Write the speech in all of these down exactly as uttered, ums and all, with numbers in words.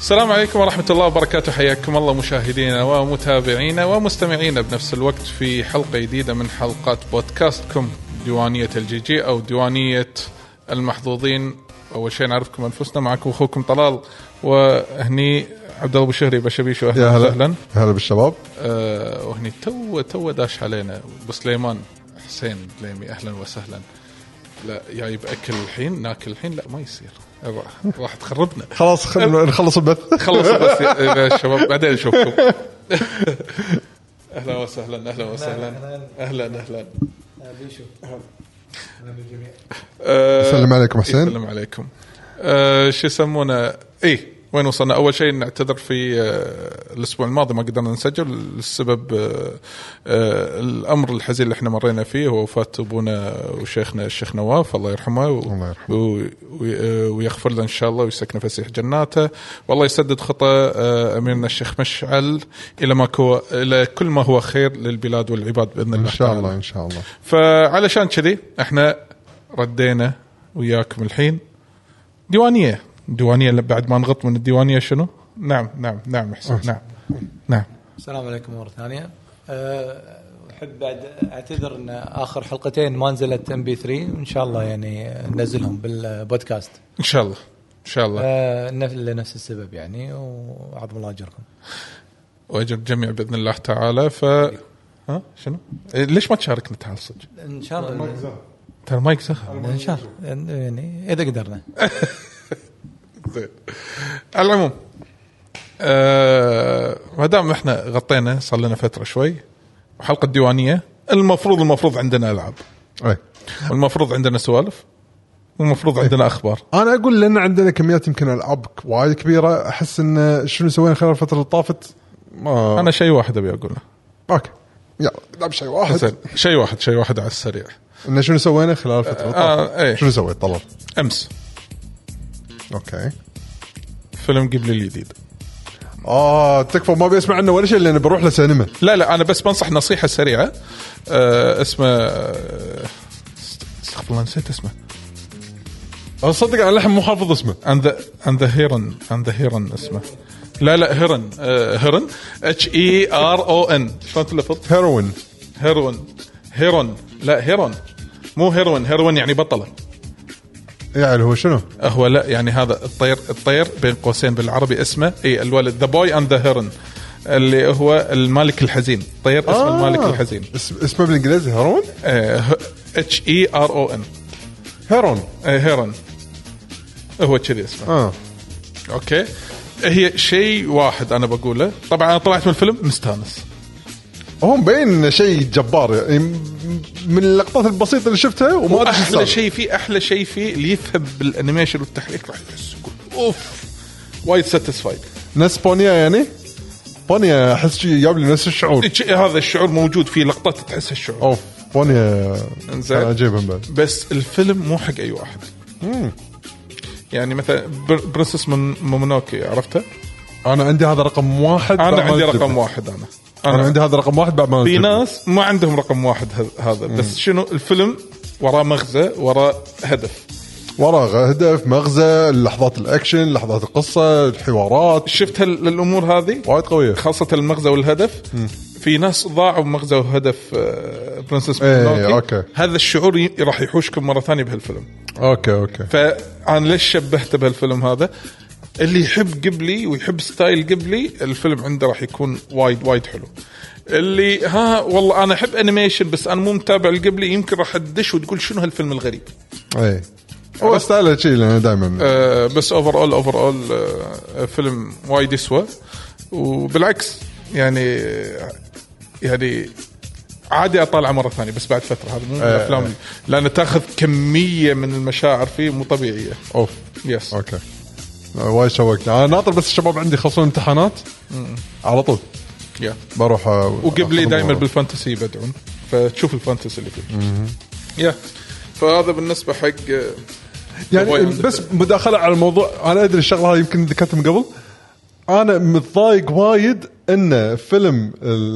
السلام عليكم ورحمة الله وبركاته. حياكم الله مشاهدينا ومتابعينا ومستمعينا بنفس الوقت في حلقة جديدة من حلقات بودكاستكم ديوانية الجي جي أو ديوانية المحظوظين. أول شيء نعرفكم أنفسنا، معكم أخوكم طلال، وهني عبد الله بشهري بشبيش. أهلا وسهلا. هلا بالشباب. أه وهني تو تو داش علينا بسليمان حسين دليمي. أهلا وسهلا. لا جايب أكل الحين ناكل الحين؟ لا ما يصير، راح تخربنا. خلاص خلينا نخلص البث. خلص البث يا شباب بعدين نشوفكم. اهلا وسهلا. اهلا وسهلا. اهلا اهلا بيشو. اهلا بالجميع. السلام عليكم حسين. السلام عليكم. أه شو يسمونه ايه وين وصلنا؟ أول شيء نعتذر في الأسبوع الماضي ما قدرنا نسجل السبب الأمر الحزين اللي احنا مرينا فيه، هو وفاة أبونا وشيخنا الشيخ نواف الله يرحمه ويغفر له إن شاء الله ويسكنه فسيح جناته، والله يسدد خطى أميرنا الشيخ مشعل إلى ما كو إلى كل ما هو خير للبلاد والعباد بإذن الله إن شاء الله. إن شاء الله. فعلشان كذي احنا ردينا وياكم الحين ديوانية ديوانية بعد ما نغط من الديوانية شنو؟ نعم نعم نعم حسين. نعم نعم. السلام عليكم مرة ثانية. أحب بعد أعتذر أن آخر حلقتين ما نزلت إم بي ثري، وإن شاء الله يعني ننزلهم بالبودكاست إن شاء الله إن شاء الله. أه لنفس السبب يعني، وعظم الله أجركم وأجر الجميع بإذن الله تعالى. ف ها شنو؟ ليش ما تشاركنا تعال صدق؟ إن شاء الله. ترى مايك سخن إن شاء الله يعني إذا قدرنا. على العموم آه ما دام احنا غطينا صار لنا فتره شوي وحلقه ديوانيه، المفروض المفروض عندنا العاب، اي والمفروض عندنا سوالف، والمفروض عندنا اخبار. انا اقول لان عندنا كميات يمكن العاب وايد كبيره، احس ان شنو سوينا خلال الفتره اللي طافت ما... انا شيء واحد ابي اقوله. اوكي يلا نلعب شيء واحد. شيء واحد شيء واحد على السريع. ان شنو سوينا خلال الفتره اللي طافت؟ آه ايه. شنو سويت طلال امس؟ اوكي فيلم قبل الجديد. اه تكفى ما بيسمع عنه ولا شيء لأنه بروح لسينما. لا لا انا بس بنصح نصيحه سريعه. آه اسمه آه استغفر الله نسيت اسمه. اصدق انا لحم مو حافظ اسمه. and the and the heron and the heron اسمه. لا لا هيرن آه هيرن اتش اي ار او ان. شلون تلفظ؟ هيروين. هيرون هيرون لا هيرون مو هيروين. هيروين يعني بطله. يعني هو شنو؟ هو لا يعني هذا الطير الطير بين قوسين بالعربي اسمه اي الولد ذا بوي اند ذا هيرن اللي هو المالك الحزين. طير اسمه آه. المالك الحزين. اسمه بالانجليزي هيرون. اتش اي ار او ان. هيرون. هيرون هو كذي اسمه. اه اوكي. هي شيء واحد انا بقوله. طبعا انا طلعت من الفيلم مستانس. هو مبين شيء جبار يعني من اللقطات البسيطه اللي شفتها. وما احلى شيء فيه احلى شيء فيه اللي يفهم بالانيميشن والتحريك راح يحس اوف وايد ساتيسفايد. ناس بونيا يعني بونيا احس شيء جاب لي نفس الشعور. هذا الشعور موجود في لقطات تحس الشعور. اوف بونيا عجيب. بس الفيلم مو حق اي واحد. مم. يعني مثلا برنسس من مومونوكي عرفتها؟ انا عندي هذا رقم واحد. انا عندي رقم واحد. انا أنا, أنا عندي هذا رقم واحد بعد ما في ناس ما عندهم رقم واحد هذا. بس شنو الفيلم وراه مغزى وراه هدف. وراه هدف مغزى لحظات الأكشن لحظات القصة الحوارات. شفت الأمور هذه وايد قوية خاصة المغزى والهدف. مم. في ناس ضاعوا مغزى وهدف برنسس ايه أوكي. هذا الشعور راح يحوشكم مرة ثانية بهالفيلم. أوكي أوكي. فأنا ليش شبهته بهالفيلم هذا؟ اللي يحب قبلي ويحب ستايل قبلي الفيلم عنده راح يكون وايد وايد حلو. اللي ها والله أنا أحب أنيميشن بس أنا مو متابع القبلي يمكن راح تدش وتقول شنو هالفيلم الغريب. ايه هو ستايله شيء لأنه دائما آه بس أوفر أول أوفر أول آه فيلم وايد يسوى. وبالعكس يعني يعني عادي أطالع مرة ثانية بس بعد فترة. هذا مو آه الأفلام آه. لأن تأخذ كمية من المشاعر فيه مو طبيعية. أوف يس أوكي. وايد شوقتني. أنا ناطر بس الشباب عندي خلصوا امتحانات على طول يا بروح. وقبلي دائما بالفانتسي يبدعون فتشوف الفانتسي اللي فيه. يا فهذا بالنسبة حق يعني بس مداخلة على الموضوع. أنا أدري الشغلة هذه يمكن ذكرتها من قبل. أنا متضايق وايد إن فيلم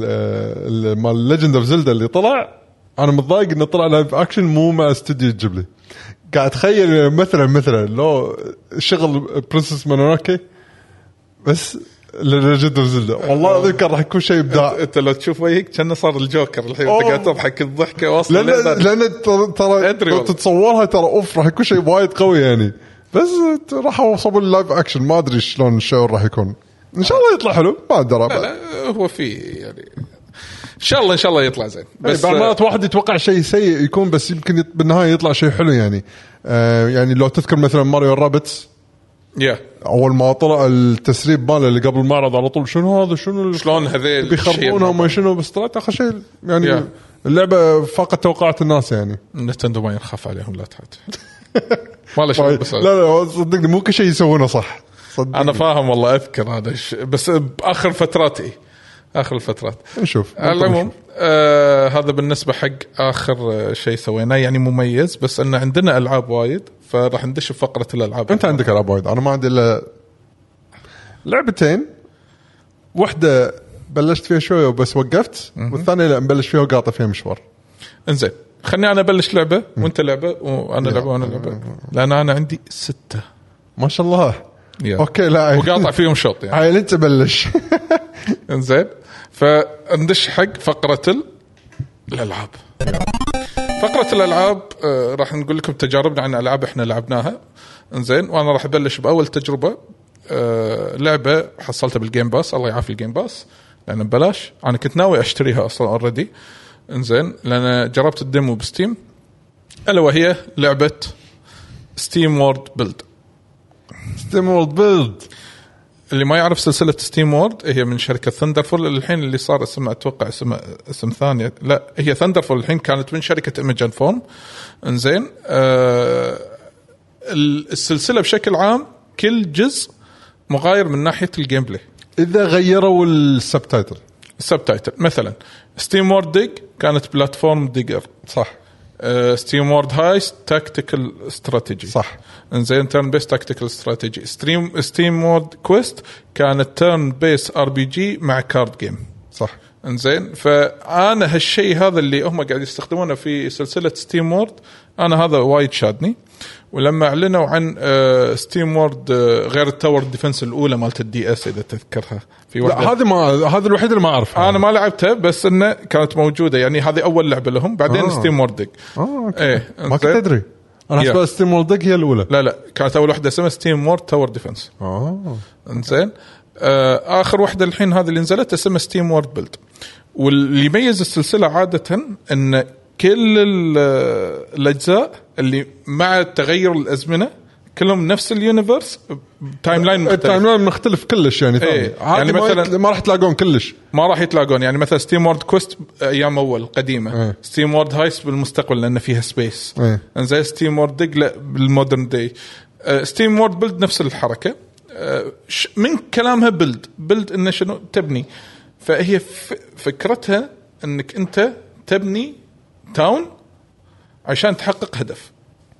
مال ليجند اوف زلدا اللي طلع أنا متضايق إنه طلع لايف أكشن مو مع استوديو جيبلي. قاعد أتخيل مثلا مثلا لو شغل برنسس مونوكي بس لجد زلدة والله ذكر راح يكون شيء ابداع. انت لو تشوف وجهك كأنه صار الجوكر الحين انت قاعد تضحك الضحكه واصله لان لان ترى تتصورها ترى اوف راح يكون شيء وايد قوي يعني. بس راح اوصل اللايف اكشن ما ادري شلون الشعور راح يكون. ان شاء الله يطلع حلو ما ادري. لا, لا هو في يعني ان شاء الله ان شاء الله يطلع زين. بس بعض المرات واحد يتوقع شيء سيء يكون بس يمكن بالنهايه يطلع شيء حلو يعني. آه يعني لو تذكر مثلا ماريو رابتس يا yeah. اول ما طلع التسريب ماله اللي قبل المعرض على طول شنو هذا شنو شلون هذيل بيخربونه وما شنو بس طلعت اخر شيء يعني yeah. اللعبه فاقت توقعات الناس يعني. نتندو ما ينخاف عليهم لا تحت والله شيء بس لا لا صدقني مو كل شيء يسوونه صح صدقني. انا فاهم والله اذكر هذا بس باخر فتراتي اخر الفترات نشوف. العموم آه هذا بالنسبه حق اخر شيء سويناه يعني مميز. بس ان عندنا العاب وايد فراح ندش بفقره الالعاب. انت عندك العاب وايد انا ما عندي الا لعبتين. واحده بلشت فيها شويه وبس وقفت والثانيه لا مبلش فيها وقاطع فيها مشوار. انزين خلني انا ابلش لعبه وانت لعبه وانا لعبه وانا لعبه لان انا عندي ستة ما شاء الله. يا. اوكي لا وقاطع فيهم شوط يعني. هاي انت بلش. انزين فندش حق فقره الالعاب. فقره الالعاب آه راح نقول لكم تجاربنا عن العاب احنا لعبناها. انزين وانا راح ابلش باول تجربه آه لعبه حصلتها بالجيم باس. الله يعافي الجيم باس لان ببلاش. انا كنت ناوي اشتريها اصلا اوريدي. انزين لان جربت الديمو بستيم الا وهي لعبه ستيم وورد بيلد. ستيم وورد بيلد اللي ما يعرف سلسله ستيم وورد هي من شركه ثندرفول. الحين اللي صار اسمها اتوقع اسم اسم ثاني لا هي ثندرفول الحين كانت من شركه ايميجن فورم. انزين آه السلسله بشكل عام كل جزء مغاير من ناحيه الجيم بلاي. اذا غيروا السبتايتل السبتايتل مثلا ستيم وورد ديج كانت بلاتفورم ديجر صح. ستيم وورد هايست تاكتيكال استراتيجي صح. انزين تيرن بيس تاكتيكال استراتيجي. ستريم ستيم وورد كويست كانت تيرن بيس ار بي جي مع كارد جيم صح. انزين فانا هالشيء هذا اللي هم قاعد يستخدمونه في سلسله ستيم وورد انا هذا وايد شادني. ولما اعلنوا عن ستيم وورد غير التاور ديفنس الاولى مالت الدي اس اذا تذكرها في واحده هذه ما هذا الوحيد اللي ما اعرفها انا ما لعبتها بس انه كانت موجوده يعني هذه اول لعبه لهم. بعدين آه. ستيم وورد ديج اه ايه ما كنت ادري انا حسبت ستيم وورد ديج هي الاولى. لا لا كانت اول واحده اسمها ستيم وورد تاور ديفنس. اه انزين آه اخر واحده الحين هذه اللي نزلت اسمها ستيم وورد بيلد. واللي يميز السلسله عاده ان كل الاجزاء اللي مع تغير الازمنه كلهم نفس اليونيفرس تايم لاين مختلف. التايم لاين مختلف كلش يعني ايه. يعني مثلا ما راح تلاقون كلش ما راح يتلاقون يعني مثلا ستيم وورد كويست ايام اول قديمه ايه. ستيم وورد هايست بالمستقبل لان فيها سبيس ايه. زي ستيم وورد ديج لا بالمودرن داي. ستيم وورد بيلد نفس الحركه من كلامها بيلد بيلد انه شنو تبني. فهي فكرتها انك انت تبني تاون عشان تحقق هدف.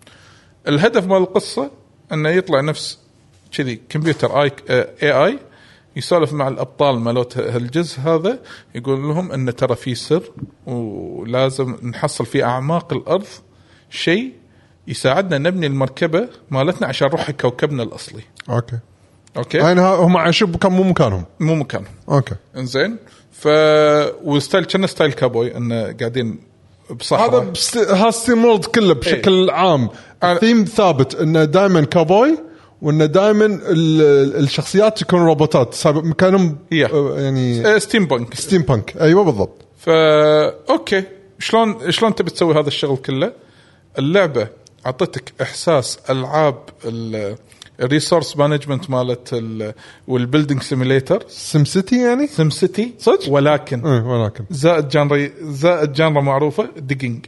الهدف مال القصة أنه يطلع نفس كذي كمبيوتر آي اي اي يسولف مع الأبطال مالوت هالجزء هذا يقول لهم أن ترى في سر ولازم نحصل في أعماق الأرض شيء يساعدنا نبني المركبة مالتنا عشان نروح كوكبنا الأصلي. أوكي أوكي يعني هم عايشين كم مو مكانهم مو مكانهم. أوكي إنزين ف وستايل كنا ستايل كابوي أنه قاعدين بصحراء. هذا بست... هذا ستيم وورد كله بشكل ايه. عام الثيم ثابت انه دائما كابوي وانه دائما الشخصيات تكون روبوتات سابق مكانهم يعني ستيم بانك ستيم بانك ايوه بالضبط. فا اوكي شلون شلون تبي تسوي هذا الشغل كله. اللعبه اعطتك احساس العاب الريسورس مانجمنت مالت والبيلدينج سيميليتر سيم سيتي يعني سيم سيتي صدق ولكن ايه ولكن زائد جانرا زائد جانرا معروفه ديجينج.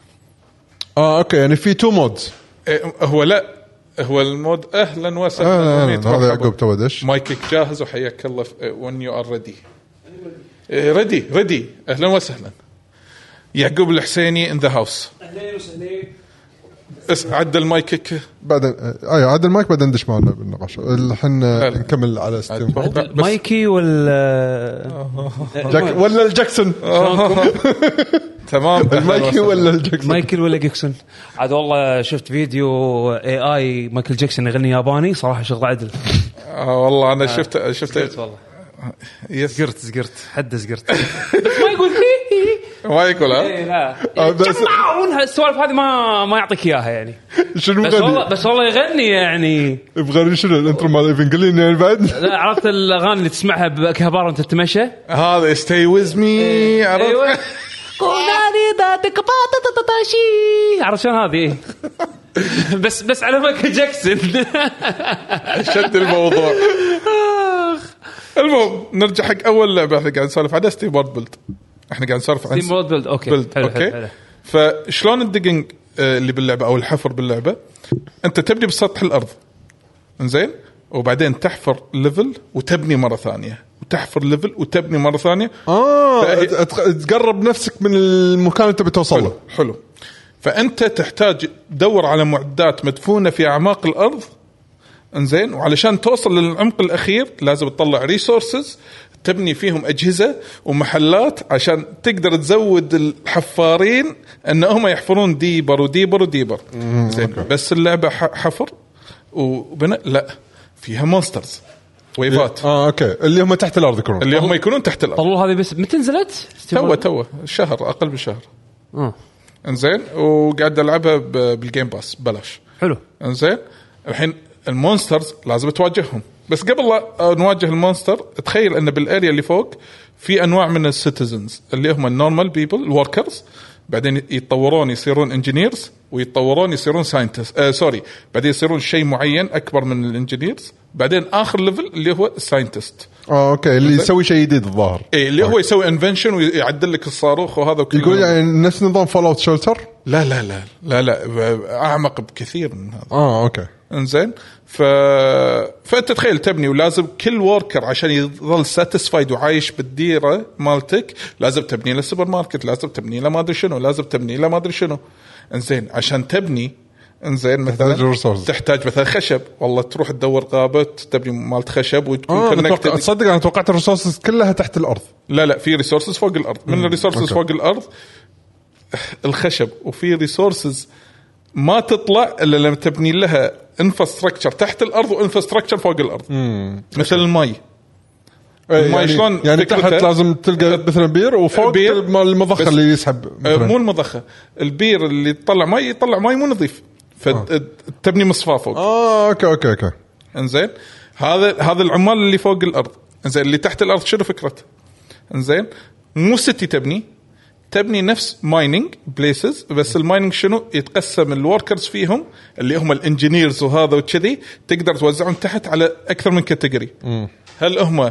اه اوكي يعني في تو مودز. إيه هو لا هو المود اهلا وسهلا آه هذا يعقوب تودش مايكك جاهز وحياك الله when you are ready ready ready اهلا وسهلا يعقوب الحسيني in the house. اهلا وسهلا اس عدل مايكك بعدين اي عدل المايك بعدين ندش معنا بالنقاش. الحين نكمل على ستيم مايكي ولا جاك ولا الجاكسون تمام. مايكل ولا جاكسون؟ مايكل ولا جاكسون عاد والله شفت فيديو اي اي مايكل جاكسون يغني ياباني صراحه شغل عدل. اه والله انا شفت شفت والله يس زقرت زقرت حد زقرت بس ما يقول ما يقول ها ايه لا بس السوالف هذه ما ما يعطيك اياها يعني. شنو بس والله بس والله يغني يعني يبغى شنو الانترو مال ايفنجلين يعني بعد. لا عرفت الاغاني اللي تسمعها بكهبار وانت تتمشى هذا stay with me عرفت كوناني داتك باتاتاتاشي عرفت شلون هذه بس بس على مايكل جاكسون شد الموضوع. المهم نرجع حق اول لعبه احنا قاعد نسولف عنها ستيم وورد بيلد. احنا قاعد نسولف عن ستيم وورد بيلد اوكي بيلد. حلو اوكي حلو. فشلون الديجنج اللي باللعبه او الحفر باللعبه انت تبني بسطح الارض انزين وبعدين تحفر ليفل وتبني مره ثانيه وتحفر ليفل وتبني مره ثانيه اه فهي... تقرب نفسك من المكان اللي تبي توصل له. حلو. فانت تحتاج تدور على معدات مدفونه في اعماق الارض انزين وعلشان توصل للعمق الاخير لازم تطلع ريسورسز تبني فيهم اجهزه ومحلات عشان تقدر تزود الحفارين ان هم يحفرون ديبر وديبر وديبر زين. بس اللعبه حفر وبناء لا فيها مونسترز ويفات اه اوكي اللي هم تحت الارض يكونون اللي هم يكونون تحت الارض. والله هذه بس متى نزلت تو تو شهر اقل من شهر اه انزين وقاعد العبها بالجيم باس بلاش. حلو انزين الحين المونسترز لازم تواجههم بس قبل لا نواجه المونستر تخيل ان بالاريا اللي فوق في انواع من السيتيزنز اللي هم النورمال بيبل الوركرز بعدين يتطورون يصيرون انجينيرز ويتطورون يصيرون ساينتست آه سوري بعدين يصيرون شيء معين اكبر من الانجينيرز بعدين اخر ليفل اللي هو الساينتست. اه اوكي اللي يسوي شيء جديد الظاهر اي اللي هو يسوي انفنشن ويعدل لك الصاروخ وهذا وكله. يقول يعني نفس نظام فول اوت شلتر. لا لا لا لا لا اعمق بكثير من هذا. اه اوكي انزين ف فانت تخيل تبني ولازم كل وركر عشان يظل ساتيسفايد وعايش بالديره مالتك لازم تبني له سوبر ماركت لازم تبني له ما ادري شنو لازم تبني له ما ادري شنو. انزين عشان تبني انزين مثلا تحتاج مثلا خشب والله تروح تدور غابه تبني مالت خشب وتكون آه كونكتد. تصدق انا توقعت الريسورسز كلها تحت الارض. لا لا في ريسورسز فوق الارض. من الريسورسز فوق الارض الخشب وفي ريسورسز ما تطلع الا لما تبني لها انفراستراكشر تحت الارض وانفراستراكشر فوق الارض. مم. مثل الماء يعني, شلون يعني تحت لازم تلقى مثلا بير وفوق بير مال المضخه اللي يسحب مثلاً. مو المضخه البير اللي يطلع ماء يطلع ماء مو نظيف فتبني مصفاه فوق. اه اوكي اوكي اوكي انزين هذا هذا العمال اللي فوق الارض. انزين اللي تحت الارض شنو فكرته؟ انزين مو ستي تبني تبني نفس مايننج بليسز بس المايننج شنو يتقسم الوركرز فيهم اللي هم الانجينيرز وهذا وكذي تقدر توزعهم تحت على اكثر من كاتيجوري. هل هم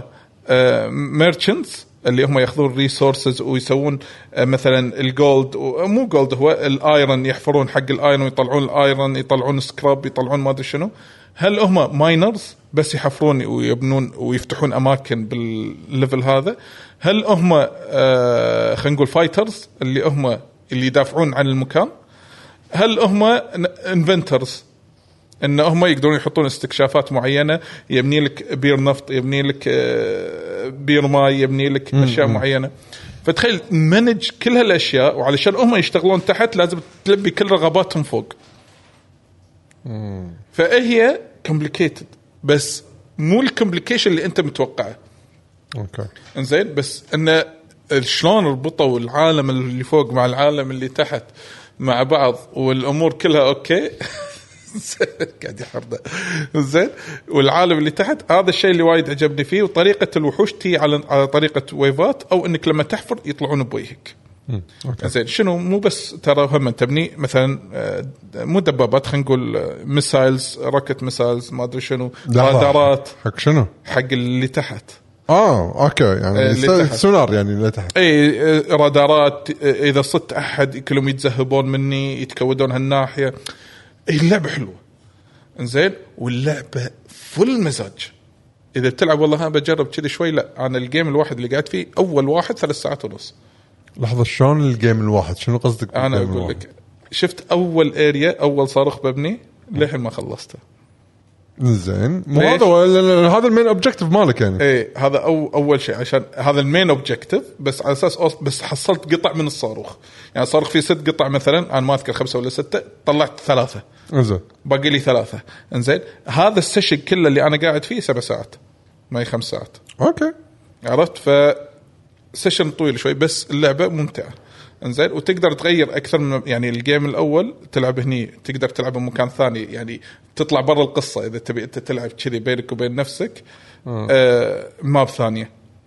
ميرشنتس اللي هم ياخذون ريسورسز ويسوون مثلا الجولد مو جولد هو الايرون يحفرون حق الايرون ويطلعون الايرون يطلعون سكراب يطلعون ما ادري شنو. هل هم ماينرز بس يحفرون ويبنون ويفتحون اماكن بالليفل هذا. هل هم آه خلينا نقول فايترز اللي هم اللي يدافعون عن المكان. هل هم انفنترز ان هم يقدرون يحطون استكشافات معينه يبني لك بير نفط يبني لك آه بير ماء يبني لك اشياء معينه. فتخيل منج كل هالاشياء وعلشان هم يشتغلون تحت لازم تلبي كل رغباتهم فوق. فهي كومبليكيتد بس مو الكومبليكيشن اللي انت متوقعه. اوكي انزين بس انه شلون ربطوا العالم اللي فوق مع العالم اللي تحت مع بعض والامور كلها اوكي قاعد يحرده زين. والعالم اللي تحت هذا الشيء اللي وايد عجبني فيه وطريقه الوحوش تي على على طريقه ويفات او انك لما تحفر يطلعون بوجهك. زين شنو مو بس ترى هم تبني مثلا مو دبابات خلينا نقول ميسايلز روكت ميسايلز ما ادري شنو رادارات حق شنو حق اللي تحت. اه اوكي يعني سونار يعني اللي تحت اي رادارات اذا صدت احد كلهم يتزهبون مني يتكودون هالناحيه. اي اللعبه حلوه انزين واللعبه فل مزاج. اذا بتلعب والله انا بجرب كذا شوي لا انا الجيم الواحد اللي قاعد فيه اول واحد ثلاث ساعات ونص. لحظه شلون الجيم الواحد شنو قصدك؟ انا اقول لك الواحد. شفت اول اريا اول صاروخ ببني للحين ما خلصته. زين مو هذا هذا المين اوبجيكتيف مالك يعني. ايه هذا أو اول شيء عشان هذا المين اوبجيكتيف بس على اساس بس حصلت قطع من الصاروخ يعني الصاروخ فيه ست قطع مثلا انا ما اذكر خمسه ولا سته طلعت ثلاثه زين باقي لي ثلاثه انزين هذا السيشن كله اللي انا قاعد فيه سبع ساعات ما هي خمس ساعات اوكي عرفت ف سيشن طويل شوي بس اللعبه ممتعه انزين وتقدر تغير اكثر من يعني الجيم الاول تلعب هني تقدر تلعب بمكان ثاني يعني تطلع برا القصه اذا تبي تلعب كذي بينك وبين نفسك آه. آه ماب ثانيه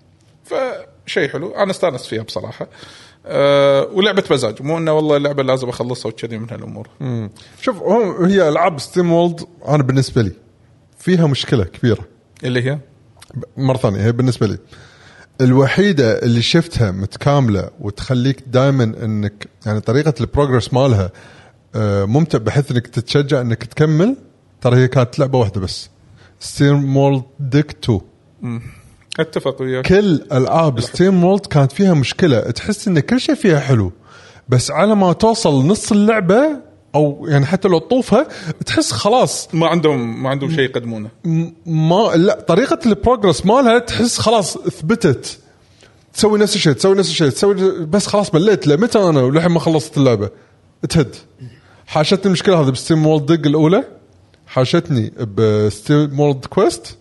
فشيء حلو انا استانست فيها بصراحه آه ولعبه مزاج مو انه والله اللعبه لازم اخلصها وكذي من هالامور. مم. شوف هي العاب ستيم وولد انا بالنسبه لي فيها مشكله كبيره اللي هي مره ثانيه هي بالنسبه لي الوحيدة اللي شفتها متكاملة وتخليك دائما انك يعني طريقة البروجرس مالها ممتع بحيث انك تتشجع انك تكمل ترى هي كانت لعبة واحدة بس ستيم وولد ديك تو. اتفق وياك كل العاب ستيم وولد كانت فيها مشكلة تحس ان كل شيء فيها حلو بس على ما توصل نص اللعبة او يعني حتى لو تطوفها تحس خلاص ما عندهم ما عندهم شيء يقدمونه ما لا طريقه البروجرس مالها تحس خلاص اثبتت تسوي نفس الشيء تسوي نفس الشيء تسوي بس خلاص مليت لمتى انا ولحين ما خلصت اللعبه تهد. حاشتني المشكله هذه بستيم وولد دق الاولى حاشتني بستيم وولد كويست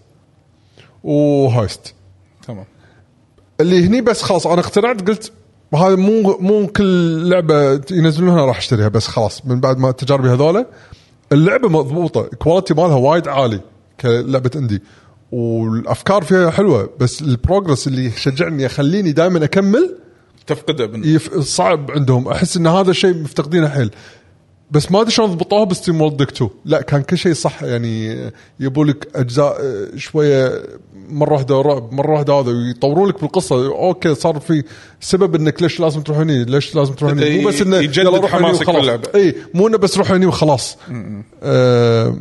وهايست تمام اللي هني بس خلاص انا اقتنعت قلت وهذا مو مو كل لعبه ينزلونها راح اشتريها بس خلاص من بعد ما تجاربي هذولا اللعبه مضبوطه كواليتي مالها وايد عالي كلعبه اندي والافكار فيها حلوه بس البروجرس اللي يشجعني يخليني دائما اكمل تفقده يف... صعب عندهم احس ان هذا الشيء مفتقدينه حيل بس ما ادري شلون ضبطوها بستيم وولد ديك تو لا كان كل شيء صح يعني يبولك اجزاء شويه مره واحده رعب مره واحده هذا ويطورون لك بالقصه اوكي صار في سبب انك ليش لازم تروح هني ليش لازم تروح هني مو بس انه يجدد حماسك باللعبه اي مو انه بس روح هني وخلاص آه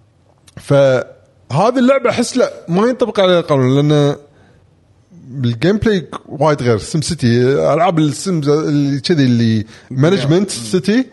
فهذه اللعبه احس لا ما ينطبق عليها القانون لان الجيم بلاي وايد غير سيم سيتي العاب السيمز اللي كذي اللي مانجمنت سيتي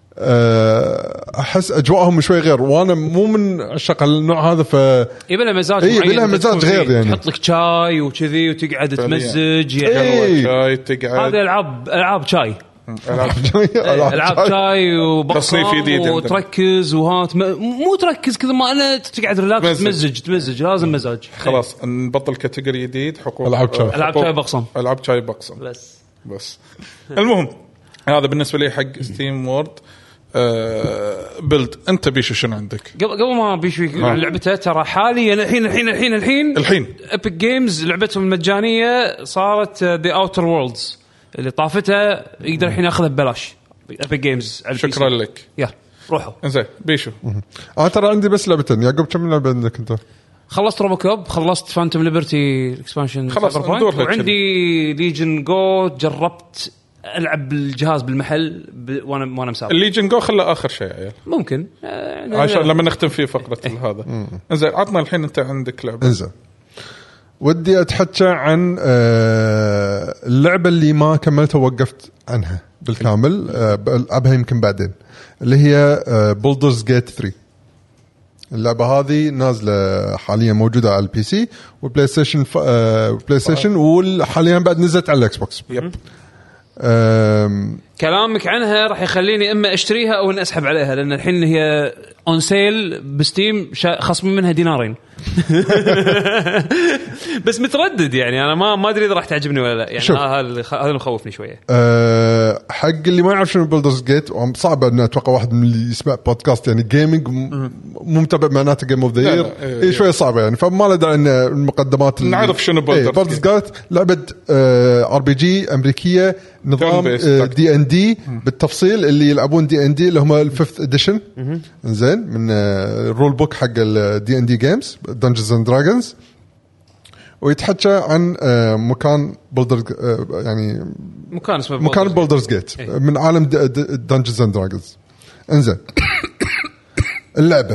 احس اجواءهم شوي غير وانا مو من عشاق النوع هذا ف يبي له مزاج معين يبي له مزاج غير يعني تحط لك شاي وكذي وتقعد تمزج يعني شاي تقعد هذه العاب العاب شاي العاب العاب شاي وتصنيف جديد وتركز وهات مو تركز كذا ما انا تقعد ريلاكس تمزج تمزج لازم مزاج خلاص نبطل كاتيجوري جديد حقوق العاب شاي العاب شاي بقسم العاب شاي بقسم بس بس المهم هذا بالنسبه لي حق ستيم وورد أه بلد. انت بيشو شنو عندك قبل قبل ما بيشو لعبته ترى حاليا الحين الحين الحين الحين الحين ايبك جيمز لعبتهم المجانيه صارت ذا اوتر وورلدز اللي طافتها يقدر الحين ياخذها ببلاش ايبك جيمز. شكرا لك يا روحوا انزين بيشو انا ترى عندي بس لعبتين. يعقوب كم لعبه عندك انت؟ خلصت روبوكوب خلصت فانتوم ليبرتي اكسبانشن خلاص وعندي ليجن جو جربت العب بالجهاز بالمحل ب... وانا وانا مسافر. الليجن جو خلى اخر شيء عيال ممكن يعني عشان لما نختم فيه فقره ايه. هذا انزين عطنا الحين انت عندك لعبه. انزين ودي اتحكى عن اللعبه اللي ما كملتها ووقفت عنها بالكامل العبها يمكن بعدين اللي هي بولدرز جيت ثري. اللعبه هذه نازله حاليا موجوده على البي سي والبلاي ستيشن ف... بلاي ستيشن وحاليا بعد نزلت على الاكس بوكس. يب أم... كلامك عنها راح يخليني اما اشتريها او ان اسحب عليها لان الحين هي اون سيل بستيم شا... خصم منها دينارين بس متردد يعني انا ما ما ادري اذا راح تعجبني ولا لا يعني هذا اللي هذا اللي مخوفني شويه. أه... حق اللي ما يعرف شنو بولدرز جيت صعب ان اتوقع واحد من اللي يسمع بودكاست يعني جيمنج م... مو متابع معناته جيم اوف ذا يير اي شويه صعبه يعني فما له داعي ان المقدمات اللي... نعرف شنو بولدرز جيت. لعبه ار بي جي امريكيه نظام دي ان دي بالتفصيل اللي يلعبون دي ان دي اللي هم الفيفث اديشن زين من الرول بوك حق الدي ان دي جيمز دنجنز اند دراجونز ويتحكى عن مكان بولدر يعني مكان اسمه مكان بولدرز جيت ايه. من عالم دنجنز اند دراجونز. انزين اللعبه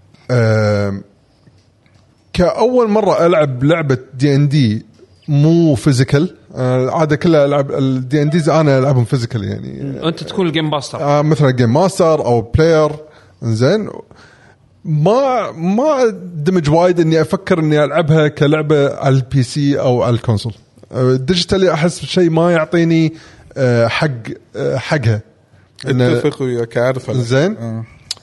كأول مرة ألعب لعبة دي ان دي مو فيزيكال. العاده كلها العب الدي ان ديز انا العبهم فيزيكال يعني انت تكون الجيم ماستر آه مثلا جيم ماستر او بلاير. انزين ما ما دمج وايد اني افكر اني العبها كلعبه على البي سي او على الكونسول. ديجيتالي احس شيء ما يعطيني حق حقها. اتفق وياك عارف زين آه.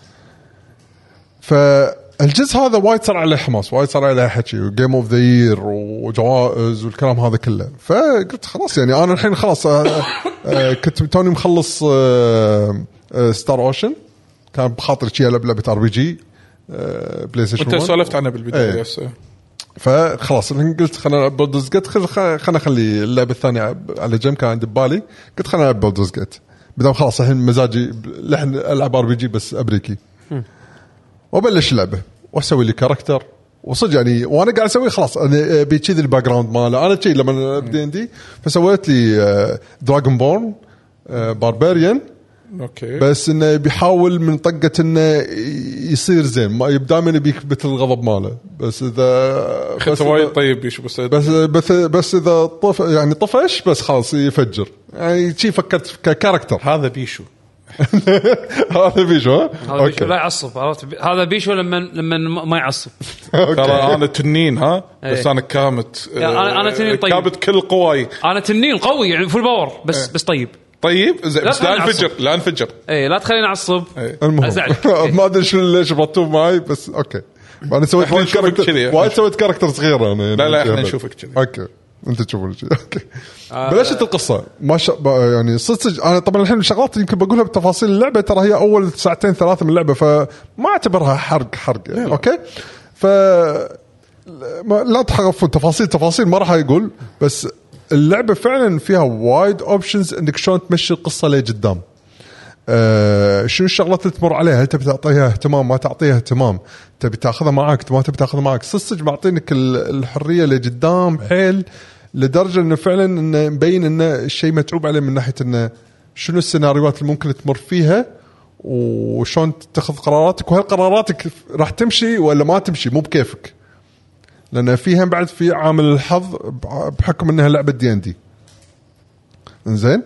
فالجزء هذا وايد صار عليه حماس وايد صار عليه حكي وجيم اوف ذا يير وجوائز والكلام هذا كله. فقلت خلاص يعني انا الحين خلاص كنت توني مخلص ستار اوشن كان بخاطري شيء العب لعبه ار بي جي بلاي ستيشن. انت سولفت عنها بالبدايه. ايه. فخلاص قلت خلينا نلعب بولدرز جيت خلينا نخلي اللعبه الثانيه على جنب كان عندي ببالي. قلت خلينا نلعب بولدرز جيت بدل خلاص الحين مزاجي لحن العب ار بي جي بس امريكي. وبلش اللعبه واسوي لي كاركتر وصدق يعني وانا قاعد اسوي خلاص انا بيجي الباك جراوند ماله انا شيء لما بدي عندي فسويت لي دراغون بورن باربريان. اوكي بس انه بيحاول من طقه انه يصير زين ما يبدا من بيكبت الغضب ماله بس اذا خذ وايد طيب بيش بس بس بس, بس اذا طف يعني طفش بس خلاص يفجر يعني شيء فكرت ككاركتر. هذا بيشو هذا بيشو هذا بيشو لا يعصب عرفت. هذا بيشو لما لما ما يعصب. ترى انا تنين ها بس انا كامت انا انا تنين طيب كابت كل قواي. انا تنين قوي يعني فول باور بس بس طيب طيب بس لا انفجر لا انفجر اي لا تخليني اعصب. المهم ما ادري شو ليش ربطوه معي بس اوكي انا سويت كاركتر وايد سويت كاركتر صغيره انا. لا لا احنا نشوفك كذي. اوكي انت تشوفون كذي. اوكي آه بلشت القصه ما شاء يعني صدق انا طبعا الحين شغلات يمكن بقولها بتفاصيل اللعبه ترى هي اول ساعتين ثلاثه من اللعبه فما اعتبرها حرق حرق يعني. اوكي ف لا تخافون تفاصيل تفاصيل ما راح اقول بس اللعبه فعلا فيها وايد اوبشنز انك شلون تمشي القصه لقدام. أه شنو الشغلات اللي تمر عليها هل تبي تعطيها اهتمام ما تعطيها اهتمام تبي تاخذها معك ما تبي تاخذها معك. صدق معطينك الحريه لقدام حيل لدرجه انه فعلا انه مبين انه الشيء متعوب عليه من ناحيه انه شنو السيناريوهات اللي ممكن تمر فيها وشلون تاخذ قراراتك وهل قراراتك راح تمشي ولا ما تمشي مو بكيفك لأن فيها بعد في عامل الحظ بحكم أنها لعبة دي ان دي. إنزين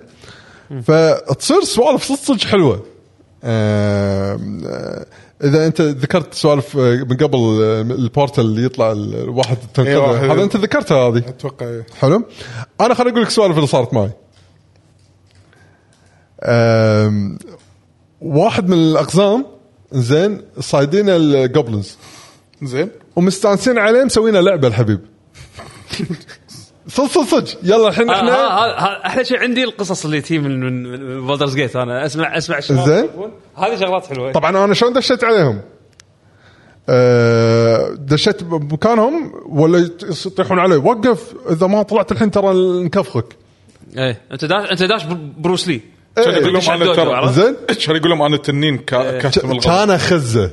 فتصير سوالف صدق حلوة. إذا أنت ذكرت سوالف من قبل البورتال اللي يطلع الواحد تنقذه هذا أنت ذكرتها هذه أتوقع. حلو أنا خليني أقول لك سوالف اللي صارت معي. واحد من الأقزام إنزين صايدين الجوبلنز زين ومستانسين عليه مسوينا لعبه الحبيب. صدق صدق صدق يلا الحين احنا آه احلى شيء عندي القصص اللي تي من من بولدرز جيت انا اسمع اسمع زين هذه شغلات حلوه. طبعا انا شلون دشيت عليهم أه دشيت بمكانهم ولا يطيحون علي وقف اذا ما طلعت الحين ترى نكفخك. ايه انت داش انت داش بروسلي كان يقول لهم انا ترى زين كان يقول لهم انا تنين كاستم الغلط كان خزه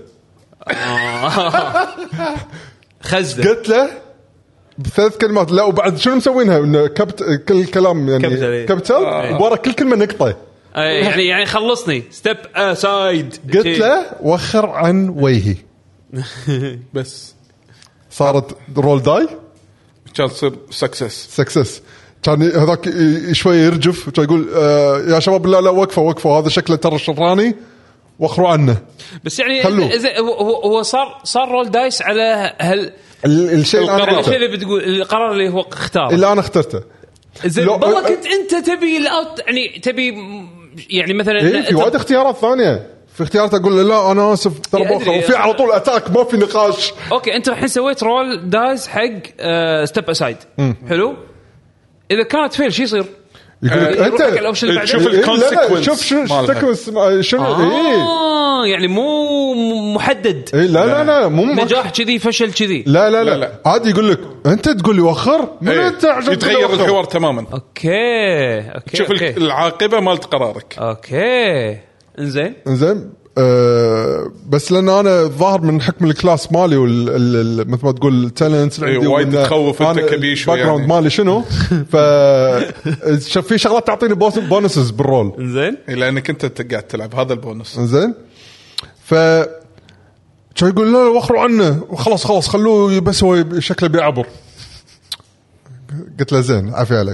خزه قلت له بثلاث كلمات لا وبعد شنو مسوينها انه كبت كل كلام يعني كابيتال ورا كل كلمه نقطه يعني يعني خلصني ستيب اسايد قلت له وخر عن وجهي بس صارت رول داي كان تصير سكسس سكسس كان هذاك شوي يرجف كان يقول آه يا شباب لا لا وقفوا وقفوا هذا شكله ترى شراني واخروا عنه. بس يعني اذا هو صار صار رول دايس على هل الشيء القرار الشيء اللي بتقول القرار اللي هو اختاره اللي انا اخترته زين والله كنت انت تبي الاوت يعني تبي يعني مثلا إيه في وايد اختيارات ثانيه في اختيارات اقول له لا انا اسف ترى بخر وفي على طول اتاك ما في نقاش. اوكي انت الحين سويت رول دايس حق آه ستيب اسايد حلو اذا كانت فيل شو يصير يقول لك انت تشوف الكونسيكونس شوف شو شنو اه يعني مو محدد إيه لا لا لا مو نجاح كذي فشل كذي لا لا لا عادي يقول لك انت تقول لي وخر من انت عشان يتغير الحوار تماما. اوكي اوكي شوف العاقبه مالت قرارك. اوكي انزين انزين أه بس لان انا ظاهر من حكم الكلاس مالي مثل ما تقول التالنتس عندي وايد تخوف انت كبيش باك جراوند مالي شنو ف في شغلات تعطيني بونسز بالرول انزين لانك انت قاعد تلعب هذا البونس انزين ف شو يقول لا وخروا عنه وخلاص خلاص خلوه بس هو شكله بيعبر. قلت له زين عافية عليك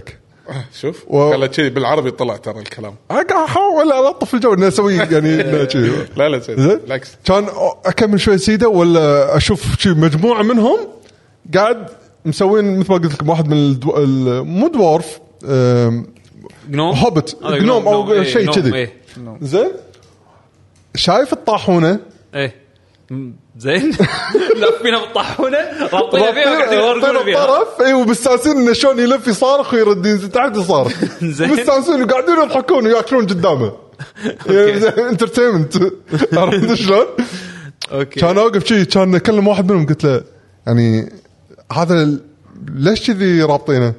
شوف و... قال كذي بالعربي طلع ترى الكلام احاول الطف الجو اني اسوي يعني لا لا بالعكس كان اكمل شوي سيده ولا اشوف شيء مجموعه منهم قاعد مسوين مثل ما قلت لكم واحد من الدو... مو دوارف جنوم هوبت جنوم او شيء كذي زين شايف الطاحونه ايه زين لفينا بالطاحونه رابطينها فيها وقاعدين يورقون فيها طرف اي ومستانسين انه شلون يلف يصارخ ويرد ينزل تحت يصارخ مستانسين وقاعدين يضحكون وياكلون قدامه انترتينمنت عرفت شلون اوكي كان اوقف شيء كان اكلم واحد منهم قلت له يعني هذا ليش كذي رابطينه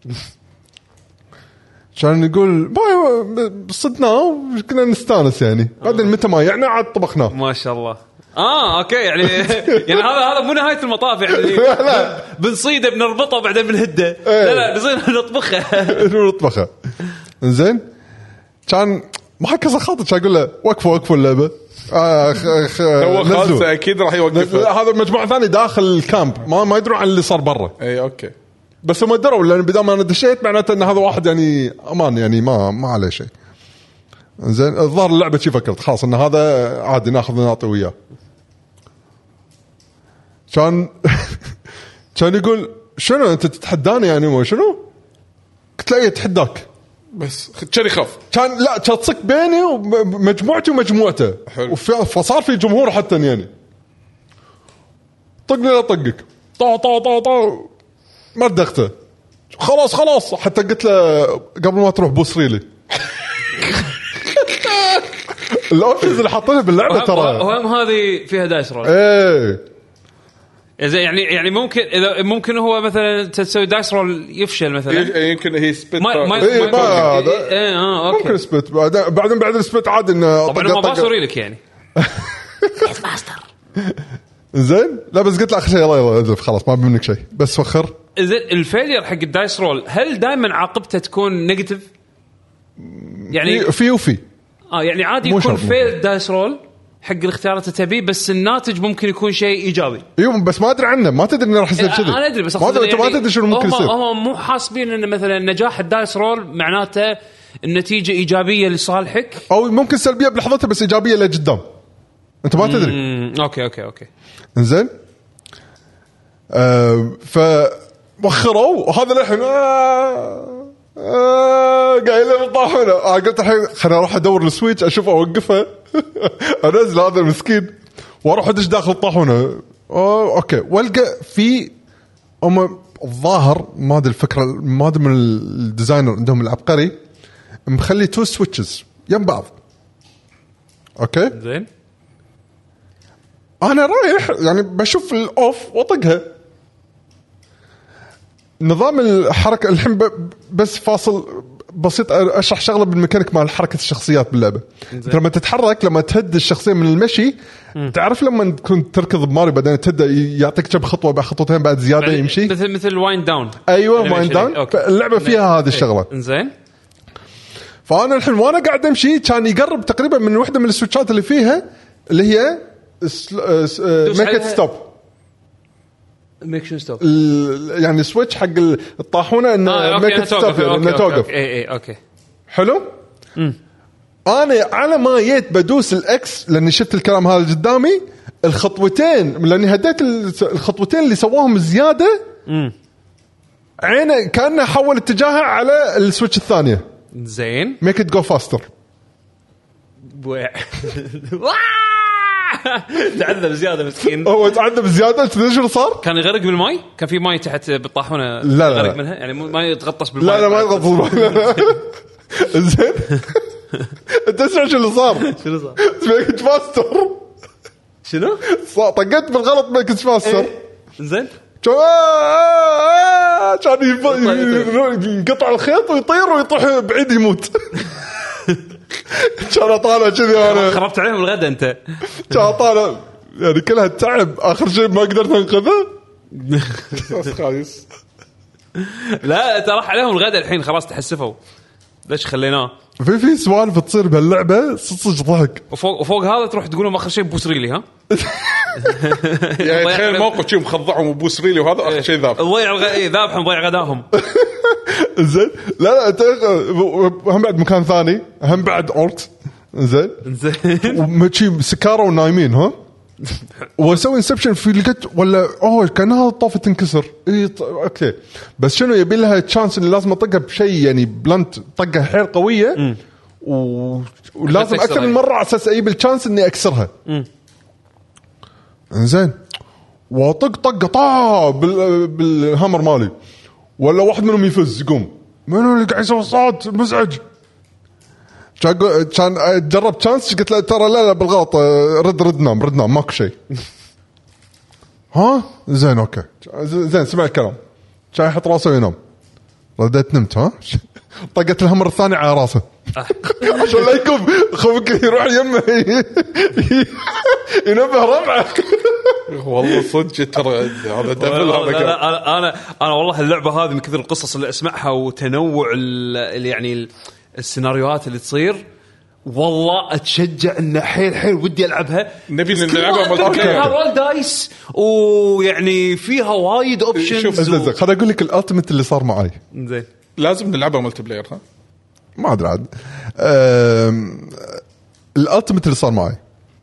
كان يقول صدناه وكنا نستانس يعني بعدين متى ما يعني عاد طبخناه ما شاء الله اه اوكي يعني يعني هذا هذا مو نهايه المطاف يعني لا بنصيده بنربطه وبعدين بنهده لا لا نصير نطبخه نطبخه زين كان ما كسر خاطر كان اقول له وقفوا وقفوا اللعبه آه خ... هو خلاص اكيد راح يوقف هذا مجموعه ثانيه داخل الكامب ما ما يدرون عن اللي صار برا اي اوكي بس هم دروا لان بدل ما انا دشيت معناته ان هذا واحد يعني امان يعني ما ما عليه شيء زين الظاهر اللعبه شي فكرت خلاص ان هذا عادي ناخذ نعطي وياه كان كان يقول شنو انت تتحداني يعني مو شنو قلت له يتحداك بس كان يخاف كان لا كان تصك بيني ومجموعتي ومجموعته فصار في جمهور حتى يعني طقني لا طقك طا طا طا طا ما دخته خلاص خلاص حتى قلت له قبل ما تروح بوسريلي الاوبشنز اللي حاطينها باللعبه ترى وهم هذه فيها دايس رول ايه اذا يعني يعني ممكن اذا ممكن هو مثلا تسوي دايس رول يفشل مثلا يمكن هي سبيت ما ما ايه ما هذا ايه اه اوكي ممكن سبيت بعدين بعدين بعد السبيت عاد انه طبعا ما بصوري لك يعني ماستر زين لا بس قلت له اخر شيء يلا يلا ازف خلاص ما بمنك شيء بس وخر زين الفيلير حق الدايس رول هل دائما عاقبته تكون نيجاتيف يعني في وفي اه يعني عادي يكون فيل دايس رول حق الاختيارات تبي بس الناتج ممكن يكون شيء ايجابي ايوه بس ما ادري عنه ما تدري انه راح يصير كذي انا ادري بس ما ادري يعني ما تدري شنو ممكن يصير هم مو حاسبين ان مثلا نجاح الدايس رول معناته النتيجه ايجابيه لصالحك او ممكن سلبيه بلحظتها بس ايجابيه لقدام انت ما تدري اوكي اوكي اوكي زين آه ف وخروا وهذا الحين آه آه قايل لي طاحونه آه قلت الحين خليني اروح ادور السويتش اشوف اوقفها انزل هذا المسكين واروح ادش داخل الطاحونه آه اوكي والقى في هم الظاهر ما ادري الفكره ما ادري من الديزاينر عندهم العبقري مخلي تو سويتشز يم بعض اوكي زين انا رايح يعني بشوف الاوف واطقها نظام الحركه الحين بس فاصل بسيط اشرح شغله بالميكانيك مع حركه الشخصيات باللعبه انت لما تتحرك لما تهد الشخصيه من المشي م. تعرف لما تكون تركض بماري بعدين تهد يعطيك كم خطوه بعد خطوتين بعد زياده يعني يمشي مثل مثل وايند داون ايوه وايند داون اللعبه فيها هذه الشغله زين فانا الحين وانا قاعد امشي كان يقرب تقريبا من وحده من السويتشات اللي فيها اللي هي ميك ات ستوب ميك شو ستوب يعني سويتش حق الطاحونه انه آه، ميك ات ستوب انه توقف اي اي اوكي حلو م. انا على ما جيت بدوس الاكس لاني شفت الكلام هذا قدامي الخطوتين لاني هديت الخطوتين اللي سواهم زياده عينه كانه حول اتجاهه على السويتش الثانيه زين ميك ات جو فاستر تعذب زياده مسكين هو تعذب زياده تدري شو صار كان يغرق بالماء كان في ماء تحت بالطاحونه لا يغرق لا. منها يعني ما يتغطس بالماء لا لا ما يتغطس بالماء زين انت تسمع شو اللي صار شنو صار ميك ات فاستر شنو صار طقت بالغلط ميك ات فاستر زين شو كان ينقطع الخيط ويطير ويطيح بعيد يموت كان طالع كذي انا خربت عليهم الغدا انت كان طالع يعني كلها تعب اخر شيء ما قدرت انقذه خايس لا انت راح عليهم الغدا الحين خلاص تحسفوا ليش خليناه في في سوالف تصير بهاللعبه صدق ضحك وفوق وفوق هذا تروح تقولهم اخر شيء بوسريلي ها يعني تخيل موقف شيء مخضعهم وبوسريلي وهذا اخر شيء ذاب ضيع الغ... ذابحهم ضيع غداهم زين لا لا انت هم بعد مكان ثاني هم بعد اورت زين زين ومشي سكارة ونايمين ها وسوي انسبشن في لقيت ولا اوه كانها طافه تنكسر اي ط... اوكي بس شنو يبي لها تشانس اللي لازم اطقها بشيء يعني بلانت طقه حيل قويه و... ولازم اكثر من مره على اساس اجيب الشانس اني اكسرها زين وطق طقه طا بال... بالهامر مالي ولا واحد منهم يفز يقوم منو اللي قاعد يسوي صوت مزعج كان جرب تشانس قلت له ترى لا لا بالغلط رد رد نام رد نام ماكو شيء ها زين اوكي زين سمع الكلام كان يحط راسه وينام رديت نمت ها طقت الهمر الثاني على راسه عشان لا يكون خوفك يروح يمه ينبه ربعك والله صدق ترى هذا دبل هذا انا انا انا والله اللعبه هذه من كثر القصص اللي اسمعها وتنوع اللي يعني السيناريوهات اللي تصير والله اتشجع ان حيل حيل ودي العبها نبي نلعبها مالتي دايس ويعني فيها وايد اوبشنز و... خليني اقول لك الالتيميت اللي صار معي زين لازم نلعبها ملتي بلاير ها ما ادري عاد الالتيميت اللي صار معي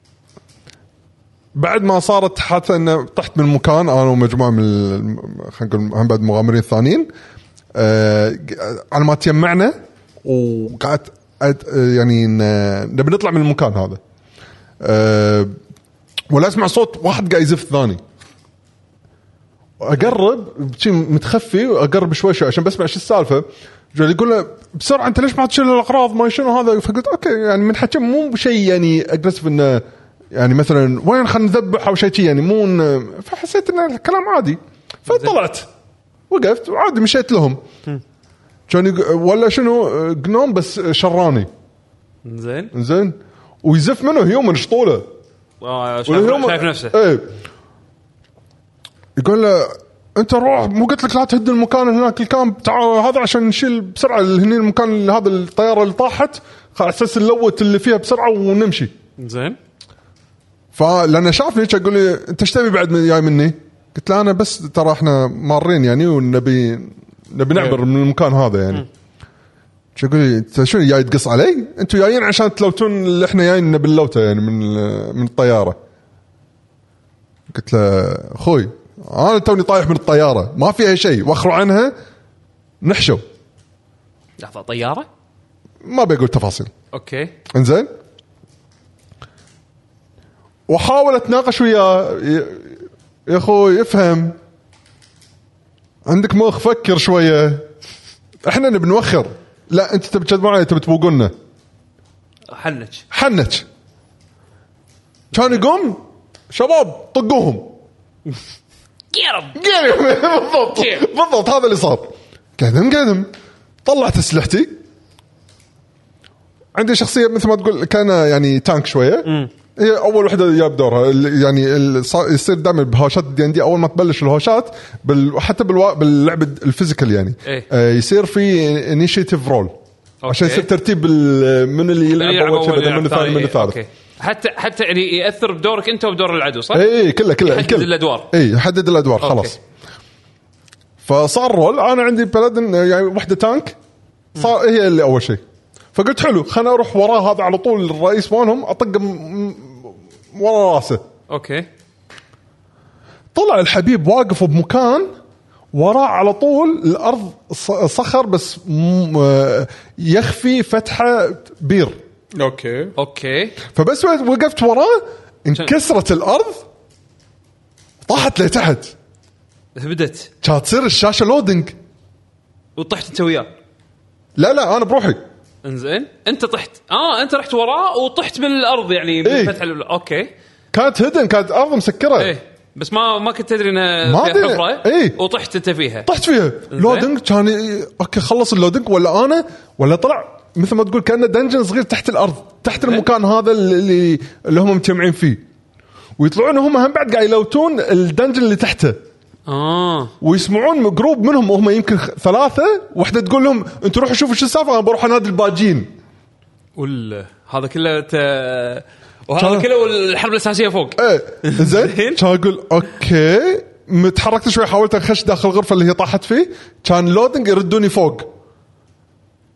بعد ما صارت حتى ان طحت من مكان انا ومجموعه من خلينا نقول هم بعد مغامرين ثانيين أه... على ما تجمعنا وقعدت يعني نبي نطلع من المكان هذا أه ولا اسمع صوت واحد قاعد يزف ثاني اقرب شيء متخفي واقرب شوي شوي عشان بسمع شو السالفه جاي يقول له بسرعه انت ليش ما تشيل الاغراض ما شنو هذا فقلت اوكي يعني من حكي مو بشيء يعني اجريسيف انه يعني مثلا وين خلينا نذبح او شيء يعني مو فحسيت ان الكلام عادي فطلعت وقفت وعادي مشيت لهم كان ولا شنو جنوم بس شراني زين زين ويزف منه هيومن شطوله اه شايف نفسه ايه يقول له انت روح مو قلت لك لا تهد المكان هناك الكامب تعال هذا عشان نشيل بسرعه هني المكان هذا الطياره اللي طاحت على اساس نلوت اللي فيها بسرعه ونمشي زين فلأنا شافني يقول لي انت ايش تبي بعد جاي مني قلت له انا بس ترى احنا مارين يعني ونبي نبي نعبر من المكان هذا يعني شو يقول لي انت شو جاي تقص علي انتوا جايين عشان تلوتون اللي احنا جايين نبلوته يعني من من الطياره قلت له اخوي انا توني طايح من الطياره ما فيها شيء واخروا عنها نحشوا لحظه طياره ما بقول تفاصيل اوكي انزين وحاول اتناقش وياه يا اخوي افهم عندك مخ فكر شويه احنا نبي نوخر لا انت تبي تشد معي تبي تبوقنا حنك حنك كان يقوم شباب طقوهم قرب بالضبط بالضبط هذا اللي صار قدم قدم طلعت اسلحتي عندي شخصيه مثل ما تقول كان يعني تانك شويه م. هي اول وحده جاب دورها يعني يصير دائما بهوشات دي عندي اول ما تبلش الهوشات بال حتى بالوا... باللعب الفيزيكال يعني إيه؟ آه يصير في انيشيتيف رول عشان يصير ترتيب من اللي يلعب اول شيء من الثاني من الثالث حتى حتى يعني ياثر بدورك انت وبدور العدو صح اي كله كله يحدد كل. الادوار اي يحدد الادوار أوكي. خلاص فصار رول انا عندي بلدن يعني وحده تانك صار هي اللي اول شيء فقلت حلو خلنا اروح وراه هذا على طول الرئيس مالهم اطق ورا راسه اوكي طلع الحبيب واقف بمكان وراه على طول الارض صخر بس يخفي فتحه بير اوكي اوكي فبس وقفت وراه انكسرت الارض طاحت لتحت هبدت كانت تصير الشاشه لودنج وطحت انت وياه لا لا انا بروحي انزين انت طحت اه انت رحت وراه وطحت من الارض يعني من إيه؟ فتح ال... اوكي كانت هدن كانت ارض مسكره ايه بس ما ما كنت تدري انها فيها حفره ايه؟ وطحت انت فيها طحت فيها لودنج كان اوكي خلص اللودنج ولا انا ولا طلع مثل ما تقول كانه دنجن صغير تحت الارض تحت المكان هذا اللي اللي هم مجتمعين فيه ويطلعون هم هم بعد قاعد يلوتون الدنجن اللي تحته اه ويسمعون جروب منهم وهم يمكن ثلاثه وحده تقول لهم انتوا روحوا شوفوا شو السالفه انا بروح انادي الباجين ولا هذا كله ت... وهذا كله والحرب الاساسيه فوق ايه زين كان اقول اوكي متحركت شوي حاولت اخش داخل الغرفه اللي هي طاحت فيه كان لودنج يردوني فوق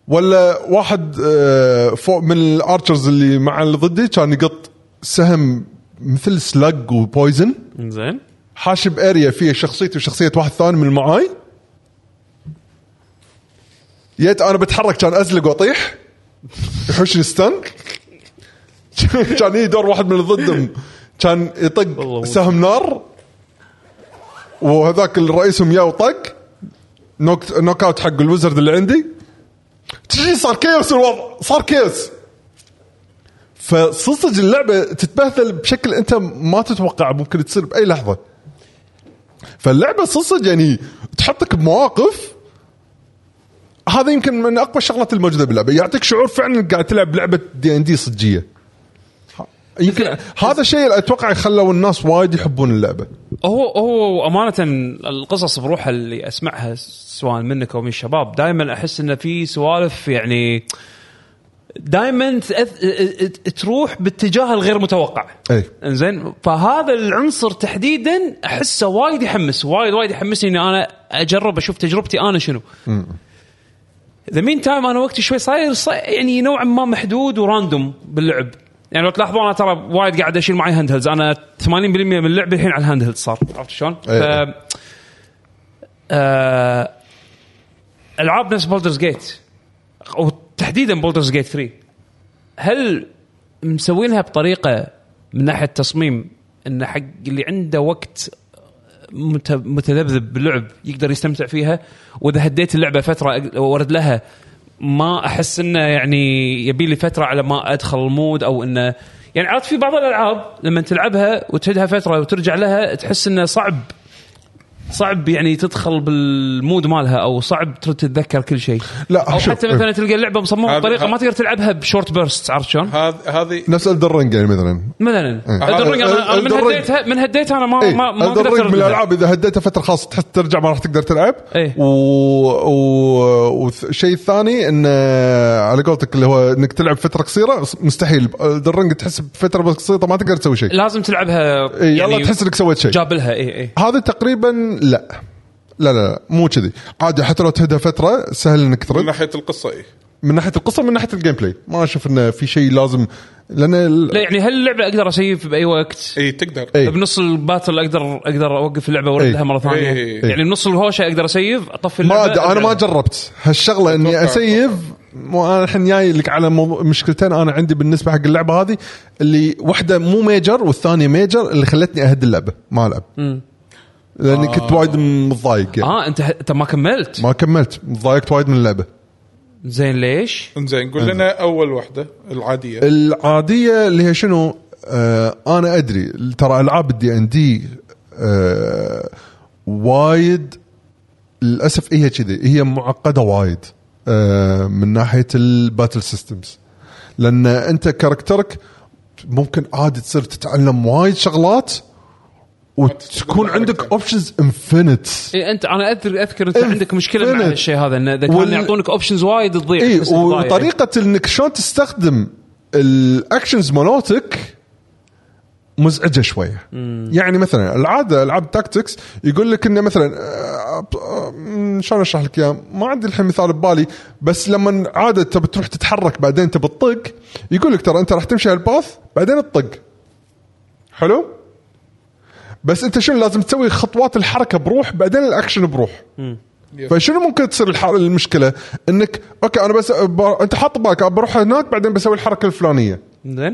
ولا واحد فوق من الارشرز اللي مع اللي ضدي كان يقط سهم مثل سلاج وبويزن زين حاشب اريا فيه شخصيتي وشخصيه واحد ثاني من معاي يت انا بتحرك كان ازلق واطيح يحوشني ستان كان يدور واحد من اللي ضدهم كان يطق سهم نار وهذاك الرئيسهم يا وطق نوك نوك اوت حق الوزرد اللي عندي تجي صار كيوس الوضع صار كيوس فصدق اللعبه تتبهدل بشكل انت ما تتوقع ممكن تصير باي لحظه فاللعبه صدق يعني تحطك بمواقف هذا يمكن من اقوى الشغلات الموجوده باللعبه يعطيك شعور فعلا قاعد تلعب لعبه دي ان دي صجيه يمكن هذا الشيء اتوقع خلوا الناس وايد يحبون اللعبه هو هو امانه القصص بروحها اللي اسمعها سواء منك او من الشباب دائما احس ان في سوالف يعني دائما تروح باتجاه الغير متوقع اي انزين فهذا العنصر تحديدا احسه وايد يحمس وايد وايد يحمسني اني انا اجرب اشوف تجربتي انا شنو ذا مين تايم انا وقتي شوي صاير يعني نوعا ما محدود وراندوم باللعب يعني لو تلاحظون انا ترى وايد قاعد اشيل معي هاند هيلز انا ثمانين بالمية من اللعب الحين على الهاند هيلز صار عرفت شلون ف آه... العاب نفس بولدرز جيت او تحديدا بولدرز جيت ثري هل مسوينها بطريقه من ناحيه تصميم ان حق اللي عنده وقت متذبذب باللعب يقدر يستمتع فيها واذا هديت اللعبه فتره ورد لها ما احس انه يعني يبي لي فتره على ما ادخل المود او انه يعني عاد في بعض الالعاب لما تلعبها وتهدها فتره وترجع لها تحس انه صعب صعب يعني تدخل بالمود مالها او صعب تتذكر كل شيء لا او حتى مثلا تلقى اللعبه مصممه بطريقه ما تقدر تلعبها بشورت بيرست عرفت شلون هذه نفس الدرنج يعني مثلا مثلا الدرنج انا من هديتها من هديتها انا ما ما ما قدرت من الالعاب اذا هديتها فتره خاصه تحس ترجع ما راح تقدر تلعب والشيء الثاني ان على قولتك اللي هو انك تلعب فتره قصيره مستحيل الدرنج تحس بفتره قصيره ما تقدر تسوي شيء لازم تلعبها يعني يلا تحس انك سويت شيء جابلها اي اي هذا تقريبا لا لا لا مو كذي عادي حتى لو تهدى فترة سهل انك ترد من ناحية القصة ايه من ناحية القصة من ناحية الجيم بلاي ما اشوف انه في شيء لازم لان ال... لا يعني هل اللعبة اقدر اسيف باي وقت اي تقدر ايه؟ بنص الباتل اقدر اقدر اوقف اللعبة واردها ايه؟ مرة ثانية ايه؟ يعني بنص الهوشة اقدر اسيف اطفي اللعبة ما انا ما جربت هالشغلة اني اسيف وانا الحين جاي لك على موضوع مشكلتين انا عندي بالنسبة حق اللعبة هذه اللي واحدة مو ميجر والثانية ميجر اللي خلتني اهد اللعبة ما العب م. لاني آه. كنت وايد متضايق يعني. اه انت انت ما كملت ما كملت ضايقت وايد من اللعبه زين ليش زين قول لنا اول واحده العاديه العاديه اللي هي شنو آه انا ادري ترى العاب الدي ان دي آه وايد للاسف هي كذي هي معقده وايد آه من ناحيه الباتل سيستمز لان انت كاركترك ممكن عادي تصير تتعلم وايد شغلات وتكون عندك اوبشنز انفينيت إيه انت انا اذكر اذكر انت عندك مشكله مع الشيء هذا ان اذا كانوا وال... يعطونك اوبشنز وايد تضيع إيه وطريقه انك شلون تستخدم الاكشنز مالتك مزعجه شويه مم. يعني مثلا العاده العاب تاكتكس يقول لك انه مثلا شلون اشرح لك اياه ما عندي الحين مثال ببالي بس لما عاده تبي تروح تتحرك بعدين تبي تطق يقول لك ترى انت راح تمشي هالباث بعدين تطق حلو بس انت شنو لازم تسوي خطوات الحركه بروح بعدين الاكشن بروح فشنو ممكن تصير المشكله انك اوكي انا بس ب... انت حاط بالك بروح هناك بعدين بسوي الحركه الفلانيه زين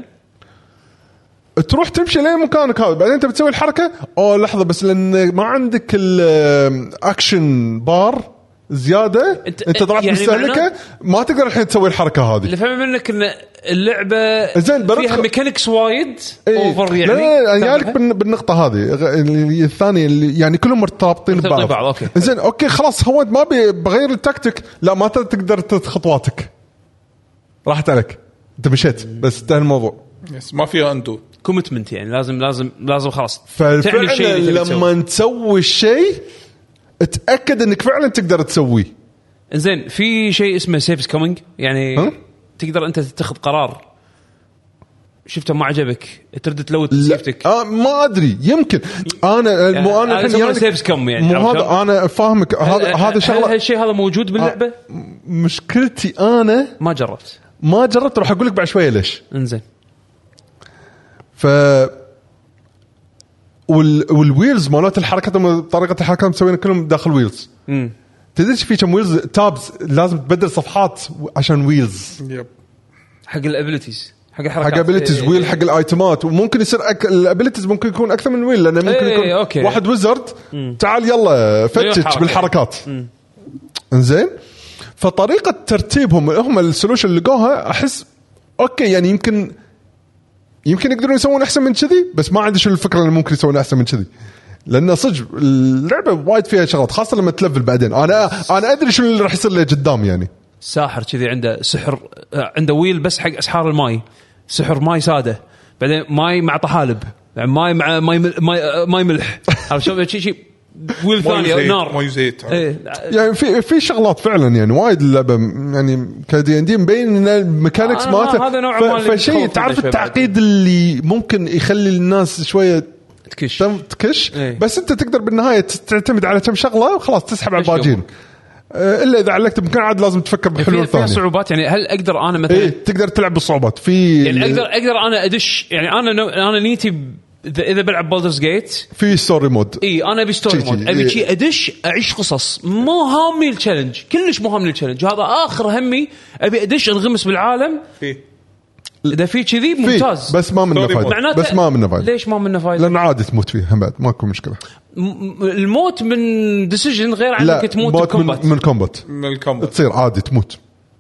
تروح تمشي لين مكانك هذا بعدين انت بتسوي الحركه او لحظه بس لان ما عندك الاكشن بار زياده انت, انت طلعت يعني مستهلكه ما تقدر الحين تسوي الحركه هذه اللي فهم منك ان اللعبه فيها ميكانيكس وايد ايه اوفر يعني لا لا يعني بالنقطه هذه الثانيه اللي يعني كلهم مرتبطين ببعض زين اوكي خلاص هو ما بغير التكتيك لا ما تقدر تاخذ خطواتك راحت عليك انت مشيت بس انتهى الموضوع يس ما فيها اندو كوميتمنت يعني لازم لازم لازم خلاص تعمل الشيء لما تسوي الشيء اتاكد انك فعلا تقدر تسويه زين في شيء اسمه سيفز كومينج يعني ها؟ تقدر انت تتخذ قرار شفته ما عجبك ترد تلوت سيفتك؟ آه ما ادري يمكن انا يعني مو انا الحين يعني سيفز كم يعني مو هذا انا فاهمك هذا هذا شغله هالشيء هذا موجود باللعبه. آه مشكلتي انا ما جربت ما جربت راح اقول لك بعد شويه ليش. انزين ف وال... والويلز مالات الحركات طريقه الحركه مسوينها كلهم داخل ويلز. امم تدري في كم ويلز تابز لازم تبدل صفحات عشان ويلز يب حق الابيليتيز حق الحركات حق ابيليتيز إيه ويل إيه. حق الايتمات وممكن يصير أك... الابيليتيز ممكن يكون اكثر من ويل لانه ممكن إيه يكون أوكي. واحد ويزرد تعال يلا فتش بالحركات. انزين فطريقه ترتيبهم هم السولوشن اللي لقوها احس اوكي يعني يمكن يمكن يقدرون يسوون احسن من كذي بس ما عندي شو الفكره اللي ممكن يسوون احسن من كذي لان صدق اللعبه وايد فيها شغلات خاصه لما تلفل بعدين. انا انا ادري شو اللي راح يصير لي قدام يعني. ساحر كذي عنده سحر عنده ويل بس حق اسحار الماي سحر ماي ساده بعدين ماي مع طحالب يعني ماي مع ماي ماي, ماي ملح او شيء شيء ويل ثاني نار ماي زيت ايه. يعني في في شغلات فعلا يعني وايد اللعبه يعني كدي ان دي مبين ان الميكانكس مالته فشيء تعرف التعقيد اللي ممكن يخلي الناس شويه تكش تكش ايه. بس انت تقدر بالنهايه تعتمد على كم شغله وخلاص تسحب على الباجين الا اذا علقت بمكان عاد لازم تفكر بحلول ثانيه. في صعوبات يعني هل اقدر انا مثلا ايه تقدر تلعب بالصعوبات في يعني اقدر اقدر انا ادش يعني انا انا نيتي اذا بلعب بولدرز جيت في ستوري مود. اي انا ابي ستوري مود ابي شيء ادش اعيش قصص مو هامني التشالنج كلش مو هامني التشالنج هذا اخر همي ابي ادش انغمس بالعالم في اذا في كذي ممتاز بس ما منه فايده بس ما منه فايده ليش ما منه فايده لان عادي تموت فيه هم بعد ماكو مشكله. الموت من ديسيجن غير عن انك تموت بالكومبات. من كومبات من الكومبات تصير عادي تموت.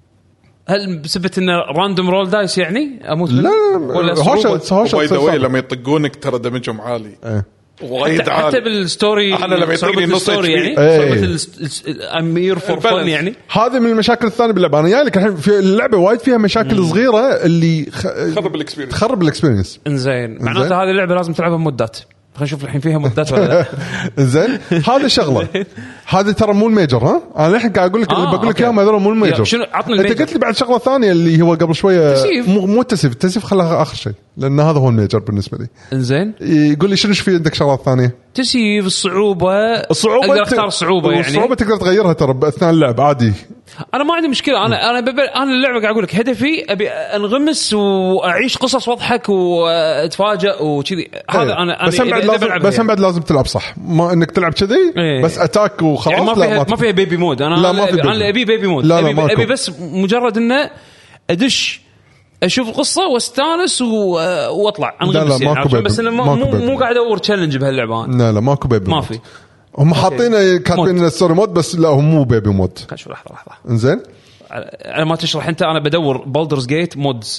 هل بسبب انه راندوم رول دايس يعني اموت لا ولا هوش هوش باي ذا واي لما يطقونك ترى دمجهم عالي ايه. وايد حتى, عالي حتى بالستوري انا لما يطقني نص يعني ايه. امير فور فن يعني هذه من المشاكل الثانيه باللعبه. انا جايلك الحين في اللعبه وايد فيها مشاكل مم. صغيره اللي خ... تخرب الاكسبيرينس تخرب الاكسبيرينس. انزين معناته هذه اللعبه لازم تلعبها مدات. خلينا نشوف الحين فيها مدات ولا لا. زين هذا شغله هذا ترى مو الميجر. ها انا الحين قاعد اقول لك آه بقول لك اياهم هذول مو الميجر. شنو عطني الميجر. انت قلت لي بعد شغله ثانيه اللي هو قبل شويه مو مو التسيف التسيف خلها اخر شيء لان هذا هو الميجر بالنسبه لي. انزين يقول لي شنو في عندك شغلات ثانيه. تسيف الصعوبه الصعوبه اقدر اختار صعوبه يعني الصعوبه تقدر تغيرها ترى باثناء اللعب عادي. انا ما عندي مشكله انا انا ببل... انا اللعبه قاعد اقول لك هدفي ابي انغمس واعيش قصص واضحك واتفاجئ وكذي هذا ايه. انا بس هم بعد لازم بس هم بعد لازم تلعب صح ما انك تلعب كذي ايه. بس اتاك وخلاص يعني ما فيها لا ما فيها بيبي مود. انا لا ما في انا اللي ابي بيبي مود. لا ابي, لا أبي بس مجرد انه ادش اشوف القصه واستانس واطلع انغمس يعني بس انا مو مو قاعد ادور تشالنج بهاللعبه. لا لا ماكو بيبي ما في هم حاطين كاتبين الستوري مود بس لا هم مو بيبي مود. شوف لحظه لحظه انزين انا ما تشرح انت انا بدور بولدرز جيت مودز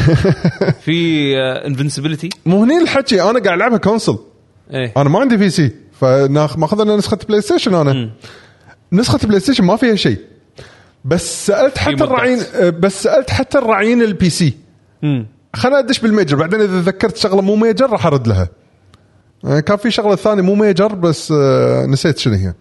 في انفنسبيليتي مو هني الحكي. انا قاعد العبها كونسل ايه. انا ما عندي بي سي فما اخذنا نسخه بلاي ستيشن. انا م. نسخه بلاي ستيشن ما فيها شيء بس سالت حتى الرعين بس سالت حتى الرعين البي سي خلنا ادش بالميجر بعدين اذا ذكرت شغله مو ميجر راح ارد لها. كان في شغله ثانيه مو ميجر بس نسيت شنو هي.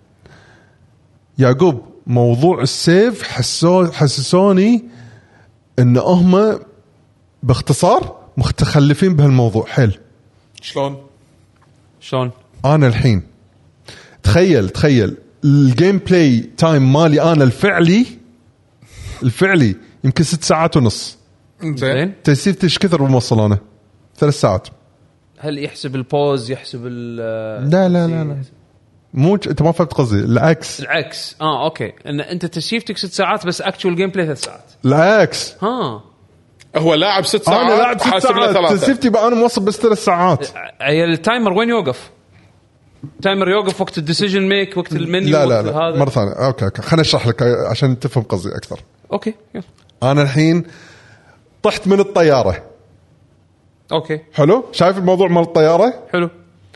يعقوب موضوع السيف حسو حسسوني ان هم باختصار متخلفين بهالموضوع حيل. شلون شلون انا الحين تخيل تخيل الجيم بلاي تايم مالي انا الفعلي الفعلي يمكن ست ساعات ونص. زين تسيفتي ايش كثر بموصل انا ثلاث ساعات. هل يحسب البوز يحسب ال لا لا لا, لا. مو انت ما فهمت قصدي. العكس العكس اه اوكي ان انت تسيفتك ست ساعات بس اكتوال جيم بلاي ثلاث ساعات. العكس ها هو لاعب ست ساعات انا لاعب ست ساعات تسيفتي بقى انا موصل بس ثلاث ساعات. عيل التايمر وين يوقف؟ تايمر يوقف وقت الديسيجن ميك وقت المنيو. لا لا, لا. هذا مره ثانيه اوكي اوكي خليني اشرح لك عشان تفهم قصدي اكثر. اوكي يلا. انا الحين طحت من الطياره. اوكي حلو شايف الموضوع مال الطياره حلو.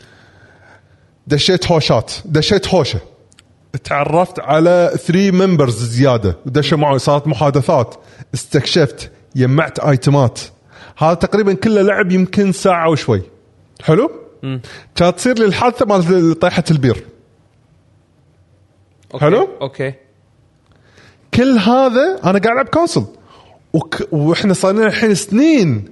دشيت هوشات دشيت هوشه تعرفت على ثري ممبرز زياده ودشوا معي صارت محادثات استكشفت يجمعت ايتمات. هذا تقريبا كله لعب يمكن ساعه وشوي. حلو كانت تصير لي الحادثه مال طيحه البير. أوكي. حلو اوكي كل هذا انا قاعد العب كونسل وك... واحنا صار لنا الحين سنين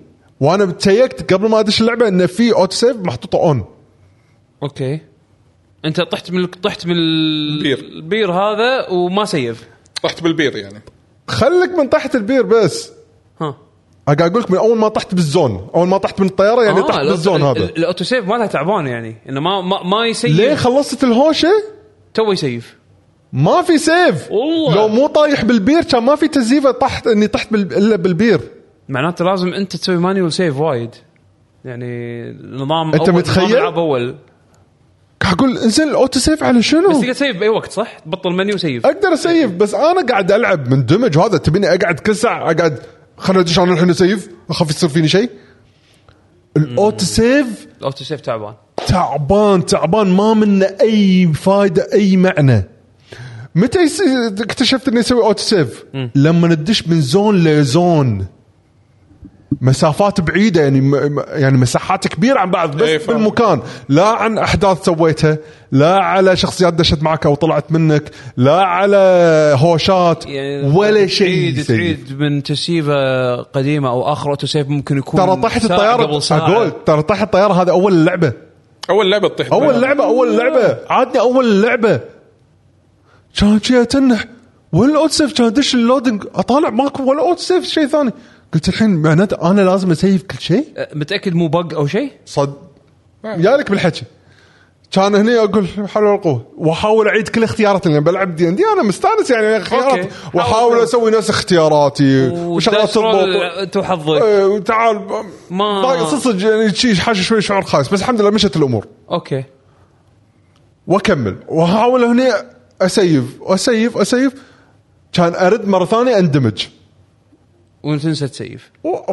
وانا تشيكت قبل ما ادش اللعبه ان في اوتو سيف محطوطه اون. اوكي انت طحت من طحت من البير البير هذا وما سيف. طحت بالبير يعني خليك من تحت البير بس. ها اقول لك من اول ما طحت بالزون، اول ما طحت من الطياره يعني آه طحت بالزون هذا. الاوتو سيف مالها تعبان يعني انه ما ما, ما يسيف. ليه خلصت الهوشه تو يسيف؟ ما في سيف والله. لو مو طايح بالبير كان ما في تزييفه طحت اني طحت الا بالبير. معناته لازم انت تسوي مانيول سيف وايد يعني نظام انت أول متخيل اول اقول انزل الاوتو سيف على شنو؟ بس تقدر تسيف باي وقت صح؟ تبطل منيو سيف. اقدر اسيف بس انا قاعد العب من دمج هذا تبيني اقعد كل ساعه اقعد خليني ادش انا الحين اسيف اخاف يصير فيني شيء. الاوتو سيف الاوتو سيف تعبان تعبان تعبان ما منه اي فايده اي معنى. متى اكتشفت اني اسوي اوتو سيف؟ لما ندش من زون لزون مسافات بعيده يعني يعني مساحات كبيره عن بعض بس أيه بالمكان، لا عن احداث سويتها، لا على شخصيات دشت معك او طلعت منك، لا على هوشات يعني ولا شيء. تعيد تعيد من تسييفه قديمه او اخر اوتو سيف ممكن يكون ترى طاحت الطياره. اقول ترى طاحت الطياره هذا اول اللعبه اول لعبه تطيح اول لعبه اول لعبه عادني اول لعبه كان شيء تنح ولا اوتو سيف كان دش اللودنج اطالع ماكو ولا اوتو سيف شيء ثاني. قلت الحين معناته انا لازم اسيف كل شيء. متاكد مو بق او شيء صد يالك بالحكي. كان هني اقول حول القوه واحاول اعيد كل اختياراتي اللي بلعب دي اندي انا مستانس يعني خيارات واحاول اسوي نفس اختياراتي وشغلات تضبط انت وحظك اه وتعال ما صدق يعني شيء حاجه شوي شعور خايس بس الحمد لله مشت الامور اوكي. واكمل واحاول هني اسيف اسيف اسيف كان ارد مره ثانيه اندمج وتنسى تسيف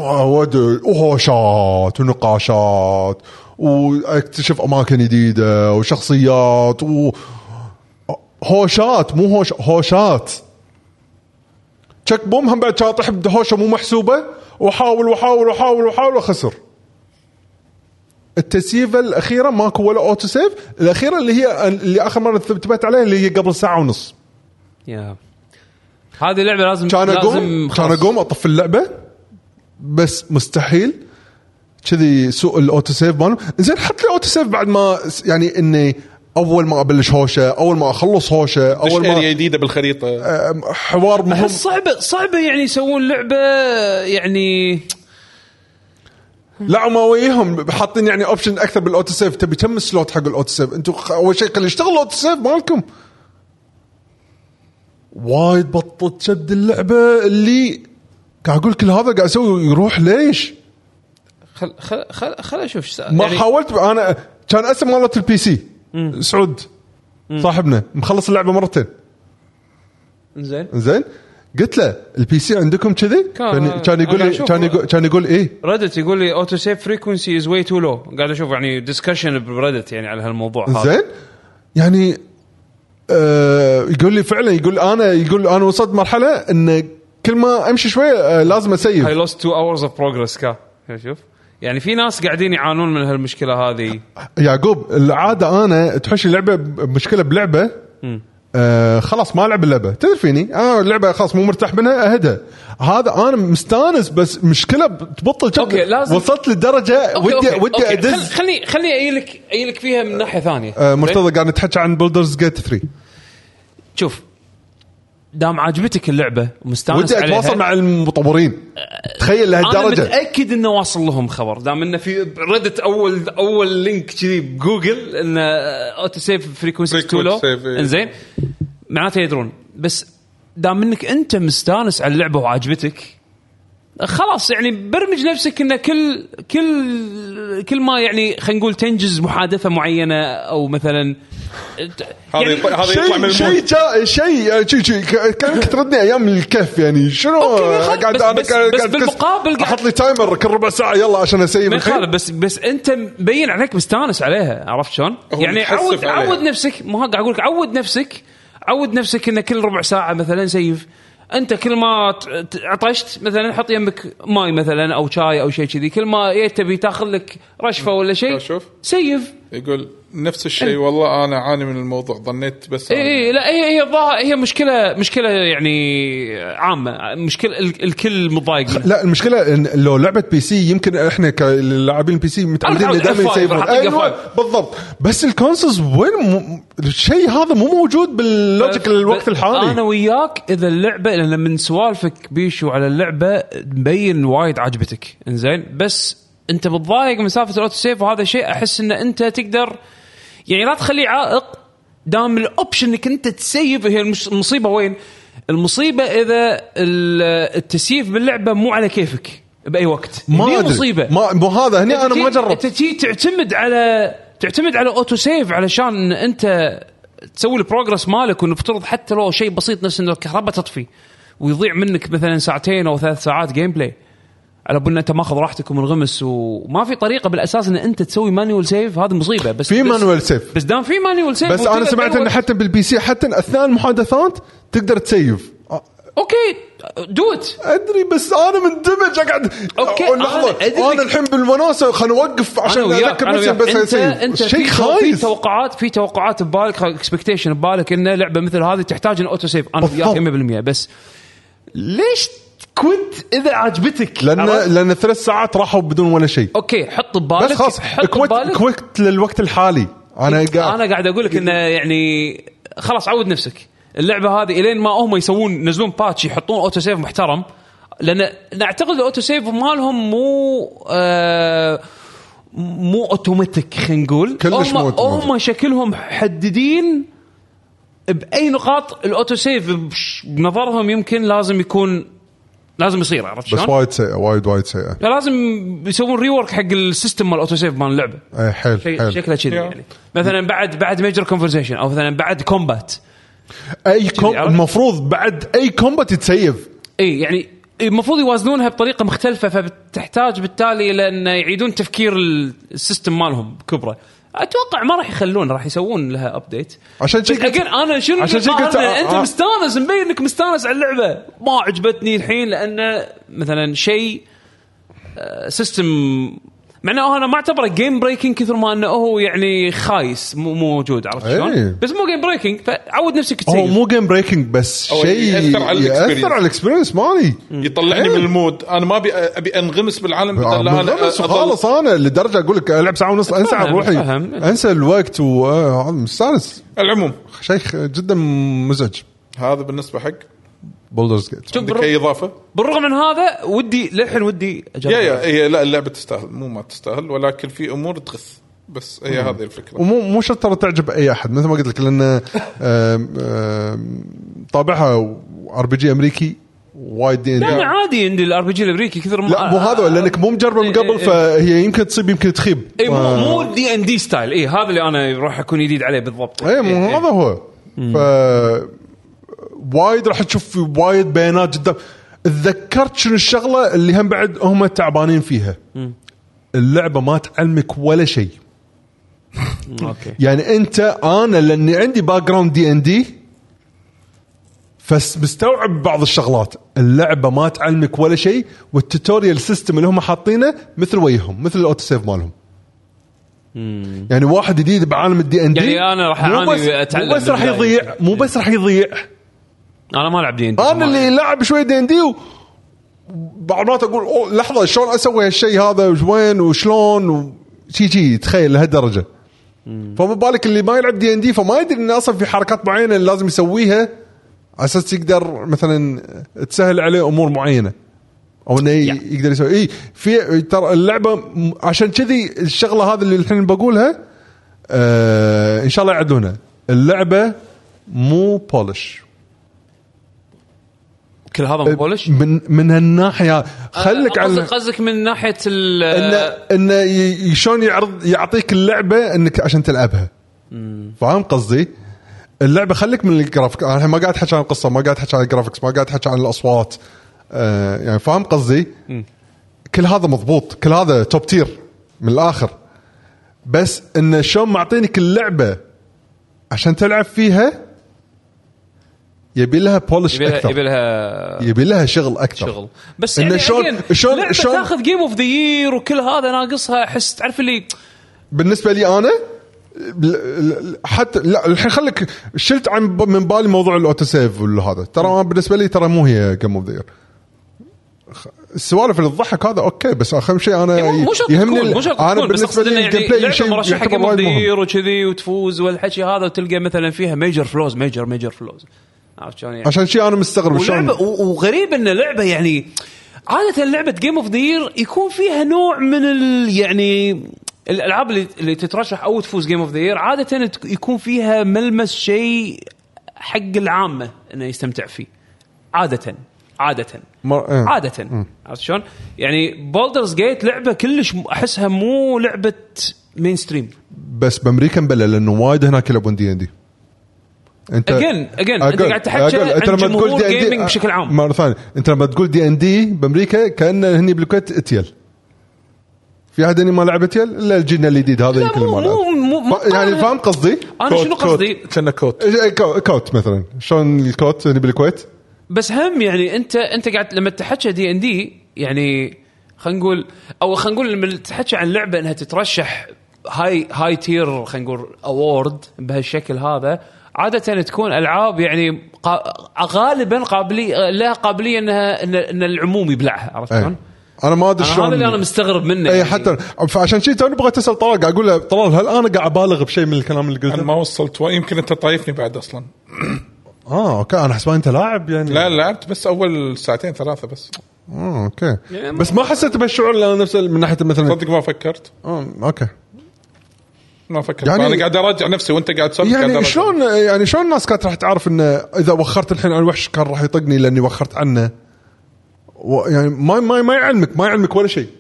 وهوشات ونقاشات واكتشف اماكن جديده وشخصيات وهوشات مو هوش هوشات تشك بوم هم بعد شاطح بهوشه مو محسوبه وحاول وحاول وحاول وحاول وخسر. التسييفه الاخيره ماكو ولا اوتو سيف. الاخيره اللي هي اللي اخر مره انتبهت عليها اللي هي قبل ساعه ونص. يا هذه اللعبه لازم كان اقوم كان اقوم اطفي اللعبه بس مستحيل كذي سوء الاوتو سيف ماله. زين حط لي اوتو سيف بعد ما يعني اني اول ما ابلش هوشه اول ما اخلص هوشه اول ما جديده بالخريطه حوار مهم صعبه صعبه يعني يسوون لعبه يعني لا وما ويهم حاطين يعني اوبشن اكثر بالاوتو سيف. تبي كم سلوت حق الاوتو سيف انتم اول شيء خلي يشتغل الاوتو سيف مالكم. وايد بطلت شد اللعبه اللي قاعد اقول كل هذا قاعد اسوي يروح ليش خل خل خل خل اشوف ما يعني حاولت انا كان اسم مالت البي سي مم. سعود مم. صاحبنا مخلص اللعبه مرتين زين زين قلت له البي سي عندكم كذي كان كان يقول لي كان يقول كان يقول ايه ردت يقول لي اوتو سيف فريكوينسي از واي تو لو. قاعد اشوف يعني ديسكشن بردت يعني على هالموضوع هذا زين يعني آه يقول لي فعلا يقول انا يقول انا وصلت مرحله ان كل ما امشي شويه آه لازم اسيف. I lost two hours of progress كا شوف يعني في ناس قاعدين يعانون من هالمشكله هذه. يعقوب العاده انا تحش اللعبه بمشكله بلعبه آه خلاص ما العب اللعبه تدري فيني اه اللعبه خلاص مو مرتاح منها اهدى. هذا انا مستانس بس مشكله تبطل أوكي لازم. وصلت لدرجه ودي أوكي. ودي أوكي. ادز خلني خلني ايلك ايلك فيها من ناحيه ثانيه. آه مرتضى قاعد نتحكي عن بولدرز جيت ثري. شوف دام عجبتك اللعبه ومستانس عليها ودي اتواصل مع المطورين تخيل لهالدرجه. انا متاكد انه واصل لهم خبر دام انه في ردت اول اول لينك كذي بجوجل ان اوتو سيف فريكوينسي تولو انزين معناته يدرون. بس دام انك انت مستانس على اللعبه وعجبتك خلاص يعني برمج نفسك ان كل كل كل ما يعني خلينا نقول تنجز محادثه معينه او مثلا هذا يعني هذا يطلع من شيء شيء شيء شيء كانك تردني ايام الكهف يعني شنو قاعد بس, انا بس, بس بالمقابل احط لي تايمر كل ربع ساعه يلا عشان اسيب الخير. بس بس انت مبين عليك مستانس عليها عرفت شلون يعني عود عود نفسك مو قاعد اقول لك عود نفسك عود نفسك ان كل ربع ساعه مثلا سيف. انت كل ما عطشت مثلا حط يمك ماي مثلا او شاي او شيء كذي كل ما تبي تاخذ لك رشفه ولا شيء سيف يقول نفس الشيء. والله انا اعاني من الموضوع، ظنيت بس اي لا هي هي هي مشكله مشكله يعني عامه، مشكله الكل متضايق منها. لا المشكله إن لو لعبه بي سي يمكن احنا كلاعبين بي سي متعودين دائما يسيفون. أيوة بالضبط، بس الكونسولز وين م... الشيء هذا مو موجود باللوجيك الوقت الحالي. انا وياك اذا اللعبه لان من سوالفك بيشو على اللعبه مبين وايد عجبتك انزين، بس انت متضايق من سالفه الاوتو سيف، وهذا شيء احس ان انت تقدر يعني لا تخليه عائق دام الاوبشن انك انت تسيف. هي المصيبه وين؟ المصيبه اذا التسييف باللعبه مو على كيفك باي وقت، ما مصيبه. ما مو هذا هنا انا ما جربت. انت تي تعتمد على تعتمد على اوتو سيف علشان انت تسوي البروجرس مالك، ونفترض حتى لو شيء بسيط نفس انه الكهرباء تطفي ويضيع منك مثلا ساعتين او ثلاث ساعات جيم بلاي على بنا انت ماخذ راحتك ومنغمس، وما في طريقه بالاساس ان انت تسوي مانيول سيف. هذه مصيبه. بس في مانوال سيف، بس دام في مانيول سيف. بس انا سمعت ان حتى بالبي سي حتى اثناء المحادثات تقدر تسيف. اوكي دوت ادري، بس انا مندمج اقعد اوكي لحظه انا, أنا الحين بالوناسه خلينا نوقف عشان اذكر نفسي بس انت, انت شيء خايس. في توقعات في توقعات ببالك، اكسبكتيشن ببالك ان لعبه مثل هذه تحتاج ان اوتو سيف. انا وياك مية بالمية، بس ليش كنت اذا عجبتك؟ لان لان ثلاث ساعات راحوا بدون ولا شيء. اوكي حط ببالك، بس خلاص كويت كويت للوقت الحالي. انا قاعد انا قاعد اقول لك انه يعني خلاص عود نفسك. اللعبه هذه الين ما هم يسوون ينزلون باتش يحطون اوتو سيف محترم، لان نعتقد الاوتو سيف مالهم مو آه مو اوتوماتيك. خلينا نقول هم هم شكلهم محددين باي نقاط الاوتو سيف بنظرهم يمكن لازم يكون لازم يصير. عرفت شلون؟ بس وايد سيء وايد وايد سيء. لازم يسوون ريورك حق السيستم مال الاوتو سيف مال اللعبه. اي حيل حيل شكله كذي يعني. مثلا بعد بعد ميجر كونفرسيشن او مثلا بعد كومبات اي كوم المفروض بعد اي كومبات يتسيف. اي يعني المفروض يوازنونها بطريقه مختلفه، فبتحتاج بالتالي لان يعيدون تفكير السيستم مالهم بكبره. اتوقع ما راح يخلون، راح يسوون لها ابديت. عشان شيء اجين انا شنو عشان شيء انت آه. مستانس، مبين انك مستانس على اللعبه. ما عجبتني الحين لان مثلا شيء سيستم معناه انا ما اعتبره جيم بريكنج كثر ما انه هو يعني خايس مو موجود. عرفت شلون؟ ايه. بس مو جيم بريكنج، فعود نفسك تسيف. هو مو جيم بريكنج بس شيء ياثر على ياثر على الاكسبيرينس مالي، يطلعني ايه. من المود. انا ما ابي ابي انغمس بالعالم بدل لا انا خالص. انا لدرجه اقول لك العب ساعه ونص انسى عن روحي، انسى الوقت وهذا مستانس. العموم شيء جدا مزعج هذا بالنسبه حق بولدرز جيت. عندك اي اضافه؟ بالرغم من هذا ودي للحين ودي اجرب. يا يا هي لا اللعبه تستاهل، مو ما تستاهل، ولكن في امور تغث. بس هي هذه الفكره، ومو مو شرط ترى تعجب اي احد مثل ما قلت لك، لان طابعها ار بي جي امريكي وايد دي. لا عادي عندي الار بي جي الامريكي كثر. لا مو هذا لانك مو مجربه من قبل، فهي يمكن تصيب يمكن تخيب. اي مو مو دي ان دي ستايل. اي هذا اللي انا راح اكون جديد عليه بالضبط. اي مو هذا هو. ف وايد راح تشوف وايد بيانات جدا. تذكرت شنو الشغله اللي هم بعد هم تعبانين فيها. اللعبه ما تعلمك ولا شيء. اوكي يعني انت انا لاني عندي باك جراوند دي ان دي فمستوعب بعض الشغلات. اللعبه ما تعلمك ولا شيء، والتوتوريال سيستم اللي هم حاطينه مثل ويهم مثل الاوتو سيف مالهم. مم. يعني واحد جديد بعالم الدي ان دي يعني انا راح اعاني اتعلم. مو بس راح يضيع مو بس راح يضيع انا ما العب دي ان دي. انا اللي لعب شوي دي ان دي وبعض مرات اقول أوه لحظه شلون اسوي هالشيء هذا وين وشلون وشي شي تخيل لهالدرجه. فما بالك اللي ما يلعب دي ان دي فما يدري ان اصلا في حركات معينه اللي لازم يسويها على اساس يقدر مثلا تسهل عليه امور معينه او انه يقدر يسوي. اي في ترى اللعبه عشان كذي الشغله هذا اللي الحين بقولها آه ان شاء الله يعدلونها. اللعبه مو بولش كل هذا مو بولش من من هالناحيه. خليك على قصدك من ناحيه ال انه انه شلون يعرض يعطيك اللعبه انك عشان تلعبها. فاهم قصدي؟ اللعبه خليك من الجرافيك. انا ما قاعد احكي عن القصه، ما قاعد احكي عن الجرافيكس، ما قاعد احكي عن الاصوات. آه يعني فاهم قصدي؟ م. كل هذا مضبوط، كل هذا توب تير من الاخر. بس ان شلون معطينك اللعبه عشان تلعب فيها يبي لها بولش يبي اكثر، يبي لها يبي لها شغل اكثر شغل. بس يعني شلون شلون شلون تاخذ جيم اوف ذا يير وكل هذا ناقصها. احس تعرف اللي بالنسبه لي انا حتى لا الحين خليك شلت عن من بالي موضوع الاوتو سيف ولا هذا ترى بالنسبه لي ترى مو هي جيم اوف ذا يير. السوالف اللي تضحك هذا اوكي بس اهم شيء انا يهمني انا بالنسبه لي يعني لعبه مرشحه جيم اوف ذا يير وكذي وتفوز والحكي هذا وتلقى مثلا فيها ميجر فلوز ميجر ميجر فلوز يعني. عشان شيء انا مستغرب شلون وغريب ان لعبه يعني عاده لعبه جيم اوف ذا يير يكون فيها نوع من ال يعني الالعاب اللي, اللي تترشح او تفوز جيم اوف ذا يير عاده يكون فيها ملمس شيء حق العامه انه يستمتع فيه عاده عاده مر... اه. عاده عرفت شلون يعني بولدرز جيت لعبه كلش احسها مو لعبه مين ستريم بس بامريكا مبلى لانه وايد هناك يلعبون دي ان دي انت اجين اجين انت قاعد تحكي عن جمهور جيمنج بشكل عام مره ثانيه انت لما تقول دي ان دي بامريكا كان هني بالكويت اتيل في احد ما لعب اتيل الا الجيل الجديد هذا يمكن ما لعب يعني فاهم قصدي انا شنو قصدي كنا كوت كوت مثلا شلون الكوت هني بالكويت بس هم يعني انت انت قاعد لما تحكي دي ان دي يعني خلينا نقول او خلينا نقول لما تحكي عن لعبه انها تترشح هاي هاي تير خلينا نقول اوورد بهالشكل هذا عاده تكون العاب يعني غالبا قابليه لها قابليه انها ان العموم يبلعها عرفت شلون انا ما ادري شلون هذا اللي انا مستغرب منه اي يعني. حتى فعشان شيء توني بغيت اسال طلال قاعد اقول له طلال هل انا قاعد ابالغ بشيء من الكلام اللي قلته انا ما وصلت ويمكن انت طايفني بعد اصلا اه اوكي انا حسبان انت لاعب يعني لا لعبت بس اول ساعتين ثلاثه بس اه اوكي يعني بس ما حسيت بهالشعور اللي انا نفسه من ناحيه مثلا صدق ما فكرت اه اوكي ما فكرت يعني انا قاعد اراجع نفسي وانت قاعد تسولف يعني شلون يعني شلون الناس كانت راح تعرف انه اذا وخرت الحين على الوحش كان راح يطقني لاني وخرت عنه يعني ما ما ما يعلمك ما يعلمك ولا شيء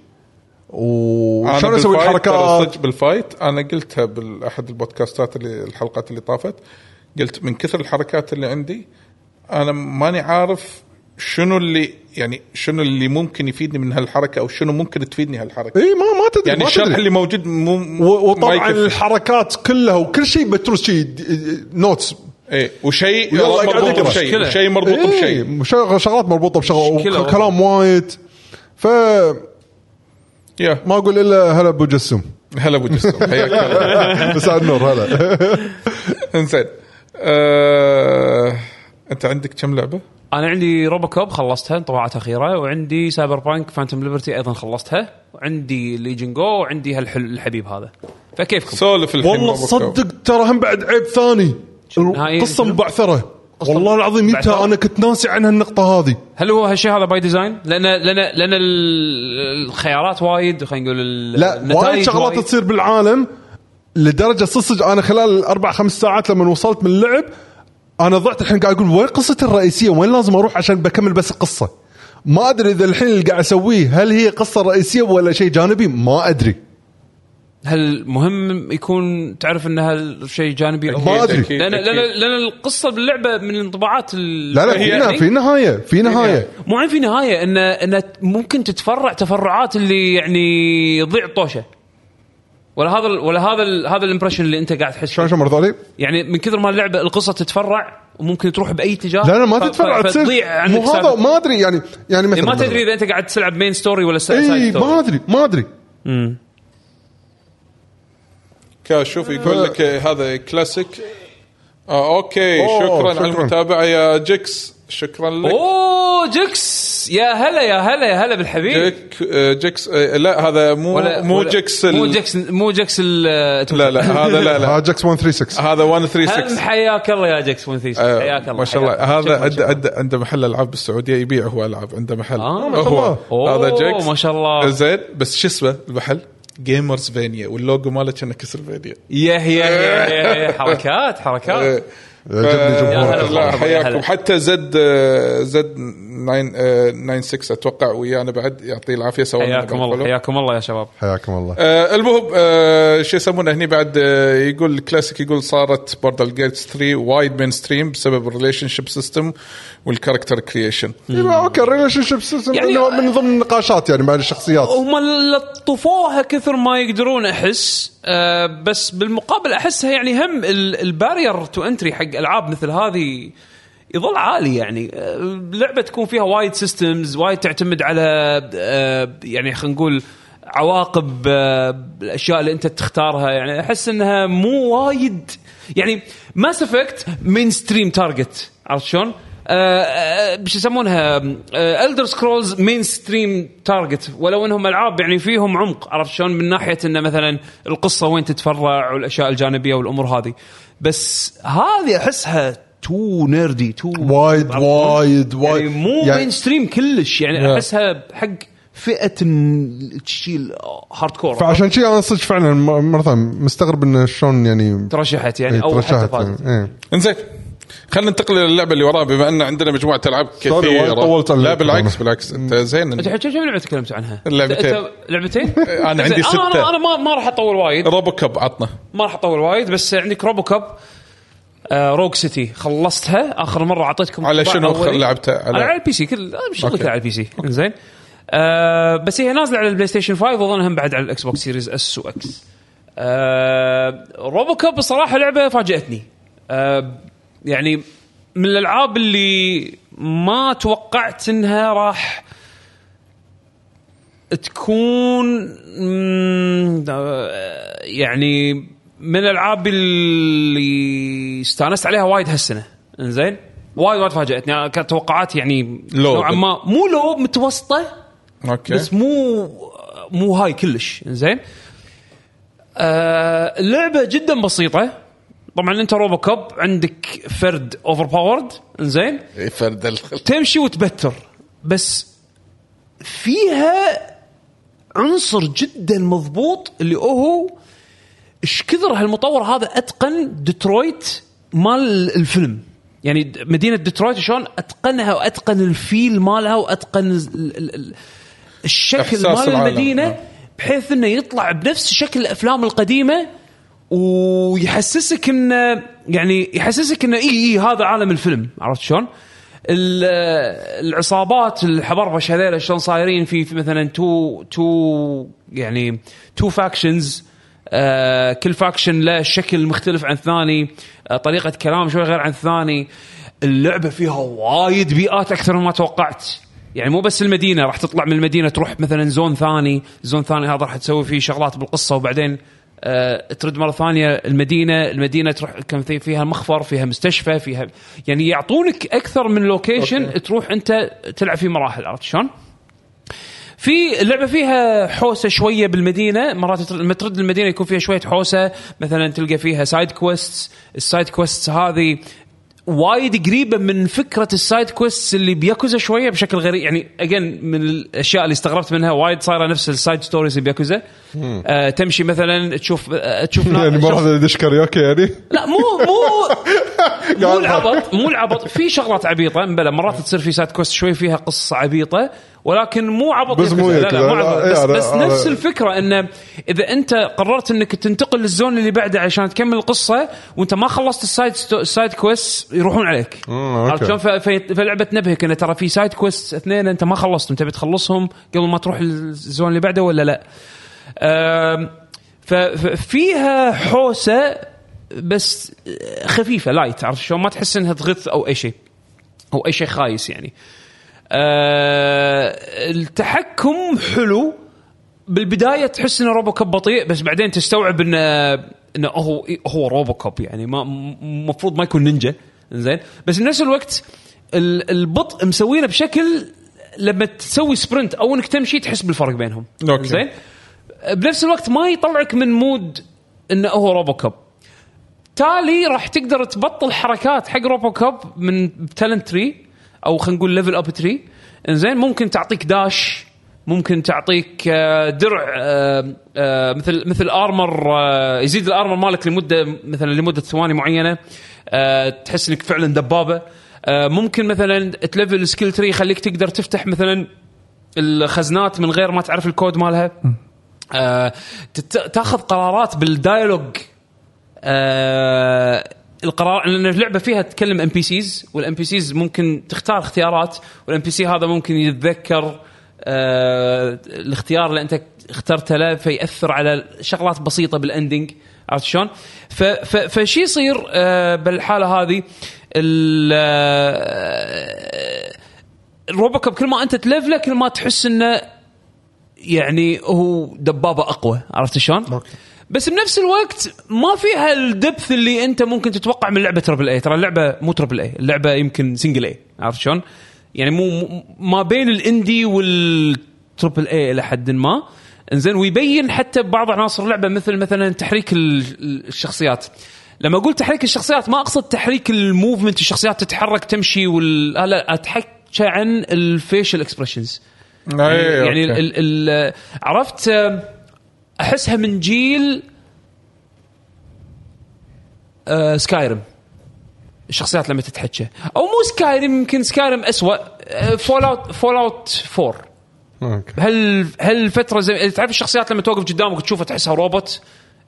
وشلون اسوي الحركات بالفايت انا قلتها باحد البودكاستات اللي الحلقات اللي طافت قلت من كثر الحركات اللي عندي انا ماني عارف شنو اللي يعني شنو اللي ممكن يفيدني من هالحركه او شنو ممكن تفيدني هالحركه اي ما ما تدري يعني الشرح اللي موجود مو وطبعا الحركات كلها وكل شيء بتروس شيء نوتس ايه وشيء مربوط بشيء وشيء مربوط إيه بشيء شغلات مربوطه بشغله وكلام وايد ف يا ما اقول الا هلا ابو جسم هلا ابو جسم حياك الله مساء النور هلا انزين أه... انت عندك كم لعبه؟ انا عندي روبوكوب خلصتها طباعه اخيره وعندي سايبر بانك فانتوم ليبرتي ايضا خلصتها وعندي ليجن جو وعندي هالحبيب هذا فكيفكم سولف الحين والله صدق ترى هم بعد عيب ثاني القصه مبعثره والله العظيم يتها انا كنت ناسي عنها النقطه هذه هل هو هالشيء هذا باي ديزاين لان لان لان الخيارات وايد خلينا نقول لا وايد شغلات وايد. تصير بالعالم لدرجه صدق انا خلال أربع خمس ساعات لما وصلت من اللعب انا ضعت الحين قاعد اقول وين قصتي الرئيسيه وين لازم اروح عشان بكمل بس القصه ما ادري اذا الحين اللي قاعد اسويه هل هي قصه رئيسيه ولا شيء جانبي ما ادري هل مهم يكون تعرف ان هالشيء جانبي ما ادري لان لان لان القصه باللعبه من الانطباعات لا لا في يعني في نهايه في نهايه مو عين في نهايه ان ان ممكن تتفرع تفرعات اللي يعني يضيع طوشه ولا هذا ولا هذا هذا الامبريشن اللي انت قاعد تحس شلون مرضى لي يعني من كثر ما اللعبه القصه تتفرع وممكن تروح باي اتجاه لا لا ما تتفرع تصير مو هذا ما ادري يعني يعني مثلا ما تدري اذا انت قاعد تلعب مين ستوري ولا سايد ستوري ما ادري ما ادري امم شوف يقول لك هذا كلاسيك آه أوكي شكرا, شكرا على المتابعة يا جيكس شكرا لك أوه جيكس يا هلا يا هلا يا هلا بالحبيب جيك جيكس لا هذا مو مو جيكس مو جيكس مو جيكس لا لا هذا لا لا هذا جيكس مية وثلاثين وستين هذا مية وثلاثين وستين حياك الله يا جيكس مية وثلاثين وستين حياك الله ما شاء الله هذا عنده عنده عنده محل ألعاب بالسعودية يبيع هو ألعاب عنده محل آه هو هذا جيكس ما شاء الله زين بس شو اسمه المحل جيمرز فينيا واللوجو ماله كأنه كسلفينيا يا هي يا حركات حركات لا حياكم حتى زد زد تسعة ستة اتوقع ويانا بعد يعطيه العافيه سوا حياكم الله حياكم الله يا شباب حياكم الله آه المهم آه شو يسمونه هني بعد آه يقول الكلاسيك يقول صارت بوردر جيتس ثري وايد مين ستريم بسبب الريليشن شيب سيستم والكاركتر كرييشن اوكي الريليشن شيب سيستم يعني من ضمن النقاشات يعني مع الشخصيات هم لطفوها كثر ما يقدرون احس آه بس بالمقابل احسها يعني هم البارير تو انتري حق العاب مثل هذه يظل عالي يعني لعبه تكون فيها وايد سيستمز وايد تعتمد على يعني خلينا نقول عواقب الاشياء اللي انت تختارها. يعني احس انها مو وايد يعني ماس افكت مين ستريم تارجت، عرفت شلون؟ بش يسمونها إلدر سكرولز مين ستريم تارجت، ولو انهم العاب يعني فيهم عمق، عرفت شلون؟ من ناحيه انه مثلا القصه وين تتفرع والاشياء الجانبيه والامور هذه. بس هذه احسها تو نيردي تو وايد وايد وايد يعني مو يعني مين ستريم كلش يعني. احسها حق فئه تشيل هارد كور. فعشان شيء انا صدق فعلا مره ثانيه مستغرب انه شلون يعني ترشحت يعني ايه او حتى فازت. ايه. انزين خلينا ننتقل للعبه اللي وراها، بما ان عندنا مجموعه العاب كثيره. لا بالعكس بالعكس انت زين. انت كم لعبه تكلمت عنها؟ لعبتين. لعبتين انا عندي ستة. انا انا ما ما راح اطول وايد. روبو كاب عطنا، ما راح اطول وايد. بس عندك روبو كاب آه روك سيتي خلصتها اخر مره اعطيتكم على شنو لعبتها على, على البي سي كل شغلتها على البي سي. زين آه بس هي نازله على البلاي ستيشن خمسة واظن هم بعد على الاكس بوكس سيريز اس واكس. آه روبو كاب بصراحه لعبه فاجأتني. آه يعني من الالعاب اللي ما توقعت انها راح تكون يعني من الالعاب اللي استانست عليها وايد هالسنه. انزين وايد وايد فاجأتني. كانت توقعاتي يعني نوعا ما مو لو متوسطه أوكي. بس مو مو هاي كلش. انزين آه اللعبه جدا بسيطه. طبعا انت روبو كاب عندك فرد اوفر باورد. انزين فرد الخل. تمشي وتبتر، بس فيها عنصر جدا مضبوط اللي هو ايش كثر هالمطور هذا اتقن ديترويت مال الفيلم. يعني مدينه ديترويت شلون اتقنها واتقن الفيل مالها واتقن الشكل مال المدينه بحيث انه يطلع بنفس شكل الافلام القديمه ويحسسك انه يعني يحسسك انه اي اي هذا عالم الفيلم. عرفت شلون؟ العصابات الحبربش هذول شلون صايرين في, في مثلا تو تو يعني تو فاكشنز. آه كل فاكشن له شكل مختلف عن الثاني، آه طريقه كلام شوي غير عن الثاني. اللعبه فيها وايد بيئات اكثر مما توقعت. يعني مو بس المدينه، راح تطلع من المدينه تروح مثلا زون ثاني. زون ثاني هذا راح تسوي فيه شغلات بالقصه وبعدين أه ترد مرة ثانية المدينة. المدينة تروح كم فيها مخفر، فيها مستشفى، فيها يعني يعطونك أكثر من لوكيشن أوكي. تروح أنت تلعب في مراحل. عرفت شلون؟ في اللعبة فيها حوسة شوية بالمدينة. مرات لما ترد المدينة يكون فيها شوية حوسة. مثلا تلقى فيها سايد كويستس. السايد كويستس هذه وايد قريبة من فكرة السايد كويستس اللي بياكوزا شوية بشكل غريب. يعني أجين من الأشياء اللي استغربت منها وايد صايرة نفس السايد ستوريز اللي بياكوزا. آه تمشي مثلا تشوف آه تشوف يعني ما راح ندش كاريوكي يعني. لا مو مو مو العبط مو العبط في شغلات عبيطة مبلا. مرات تصير في سايد كويست شوي فيها قصة عبيطة ولكن مو عبط. بس مو لا لا مو عبط. بس, يعني بس نفس الفكرة إنه إذا أنت قررت إنك تنتقل للزون اللي بعده عشان تكمل القصة وأنت ما خلصت السايد السايد كويست يروحون عليك. عرفت شلون؟ فلعبة نبهك إنه ترى في سايد كويست اثنين أنت ما خلصتهم تبي تخلصهم قبل ما تروح الزون اللي بعده ولا لا. ففيها حوسة بس خفيفة لايت. عرفت شلون؟ ما تحس إنها تغث أو أي شيء أو أي شيء خايس يعني. أه التحكم حلو بالبداية. تحس إنه روبوكوب بطيء بس بعدين تستوعب إنه إنه هو هو روبوكوب يعني ما مفروض ما يكون نينجا. إنزين بس بنفس الوقت البطء مسوينه بشكل لما تسوي سبرنت أو إنك تمشي تحس بالفرق بينهم. إنزين بنفس الوقت ما يطلعك من مود إنه هو روبوكوب. تالي راح تقدر تبطل حركات حق روبوكوب من تالنت تري او خلينا نقول ليفل اب تري. انزين ممكن تعطيك داش، ممكن تعطيك درع مثل مثل ارمر يزيد الارمر مالك لمده مثلا لمده ثواني معينه تحس انك فعلا دبابه. ممكن مثلا تليفل سكيل تري يخليك تقدر تفتح مثلا الخزنات من غير ما تعرف الكود مالها. تاخذ قرارات بالدايلوج. القرار لأن اللعبة فيها تتكلم إم بي سيز والإم بي سيز ممكن تختار اختيارات والإم بي سي هذا ممكن يتذكر آه الاختيار اللي أنت اخترته له فيأثر على شغلات بسيطة بالأندينج. عرفت شلون؟ فشي يصير آه بالحالة هذه الروبوكوب كل ما أنت تلفله كل ما تحس إنه يعني هو دبابه اقوى، عرفت شلون؟ بس بنفس الوقت ما فيها الدبث اللي انت ممكن تتوقع من لعبه تربل اي. ترى اللعبه مو تربل اي، اللعبه يمكن سنجل اي، عرفت شلون؟ يعني مو ما بين الاندي والتربل اي الى حد ما. انزين، ويبين حتى بعض عناصر اللعبه مثل مثلا تحريك الشخصيات. لما اقول تحريك الشخصيات ما اقصد تحريك الموفمنت، الشخصيات تتحرك تمشي وال لا، اتحكى عن الفيشل اكسبريشنز. يعني ال ال عرفت، احسها من جيل آه سكايرم الشخصيات لما تتحكى، او مو سكايرم، يمكن سكايرم اسوأ، فول اوت فول اوت فور. هل هل فتره زي تعرف الشخصيات لما توقف قدامك تشوفها تحسها روبوت،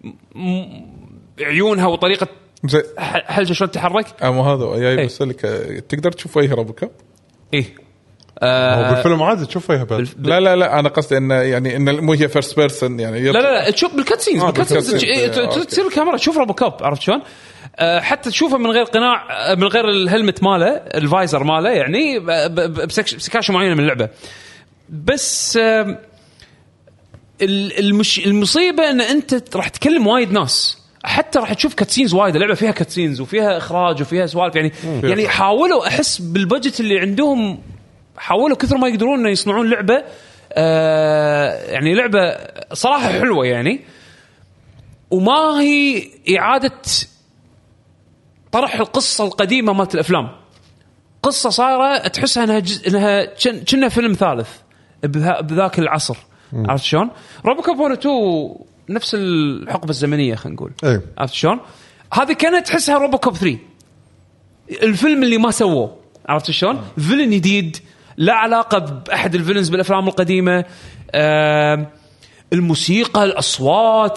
عيونها وطريقه حلجه شلون تتحرك. مو هذا جاي بس لك تقدر تشوف اي روبو كاب. ايه آه هو بالفيلم عادي تشوفها هي بالف... لا لا لا انا قصدي انه يعني ان مو هي فيرست بيرسون يعني يط... لا لا لا تشوف بالكاتسينز، آه بالكاتسينز تصير الكاميرا تشوف روبو كاب، عرفت شلون؟ أه حتى تشوفه من غير قناع، من غير الهلمت ماله، الفايزر ماله، يعني بسكاشه معينه من اللعبه. بس أه المش... المصيبه ان انت راح تكلم وايد ناس، حتى راح تشوف كاتسينز وايد. اللعبه فيها كاتسينز وفيها اخراج وفيها سوالف، يعني مم. يعني حاولوا احس بالبجت اللي عندهم، حاولوا كثر ما يقدرون ان يصنعون لعبه آه يعني لعبه صراحه حلوه يعني، وما هي اعاده طرح القصه القديمه مالت الافلام. قصه صايره تحسها انها جز... انها كنا فيلم ثالث بذاك العصر، عرفت شلون؟ روبوكوب واحد اثنين نفس الحقبه الزمنيه خلينا نقول، أيه. عرفت شلون؟ هذه كانت تحسها روبوكوب ثلاثة، الفيلم اللي ما سووه، عرفت شلون؟ فيلن جديد لا علاقه باحد الفيلنز بالافلام القديمه. آه الموسيقى، الاصوات،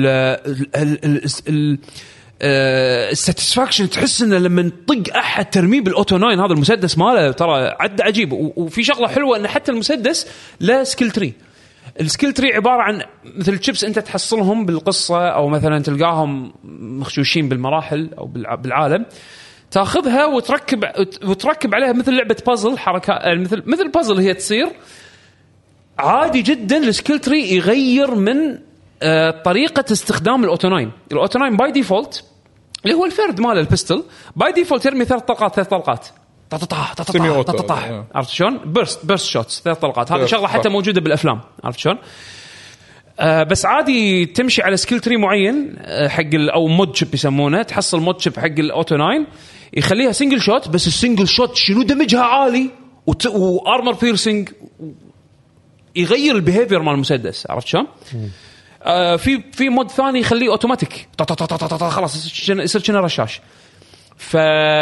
الساتسفاكشن، تحس انه لما نطق احد ترميه بالاوتو ناين، هذا المسدس ماله ترى عد عجيب. وفي شغله حلوه ان حتى المسدس لا سكيل تري. السكيل تري عباره عن مثل تشيبس انت تحصلهم بالقصه، او مثلا تلقاهم مخشوشين بالمراحل او بالعالم، تاخذها وتركب وتركب عليها مثل لعبه بازل، حركات مثل مثل بازل هي تصير عادي جدا. السكيل تري يغير من آه طريقه استخدام الاوتو ناين. الاوتو ناين باي ديفولت اللي هو الفرد مال البستل باي ديفولت يرمي ثلاث طلقات ثلاث طلقات طططح طططح طططح، عرفت شلون؟ بيرست بيرست شوتس ثلاث طلقات. هذه شغله حتى موجوده بالافلام، عرفت شلون؟ آه بس عادي تمشي على سكيل تري معين آه حق او مود شيب يسمونه، تحصل مود شيب حق الاوتو ناين يخليها سنجل شوت، بس السنجل شوت شنو دمجها عالي وت... وارمر بيرسينج، يغير البيهيفير مال المسدس، عرفت شلون؟ آه في في مود ثاني يخليه اوتوماتيك خلاص يصير كنا رشاش. ف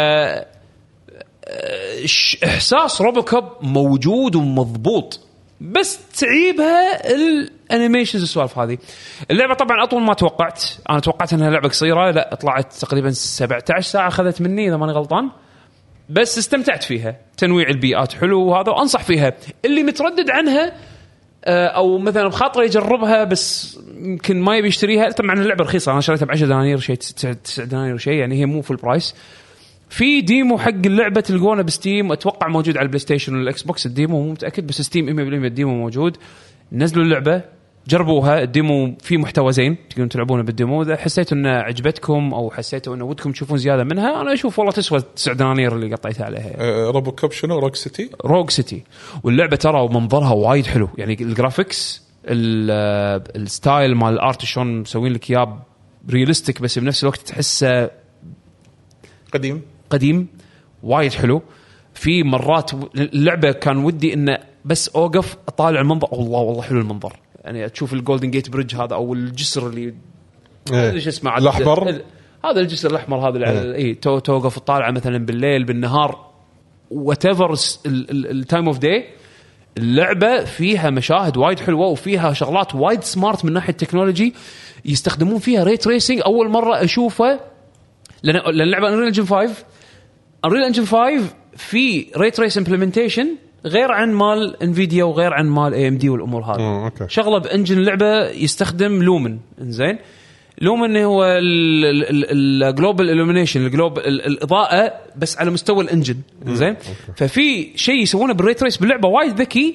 احساس روبوكوب موجود ومضبوط، بس تعيبها الانيميشنز السوالف هذه. اللعبه طبعا اطول ما توقعت، انا توقعت انها لعبه قصيره، لا طلعت تقريبا سبعة عشر ساعه اخذت مني اذا ماني غلطان، بس استمتعت فيها. تنويع البيئات حلو وهذا، وانصح فيها اللي متردد عنها او مثلا بخاطره يجربها بس يمكن ما يبي يشتريها. طبعا اللعبه رخيصه، انا شريتها بعشرة دنانير شيء، تسعة دنانير شيء، يعني هي مو فول برايس. في ديمو حق اللعبه تلقونه بستيم، اتوقع موجود على البلاي ستيشن والاكس بوكس الديمو، مو متاكد، بس ستيم مية بالمية الديمو موجود. نزلوا اللعبه جربوها، الديمو فيه محتوى زين تقدرون تلعبونه بالديمو. اذا حسيتوا انه عجبتكم او حسيتوا انه ودكم تشوفون زياده منها، انا اشوف والله تسوى تسع دنانير اللي قطيتها عليها. أه روبو كاب شنو؟ روك سيتي روك سيتي واللعبه ترى منظرها وايد حلو، يعني الجرافيكس، الستايل مال الارت شلون مسوين لك اياه رياليستيك، بس بنفس الوقت تحسه قديم قديم وايد حلو. في مرات اللعبه كان ودي انه بس اوقف اطالع المنظر، والله والله حلو المنظر، يعني تشوف الجولدن جيت بريدج هذا او الجسر اللي ايش اسمه الاحمر، هذا الجسر الاحمر هذا اللي اي تو توقف تطالع مثلا بالليل بالنهار واتيفر التايم اوف داي. اللعبه فيها مشاهد وايد حلوه وفيها شغلات وايد سمارت من ناحيه التكنولوجي، يستخدمون فيها ري تريسنج اول مره اشوفه، لان اللعبه انريل انجن خمسة انريل انجن خمسة في ري تريس امبلمنتيشن غير عن مال انفيديا وغير عن مال اي ام دي والامور هذه. شغله بانجن اللعبه يستخدم لومن. انزين لومن هو الجلوبال الومينيشن، الجلوبال الاضاءه بس على مستوى الانجن. انزين ففي شيء يسوونه بالري تريس باللعبه وايد ذكي،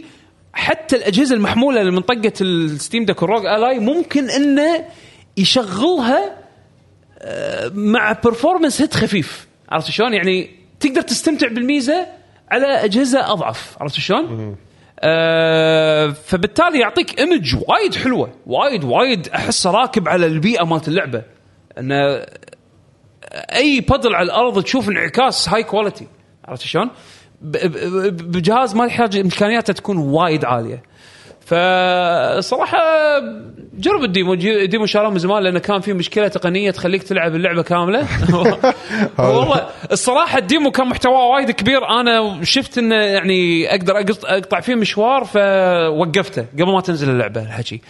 حتى الاجهزه المحموله اللي من طقه الستيم ديك والروج الاي ممكن انه يشغلها مع برفورمانس هيت خفيف. عرفت شلون؟ يعني تقدر تستمتع بالميزه على اجهزه اضعف. عرفت شلون؟ آه فبالتالي يعطيك ايمج وايد حلوه، وايد وايد احسه راكب على البيئه مالت اللعبه، ان اي بادل على الارض تشوف انعكاس هاي كواليتي. عرفت شلون؟ بجهاز ما يحتاج امكانياته تكون وايد عاليه. فصراحه جرب الديمو ديمو شارع من زمان لانه كان في مشكله تقنيه تخليك تلعب اللعبه كامله. والله الصراحه الديمو كان محتواه وايد كبير، انا شفت انه يعني اقدر اقطع فيه مشوار فوقفته قبل ما تنزل اللعبه الحكي.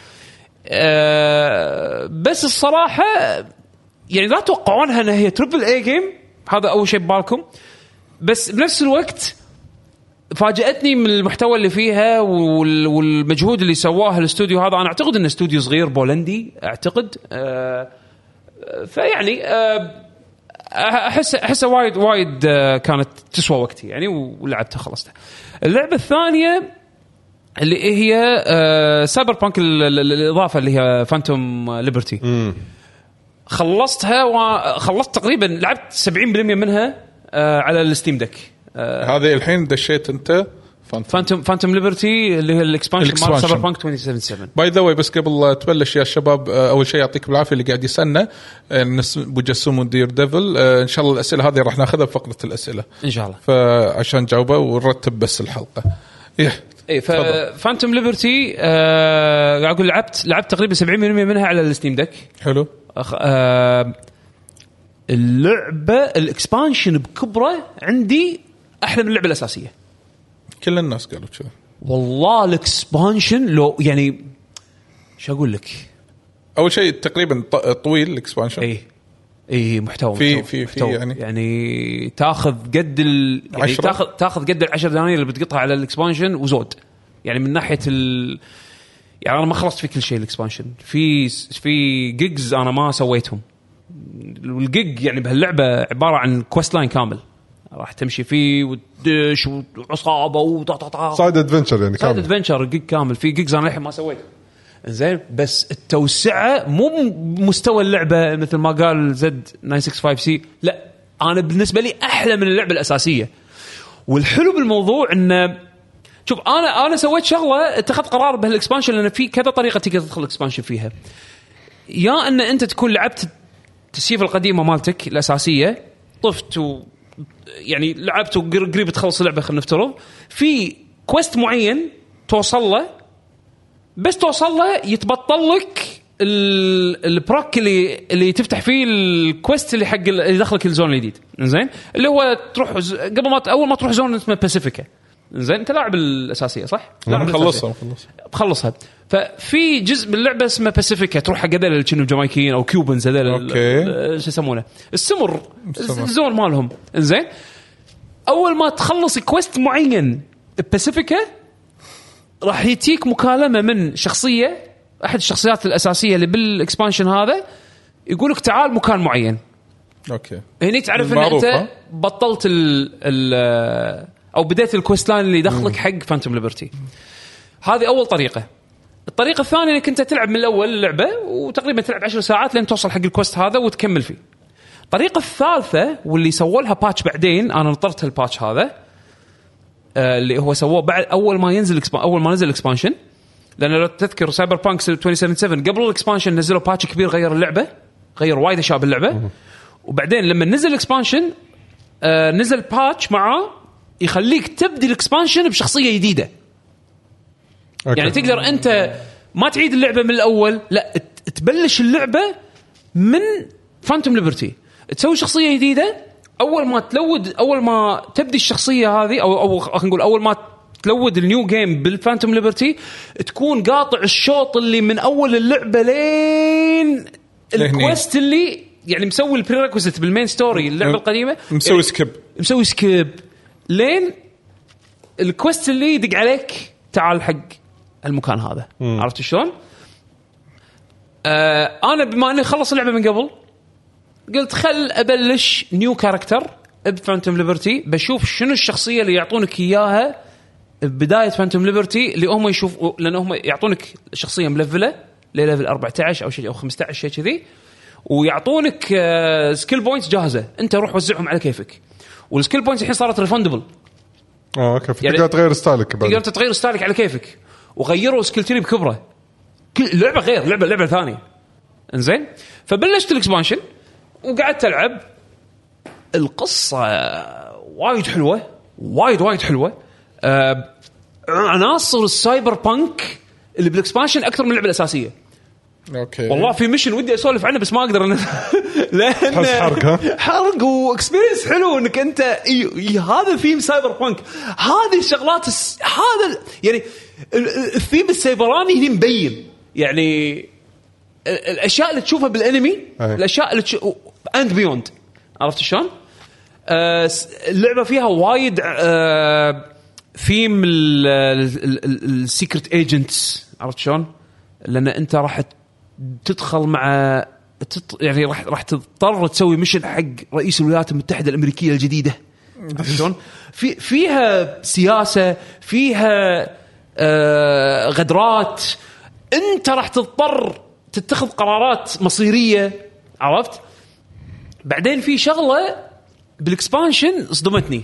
أه بس الصراحه يعني لا توقعونها انها هي تريبل اي جيم، هذا اول شيء ببالكم. بس بنفس الوقت فاجأتني من المحتوى اللي فيها والمجهود اللي سواه الاستوديو هذا. انا اعتقد انه استوديو صغير بولندي اعتقد. أه فيعني أه احس احس وايد وايد كانت تسوى وقتي يعني، ولعبتها خلصتها. اللعبه الثانيه اللي هي أه سايبر بانك الاضافه اللي هي فانتوم ليبرتي، خلصتها وخلصت تقريبا لعبت سبعين بالمئة منها أه على الستيم ديك. آه هذه الحين دشيت انت فانتوم فانتوم ليبرتي اللي هي الاكسبانشن مال سايبر بانك اثنين سبعة سبعة. باي ذا واي بس قبل تبلش يا شباب، اول شيء يعطيكم العافيه اللي قاعد يسالنا ابو جسوم ودير ديفل. ان شاء الله الاسئله هذه راح ناخذها بفقره الاسئله ان شاء الله، فعشان نجاوبها ونرتب بس الحلقه. ايه اي فانتوم ليبرتي قاعد اقول لعبت لعبت تقريبا سبعين بالمئة منها على الستيم ديك. حلو. أخ... آه... اللعبه الاكسبانشن بكبره عندي احلى من اللعبه الاساسيه. كل الناس قالوا كذا والله. الاكسبانشن لو يعني شو اقول لك، اول شيء تقريبا طويل الاكسبانشن. اي اي محتوى في في في يعني يعني تاخذ قد ال يعني تاخذ تاخذ قد العشر دنانير اللي بتقطها على الاكسبانشن وزود. يعني من ناحيه ال يعني انا ما خلصت في كل شيء الاكسبانشن، في في جيجز انا ما سويتهم. والجيج يعني بهاللعبه عباره عن كويست لاين كامل راح تمشي فيه ودش وعصابه وطاطا سايد ادفنتشر يعني سايد ادفنتشر جيج كامل. في جيجز انا الحين ما سويته زين، بس التوسعه مو مستوى اللعبه مثل ما قال زد تسعمية وخمسة وستين سي، لا انا بالنسبه لي احلى من اللعبه الاساسيه. والحلو بالموضوع انه شوف انا انا سويت شغله، اتخذت قرار بهالاكسبانشن لان في كذا طريقه تقدر تدخل الاكسبانشن فيها. يا ان انت تكون لعبت التسييف القديمه مالتك الاساسيه، طفت و يعني لعبت وقريب تخلص اللعبه، خلينا نفترض في كويست معين توصل له، بس توصل له يتبطل لك البراك اللي اللي تفتح فيه الكويست اللي حق اللي دخلك الزون الجديد. زين اللي هو تروح قبل ما اول ما تروح زون اسمها باسيفيكا. زين انت لاعب الاساسيه صح؟ خلصها بخلصها. ففي جزء من اللعبه اسمه باسيفيكا تروح حق هذول اللي كانوا جامايكيين او كيوبنز هذول شو يسمونه السمر الزون مالهم. زين اول ما تخلص كويست معين باسيفيكا راح يتيك مكالمه من شخصيه احد الشخصيات الاساسيه اللي بالاكسبانشن هذا، يقولك تعال مكان معين. اوكي هني تعرف ان انت بطلت ال ال او بدايه الكويست لاين اللي يدخلك حق فانتوم ليبرتي. هذه اول طريقه. الطريقه الثانيه انك انت تلعب من الاول اللعبه وتقريبا تلعب عشر ساعات لين توصل حق الكويست هذا وتكمل فيه. الطريقه الثالثه واللي سووا لها باتش بعدين، انا نطرت الباتش هذا آه اللي هو سووه بعد اول ما ينزل اول ما نزل الاكسبانشن. لان لو تذكر سايبر بانك اثنين سبعة سبعة قبل الاكسبانشن نزلوا باتش كبير غير اللعبه، غير وايد اشياء باللعبه. وبعدين لما نزل الاكسبانشن آه نزل باتش معه يخليك تبدي الاكسبانشن بشخصيه جديده. أوكي. يعني تقدر انت ما تعيد اللعبه من الاول، لا تبلش اللعبه من فانتوم ليبرتي، تسوي شخصيه جديده. اول ما تلود اول ما تبدي الشخصيه هذه او او خلينا نقول اول ما تلود النيو جيم بالفانتوم ليبرتي تكون قاطع الشوط اللي من اول اللعبه لين الكويست اللي يعني مسوي البريريكوزيت بالمين ستوري اللعبه القديمه، مسوي يعني سكيب مسوي سكيب لين الكويست اللي يدق عليك تعال حق المكان هذا. مم. عرفت شلون؟ آه انا بما اني خلص اللعبه من قبل قلت خل ابلش نيو كاركتر بفانتوم ليبرتي، بشوف شنو الشخصيه اللي يعطونك اياها بدايه فانتوم ليبرتي اللي هم يشوف لان هم يعطونك شخصيه ملفله لليفل أربعة عشر او شيء او خمسة عشر شيء كذي ويعطونك سكيل بوينتس جاهزه انت روح وزعهم على كيفك والسكيل بوينتس الحين صارت ريفندبل اه اوكي يعني تقدر تغير ستايلك تقدر تغير ستايلك على كيفك وغيروا سكيل تري بكبره كل لعبه غير لعبه لعبه ثانيه انزين فبلشت الاكسبانشن وقعدت العب القصه وايد حلوه وايد وايد حلوه آه عناصر السايبر بانك اللي بالاكسبانشن اكثر من اللعبه الاساسيه اوكي والله في ميشن ودي اسولف عنه بس ما اقدر أنا لان حرق حرق واكسبيرينس حلو انك انت إي... إي هذا ثيم سايبر بانك هذه الشغلات الس... هذا يعني الثيم السيبراني هنا مبين يعني الاشياء اللي تشوفها بالانمي أي. الاشياء اللي تشوف اند بيوند عرفت شلون آه اللعبه فيها وايد آه ثيم السيكريت ايجنتس عرفت شلون لان انت راح تدخل مع تط... يعني راح راح تضطر تسوي ميشن حق رئيس الولايات المتحده الامريكيه الجديده شلون في فيها سياسه فيها آه غدرات انت راح تضطر تتخذ قرارات مصيريه عرفت بعدين في شغله بالاكسبانشن صدمتني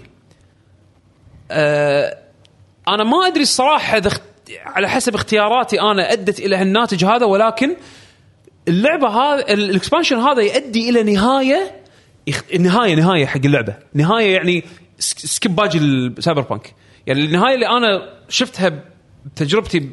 آه انا ما ادري الصراحه اذا على حسب اختياراتي انا ادت الى هالناتج هذا ولكن اللعبه هذا الاكسبانشن هذا يؤدي الى نهايه النهايه نهايه حق اللعبه نهايه يعني سكيب باجي السايبر بانك يعني النهايه اللي انا شفتها بتجربتي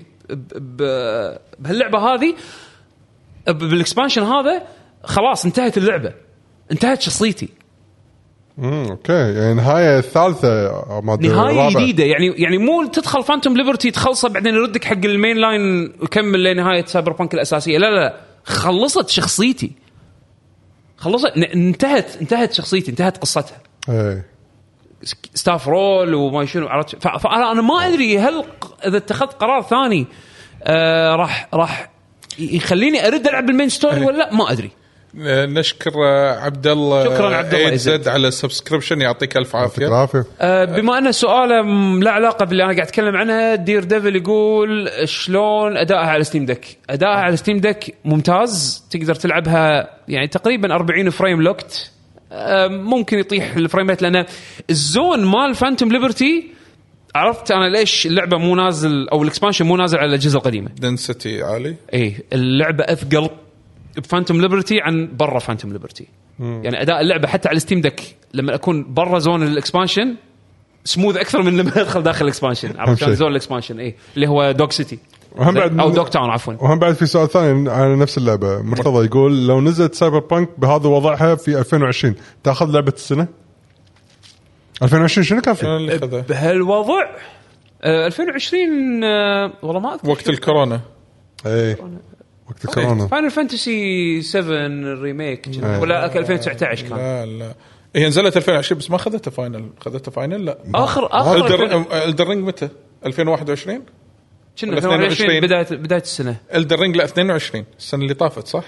بهاللعبه هذه بالاكسبانشن هذا خلاص انتهت اللعبه انتهت شخصيتي امم اوكي يعني نهايه الثالثه نهايه جديده يعني يعني مو تدخل فانتوم ليبرتي تخلصه بعدين يردك حق المين لاين وكمل لنهايه سايبر بانك الاساسيه لا لا خلصت شخصيتي خلصت انتهت انتهت شخصيتي انتهت قصتها اي ستاف رول وما شنو عرفت فانا انا ما ادري هل اذا اتخذت قرار ثاني آه راح راح يخليني ارد العب المين ستوري ولا لا ما ادري نشكر عبد الله شكرا عبد الله زد على السبسكريبشن يعطيك الف عافيه آه بما ان سؤاله لا علاقه باللي انا قاعد اتكلم عنها دير ديفل يقول شلون ادائها على ستيم دك ادائها على ستيم دك ممتاز تقدر تلعبها يعني تقريبا أربعين فريم لوكت آه ممكن يطيح الفريمات لان الزون مال فانتوم ليبرتي عرفت انا ليش اللعبه مو نازل او الاكسبانشن مو نازل على الاجهزه القديمه دنسيتي عالي اي اللعبه اثقل بفانتوم ليبرتي عن برا فانتوم ليبرتي يعني اداء اللعبه حتى على ستيم دك لما اكون برا زون الاكسبانشن سموث اكثر من لما ادخل داخل الاكسبانشن عرفت زون الاكسبانشن اي اللي هو دوغ سيتي او دوغ تاون عفوا وهم بعد في سؤال ثاني على نفس اللعبه مرتضى يقول لو نزلت سايبر بانك بهذا وضعها في ألفين وعشرين تاخذ لعبه السنه ألفين وعشرين شنو كان في بهالوضع آه ألفين وعشرين آه والله ما اذكر وقت الكورونا اي وقت الكورونا فاينل فانتسي سبعة ريميك ولا ألفين وتسعة عشر كان لا لا هي نزلت ألفين وعشرين بس ما اخذتها فاينل اخذتها فاينل لا اخر اخر الدرينج متى ألفين وواحد وعشرين كنا ألفين وعشرين بدايه بدايه السنه الدرينج لا اثنين وعشرين السنه اللي طافت صح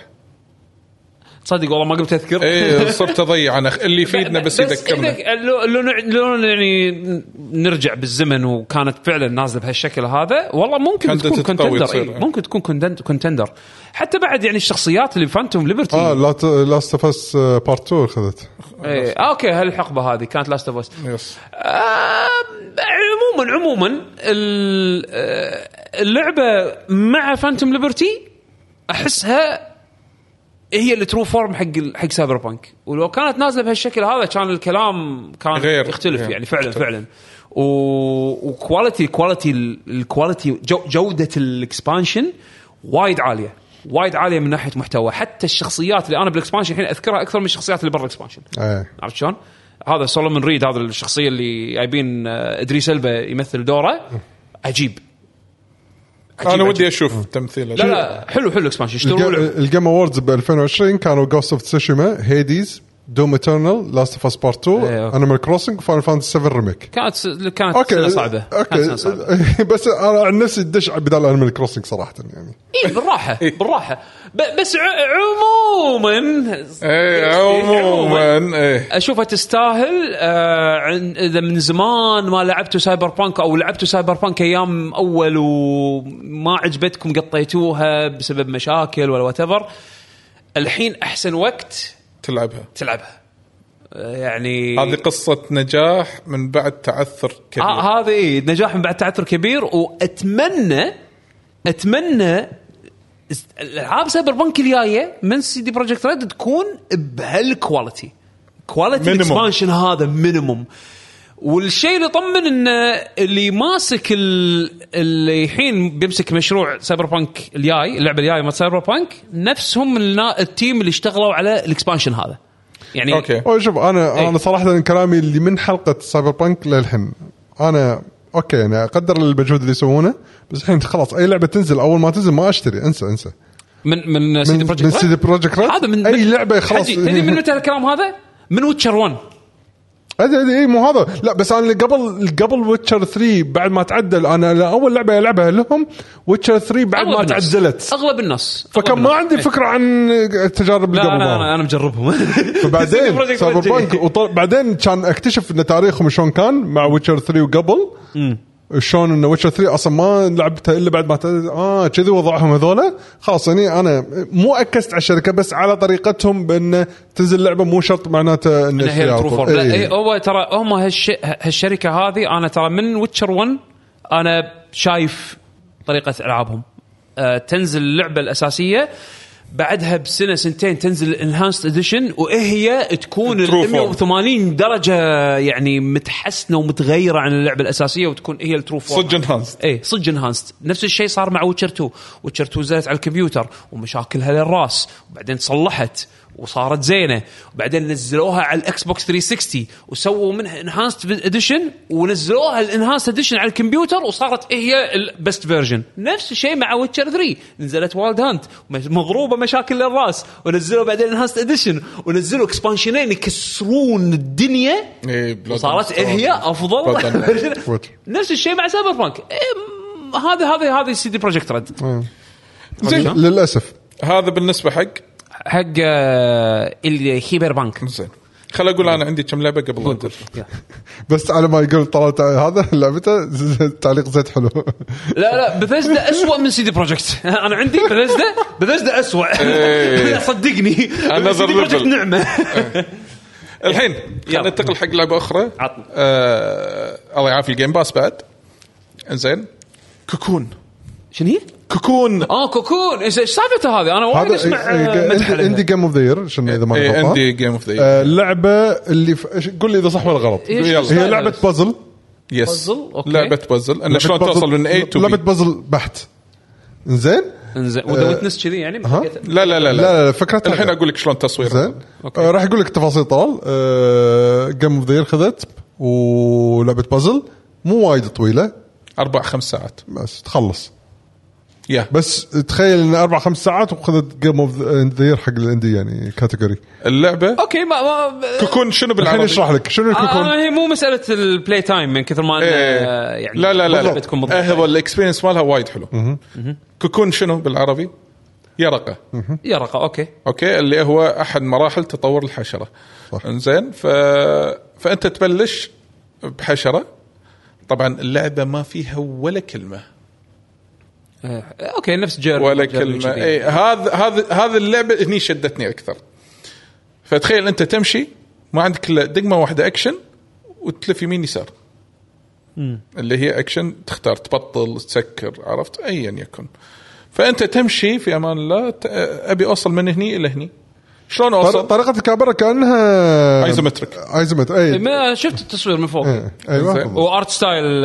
صدق والله ما قمت اذكر ايه صرت اضيع انا اللي يفيدنا بس يذكرنا لو لو يعني نرجع بالزمن وكانت فعلا نازله بهالشكل هذا والله ممكن تكون كونتندر إيه؟ ممكن تكون كونتندر حتى بعد يعني الشخصيات اللي فانتوم ليبرتي اه لاست اوف اس بارت تو اخذت ايه اوكي هالحقبه هذه كانت لاست اوف اس يس آه عموما عموما اللعبه مع فانتوم ليبرتي احسها هي اللي ترو فورم حق حق سايبر بانك ولو كانت نازله بهالشكل هذا كان الكلام كان غير يختلف غير. يعني فعلا فعلا وكواليتي كواليتي الكواليتي جوده الاكسبانشن وايد عاليه وايد عاليه من ناحيه محتوى حتى الشخصيات اللي انا بالاكسبانشن الحين اذكرها اكثر من الشخصيات اللي برا الاكسبانشن ايه. عرفت شلون هذا سولومون ريد هذا الشخصيه اللي جايبين ادريس البا يمثل دوره عجيب انا ودي اشوف تمثيله لا لا حلو حلو اكسبانشن اشتروا له الجيم اووردز ب ألفين وعشرين كانوا جوست اوف تسوشيما هيديز دوم إترنال، لاست اوف اس بارت تو، انيمال كروسنج، فاينل فانتسي سفن ريميك. كانت كانت سنة صعبة. اوكي كانت صعبة. بس انا عن نفسي الدش بدال انيمال كروسنج صراحة يعني. اي بالراحة بالراحة. بس عموما اي عموما اشوفها تستاهل. اذا من زمان ما لعبتوا سايبر بانك او لعبتوا سايبر بانك ايام اول وما عجبتكم قطيتوها بسبب مشاكل ولا واتيفر، الحين احسن وقت تلعبها تلعبها يعني. هذه قصة نجاح من بعد تعثر كبير. آه هذه إيه نجاح من بعد تعثر كبير. وأتمنى أتمنى الألعاب سايبر بانك الجاية من سي دي بروجكت ريد تكون بهالكواليتي، كواليتي الاكسبانشن هذا مينيموم. والشيء اللي يطمن إن اللي ماسك اللي الحين بيمسك مشروع سايبر بانك الجاي، اللعبة الجاي ما سايبر بانك، نفسهم التيم اللي اشتغلوا على الاكسبانشن هذا يعني. اوكي شوف انا ايه؟ انا صراحه كلامي اللي من حلقه سايبر بانك للحين انا اوكي يعني اقدر المجهود اللي يسوونه، بس الحين خلاص اي لعبه تنزل اول ما تنزل ما اشتري، انسى انسى من من سي دي بروجكت من سي دي بروجكت هذا من اي لعبه خلاص. تدري من متى الكلام هذا؟ من ويتشر واحد. هذا اي مو هذا لا، بس انا قبل قبل ويتشر ثري بعد ما تعدل، انا اول لعبه العبها لهم ويتشر ثري بعد ما تعدلت اغلب الناس، فكان ما عندي فكره عن التجارب اللي قبل. لا انا انا مجربهم. فبعدين سايبر بانك وبعدين كان اكتشف ان تاريخهم شلون كان مع ويتشر ثري وقبل شلون ان ويتشر ثري اصلا ما لعبتها الا بعد ما ت... اه كذي وضعهم هذولا خلاص. يعني انا مو اكست على الشركه بس على طريقتهم بان تنزل لعبه مو شرط معناته ان هي التروفور. لا ايه هو ترى هم هالش... هالشركه هذه انا ترى من ويتشر واحد انا شايف طريقه العابهم. آه تنزل اللعبه الاساسيه بعدها بسنه سنتين تنزل الانهانسد اديشن وهي تكون مية وثمانين درجه يعني متحسنه ومتغيره عن اللعبه الاساسيه وتكون هي الترو فورم صدق انهانسد. اي صدق انهانسد. نفس الشيء صار مع ويتشر تو. ويتشر تو نزلت على الكمبيوتر ومشاكلها للراس وبعدين تصلحت وصارت زينه وبعدين نزلوها على الاكس بوكس ثلاثمية وستين وسووا منها انهانسد اديشن ونزلوها الانهانسد اديشن على الكمبيوتر وصارت هي البست فيرجن. نفس الشيء مع ويتشر ثري نزلت وايلد هانت مضروبه مشاكل للراس ونزلوا بعدين انهانسد اديشن ونزلوا اكسبانشنين يكسرون الدنيا وصارت هي افضل. نفس الشيء مع سايبر بانك. هذا هذا هذا سي دي بروجكت ريد. زين للاسف هذا بالنسبه حق حق الكيبر بانك. زين خل اقول انا عندي كم لعبه قبل انت بس على ما يقول طلعت هذا لعبته تعليق زيت حلو. لا لا بثزدا أسوأ من سيدي بروجكت. انا عندي بثزدا بثزدا أسوأ. صدقني انا سيدي بروجكت نعمه. الحين خلينا ننتقل حق لعبه اخرى. آه الله يعافي الجيم باس بعد. زين كوكون. شنو هي كوكون؟ اه كوكون ايش سالفته هذه؟ انا وايد اسمع عندي جيم اوف ذا يير شنو اذا ما غلطان. عندي جيم اوف ذا يير اللعبه اللي ف... قول لي اذا صح ولا غلط. هي لعبه بازل. يس لعبه بازل. انا شلون توصل من A to B. لعبه بازل بحت. زين انزين وذا ويتنس كذي يعني. لا لا لا لا, لا فكرتها الحين اقول لك شلون تصوير. زين آه راح اقول لك تفاصيل طوال. جيم اوف ذا يير خذت ولعبه بازل مو وايد طويله أربع خمس ساعات بس تخلص. Yeah. بس تخيل ان اربع خمس ساعات وخذت جيم اوف ذا يير حق الاندي يعني كاتيجوري اللعبه. اوكي ما, ما كوكون شنو بالعربي؟ الحين اشرح لك شنو الكوكون. آه هي مو مساله البلاي تايم من كثر ما إيه. يعني لا لا لا, لا. هو الاكسبيرينس مالها وايد حلو. كوكون شنو بالعربي؟ يرقه. يرقه اوكي اوكي اللي هو احد مراحل تطور الحشره. انزين ف... فانت تبلش بحشره. طبعا اللعبه ما فيها ولا كلمه. اوكي نفس جير ولا كلمه. اي هذا هذا هذا اللعبه هني شدتني اكثر. فتخيل انت تمشي ما عندك الا دقمه واحده اكشن وتلف يمين يسار. مم. اللي هي اكشن تختار تبطل تسكر عرفت ايا يكن. فانت تمشي في امان الله ابي اوصل من هني الى هني. شلون اوصل؟ طريقه الكاميرا كانها ايزومتريك. ايزومتريك اي ما شفت التصوير من فوق. ايوه وارت ستايل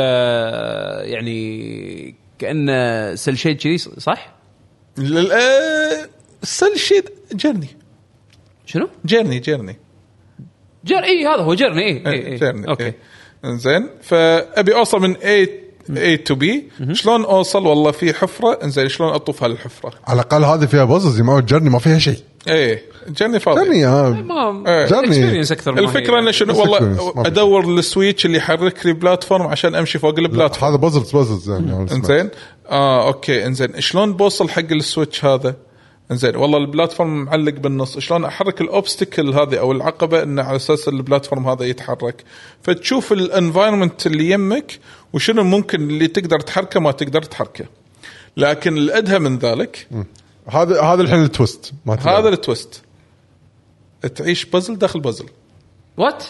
يعني كأنه سيل شيد كذي صح؟ لا سيل شيد جيرني. شنو؟ جيرني جيرني جير اي هذا هو جيرني اي اي جيرني اوكي انزين فابي اوصل من A A to B. شلون اوصل؟ والله في حفره انزين شلون اطوف هالحفره؟ على الاقل هذه فيها بازز ما جيرني ما فيها شيء. ايه جاني فاضي جاني اه ما جاني. اكسبيرينس اكثر من الفكره انه شنو والله ادور السويتش اللي يحرك لي بلاتفورم عشان امشي فوق البلاتفورم. هذا بازلز بازلز يعني. انزين اه اوكي انزين شلون بوصل حق السويتش هذا؟ انزين والله البلاتفورم معلق بالنص، شلون احرك الاوبستكل هذه او العقبه انه على اساس البلاتفورم هذا يتحرك؟ فتشوف الانفايرمنت اللي يمك وشنو ممكن اللي تقدر تحركه ما تقدر تحركه. لكن الادهى من ذلك هذا هذا الحين التويست، هذا التويست تعيش بازل داخل بازل. وات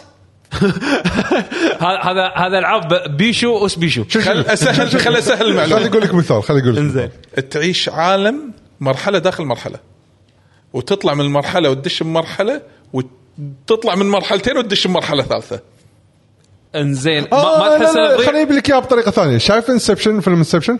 هذا هذا العاب بيشو اس بيشو. خل اسهل خل اسهل المعلومه. خليني اقول لك مثال خليني اقول لك انزين تعيش عالم مرحله داخل مرحله وتطلع من المرحله وتدش بمرحله وتطلع من مرحلتين وتدش بمرحله ثالثه. انزين آه ما تحس انه خليني اقول لك اياها بطريقه ثانيه. شايف انسبشن؟ فيلم انسبشن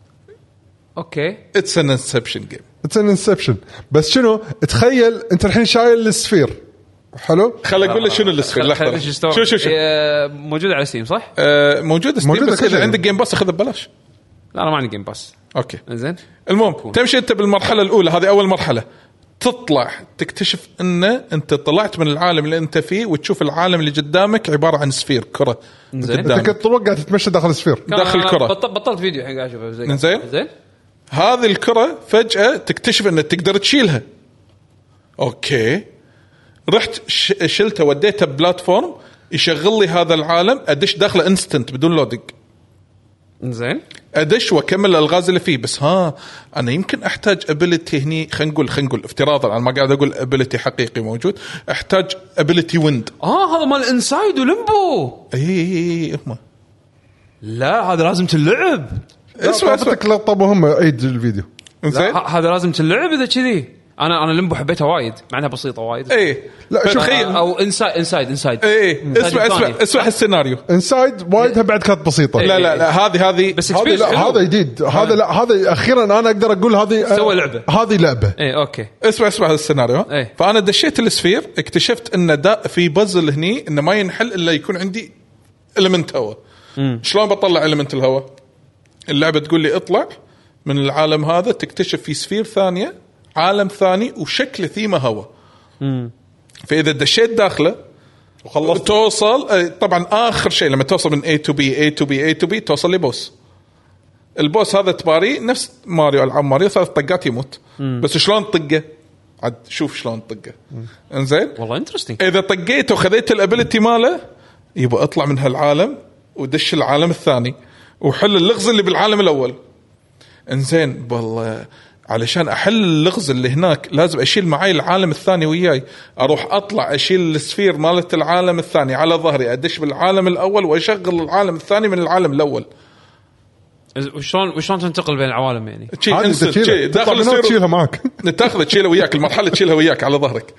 اوكي اتس ان انسبشن جيم اتس ان انسبشن بس شنو تخيل انت الحين شايل السفير حلو. خل اقول لك شنو السفير. لحظه شو شو شو موجوده على ستيم صح؟ آه موجوده ستيم بس اذا عندك جيم باس اخذه ببلاش. لا انا ما عندي جيم باس. اوكي زين المهم تمشي انت بالمرحله الاولى هذه اول مرحله تطلع تكتشف ان انت طلعت من العالم اللي انت فيه وتشوف العالم اللي قدامك عباره عن سفير كره. انت كنت توقع تتمشى داخل السفير داخل الكره. بطلت فيديو حق اشوفه زين زين زين هذه الكره فجاه تكتشف انك تقدر تشيلها. اوكي رحت شلته وديته بلاتفورم يشغل لي هذا العالم ادش داخله انستنت بدون لودينج. زين ادش واكمل الالغاز اللي فيه. بس ها انا يمكن احتاج ابيليتي هني. خلينا نقول خلينا نقول افتراضا انا ما قاعد اقول ابيليتي حقيقي موجود. احتاج ابيليتي ويند. اه هذا مال انسايد ولمبو. اي هم لا هذا لازم تلعب. اسمع اسمعك لقطه مهمه عيد الفيديو. هذا لازم تلعب اذا كذي. انا انا لمبو حبيتها وايد مع انها بسيطه وايد. اي لا شوف او انسايد انسايد انسايد اي اسمع اسمع اسمع السيناريو. انسايد وايدها بعد كانت بسيطه. لا لا لا هذه هذه بس هذا لا هذا جديد. هذا لا هذا اخيرا انا اقدر اقول هذه سوى لعبه. هذه لعبه. اي اوكي اسمع اسمع هذا السيناريو. ايه. فانا دشيت السفير اكتشفت ان دا في بازل هني انه ما ينحل الا يكون عندي إليمنت هواء. شلون بطلع إليمنت الهواء؟ اللعبه تقول لي اطلع من العالم هذا تكتشف في سفير ثانيه عالم ثاني وشكل ثيمه هواء. فاذا دشيت داخله وخلصت توصل طبعا اخر شيء لما توصل من A to B A to B A to B توصل لبوس. البوس هذا تباري نفس ماريو العاب ماريو ثلاث طقات يموت. بس شلون طقه عاد شوف شلون طقه. انزين والله انترستينج. اذا طقيته وخذيت الابيليتي ماله يبقى اطلع من هالعالم ودش العالم الثاني وحل اللغز اللي بالعالم الاول. انزين والله علشان احل اللغز اللي هناك لازم اشيل معي العالم الثاني وياي. اروح اطلع اشيل السفير مالت العالم الثاني على ظهري ادش بالعالم الاول واشغل العالم الثاني من العالم الاول. وشلون وشلون تنتقل بين العوالم يعني؟ شيء داخل السفير تشيلها معك. تاخذ تشيلها وياك المرحله تشيلها وياك على ظهرك.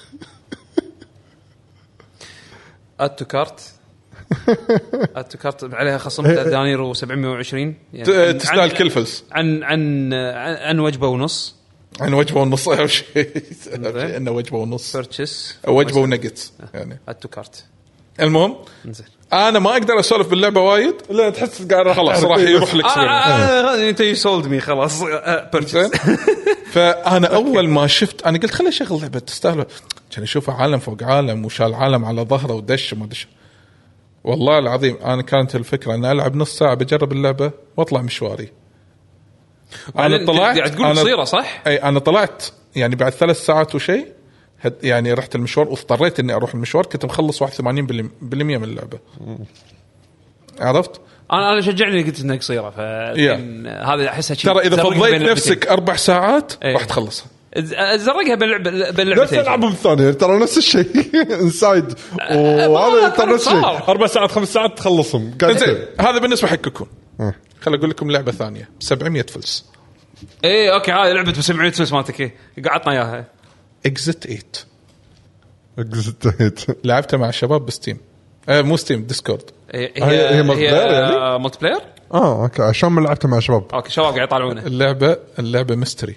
اتو كارت اتو كارت عليها خصم ثلاثة دنانير وسبعمية وعشرين يعني تستاهل كل فلس. عن عن عن وجبه ونص. عن وجبه ونص او شيء انه وجبه ونص بيرتشيس وجبه ونجتس يعني اتو كارت. المهم انا ما اقدر اسولف باللعبه وايد لا تحس قاعد خلاص راح يروح لك آه انت يسولد مي خلاص بيرتشيس. فانا اول ما شفت انا قلت خليني اشغل لعبه تستاهل عشان اشوف عالم فوق عالم وشال عالم على ظهره ودش وما دش. والله العظيم أنا كانت الفكرة أن ألعب نص ساعة بجرب اللعبة وأطلع مشواري. أنا طلعت تقول قصيرة صح؟ أي أنا طلعت يعني بعد ثلاث ساعات وشيء يعني رحت المشوار واضطريت إني أروح المشوار كنت مخلص واحد وثمانين بالمية من اللعبة. عرفت؟ أنا أنا شجعني قلت إنها قصيرة فهذا أحسها شيء. ترى إذا فضيت نفسك أربع ساعات راح تخلصها. زرقها باللعبة باللعبتين نفس العابهم الثانية ترى نفس الشيء انسايد وهذا ترى نفس الشيء أربع ساعات خمس ساعات تخلصهم. هذا بالنسبة حقكم. خل أقول لكم لعبة ثانية سبعمية فلس. إيه أوكي هذه لعبة بسبعمية فلس مالتك إيه قعدنا إياها. إكزيت إيت. إكزيت إيت لعبتها مع الشباب بستيم. آه مو ستيم ديسكورد. هي هي ملتي بلاير يعني. ملتي بلاير. آه أوكي عشان ما لعبتها مع شباب. أوكي شباب قاعد يطالعونه. اللعبة اللعبة ميستري.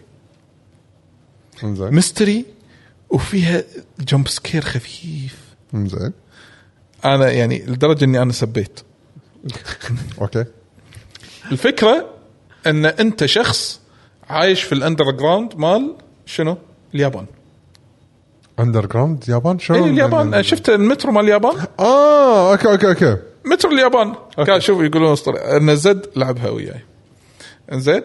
ميستري وفيها جمب سكير خفيف. زين. انا يعني لدرجه اني انا سبيت. اوكي. الفكره ان انت شخص عايش في الاندر جراوند مال شنو اليابان. اندرجراوند يابان شو إيه اليابان يعني... شفت المترو مال اليابان اه اوكي اوكي اوكي مترو اليابان كان شوف يقولون اسطوري ان زد لعبها وياي انزين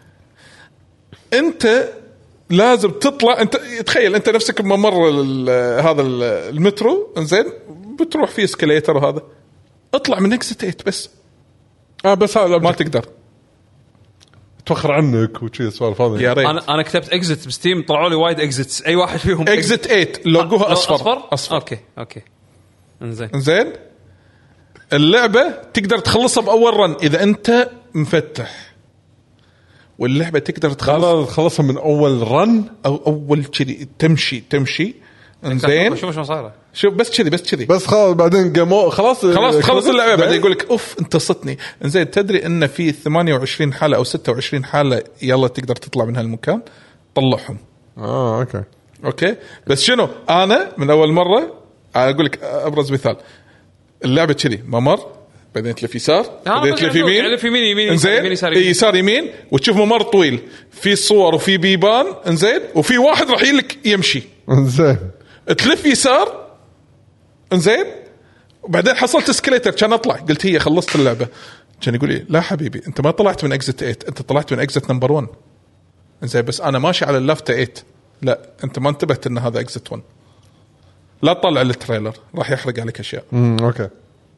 انت لازم تطلع انت تخيل انت نفسك بممر هذا المترو انزين بتروح فيه اسكليتر وهذا اطلع من اكزيت ثمانية بس اه بس ما تقدر توخر عنك وشي سوالف هذه. يا ريت انا انا كتبت اكزيت بستيم طلعوا لي وايد اكزيتس اي واحد فيهم اكزيت ثمانية لوجوها اصفر اصفر اصفر اوكي اوكي انزين انزين اللعبه تقدر تخلصها باول رن اذا انت مفتح واللعبه تقدر تخلص تخلصها من اول رن او اول كذي تمشي تمشي انزين شوف شو صايره شوف بس كذي بس كذي بس خلاص بعدين جيمو خلاص خلاص تخلص اللعبه بعدين يقول لك اوف انت صتني انزين تدري ان في ثمانية وعشرين حاله او ستة وعشرين حاله يلا تقدر تطلع من هالمكان طلعهم اه اوكي اوكي بس شنو انا من اول مره اقول لك ابرز مثال اللعبه كذي ممر بعدين تلف يسار بعدين تلف يمين تلف يمين يمين انزين يسار يمين وتشوف ممر طويل في صور وفي بيبان انزين وفي واحد راح يلك يمشي انزين تلف يسار انزين وبعدين حصلت اسكليتر كان اطلع قلت هي خلصت اللعبه كان يقول لي لا حبيبي انت ما طلعت من اكزيت ثمانية انت طلعت من اكزيت نمبر واحد انزين بس انا ماشي على اللافته ثمانية لا انت ما انتبهت ان هذا اكزيت واحد لا تطلع التريلر راح يحرق عليك اشياء امم اوكي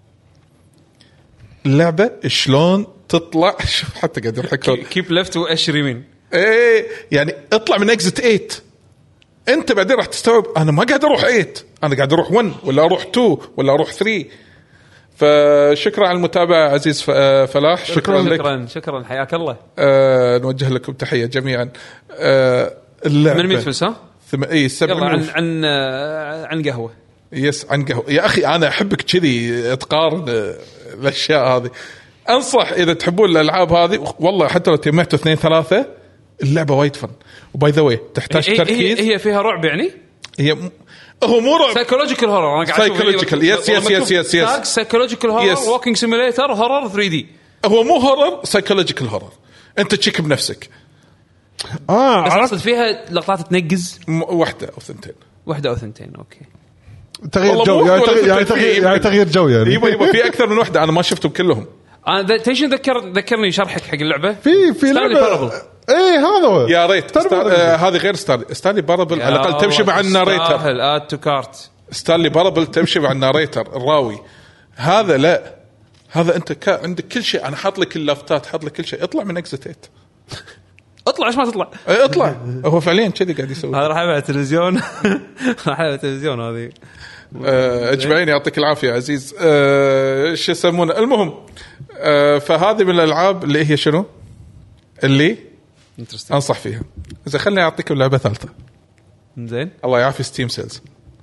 اللعبه شلون تطلع شوف حتى قاعد يضحكون كيب ليفت واشر يمين ايه يعني اطلع من اكزيت ثمانية انت بعدين راح تستوعب انا ما قاعد اروح ثمانية انا قاعد اروح واحد ولا اروح اثنين ولا اروح ثلاثة. فشكرا على المتابعه عزيز فلاح شكرا, شكرا لك شكرا شكرا حياك الله. آه نوجه لكم تحيه جميعا. آه اللعبه من ميت ها ثم اي سبع عن عن عن قهوه يس عن قهوه يا اخي انا احبك كذي تقارن الاشياء هذه. انصح اذا تحبون الالعاب هذه والله حتى لو تجمعتوا اثنين ثلاثه اللعبه وايد فن. وباي ذا واي تحتاج هي تركيز. هي فيها رعب يعني هي م... هو مو رعب سايكولوجيكال هورر. انا قاعد سايكولوجيكال يس يس يس يس يس سايكولوجيكال هورر ووكينج سيميليتر هورر ثري دي. هو مو هورر سايكولوجيكال هورر انت تشيك بنفسك. اه بس عرفت فيها لقطات تنقز م... واحده او ثنتين واحده او ثنتين اوكي تغيير جو يعني تغيير يعني تغيير, يعني تغيير جو يعني يبا يبا في اكثر من واحده انا ما شفتهم كلهم. انا تيش ذكر ذكرني شرحك حق اللعبه في في لعبه ايه هذا هو يا ريت آه هذه غير ستانلي ستانلي بارابل على الاقل تمشي مع الناريتر. سهل اد تو كارت ستانلي بارابل تمشي مع الناريتر الراوي. هذا لا هذا انت كا عندك كل شيء. انا حاط لك اللافتات حاط لك كل شيء. اطلع من اكزيت اطلع ايش ما تطلع اطلع. هو فعليا كذي قاعد يسوي. هذا راح يبع التلفزيون راح يبع التلفزيون هذه. اجمعين يعطيك العافيه عزيز. أه شو يسمونه المهم. أه فهذه من الالعاب اللي هي شنو اللي انصح فيها. اذا خلني اعطيكم لعبه ثالثه زين الله يعافي ستيم سيلز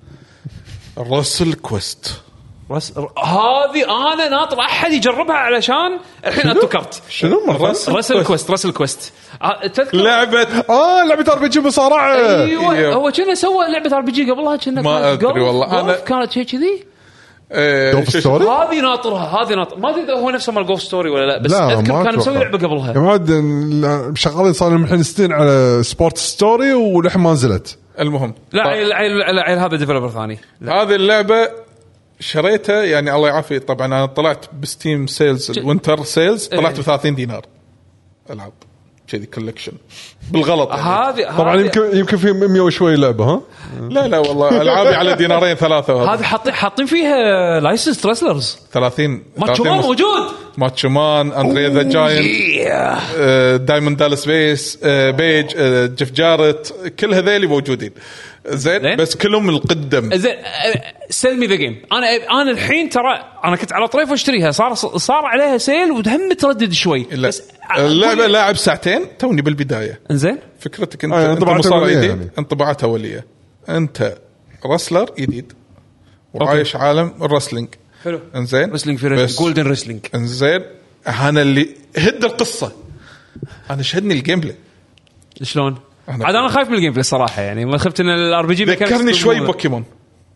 راسل كويست. رس هذه انا ناطر احد يجربها علشان الحين اتذكرت شنو راسل كويست. راسل كويست تذكر لعبه اه لعبه ار بي جي مصارعه. ايوه هو كنا سوى لعبه ار بي جي قبلها كنا ما ادري والله انا كانت شيء كذي. جولف ستوري هذه ناطرها هذه ناطر ما ادري هو نفسه مال جولف ستوري ولا لا بس لا اذكر كان مسوي لعبه قبلها يا معود شغالين صار لهم الحين سنين على سبورت ستوري ولحين ما نزلت. المهم لا عيل عيل عيل هذا ديفلوبر ثاني. هذه اللعبه شريتها يعني الله يعافي. طبعا انا طلعت بستيم سيلز الوينتر سيلز طلعت ب ثلاثين دينار العاب كذي كولكشن بالغلط هذه يعني. طبعا يمكن يمكن في مية وشوي لعبه ها. لا لا والله العابي على دينارين ثلاثه. هذه حاطين حاطين فيها لايسنس رسلرز ثلاثين. ماتشومان موجود ماتشومان اندريا ذا جاينت دايموند دالاس بيس بيج جيف جارت كل هذيلي موجودين زين بس كلهم القدم. زين سلمي ذا جيم. انا انا الحين ترى انا كنت على طريف اشتريها صار صار عليها سيل وهم تردد شوي بس اللعبه لاعب ساعتين توني بالبدايه. انزين فكرتك انت آه انت مصارع جديد يعني. انطباعات اوليه انت رسلر جديد وعايش عالم الرسلينج حلو. انزين رسلينج في جولدن رسلينج. انزين انا اللي هد القصه انا شهدني الجيم بلاي شلون عاد انا خايف من الجيم بلاي الصراحه يعني ما خفت ان الار بي جي ذكرني شوي بوكيمون.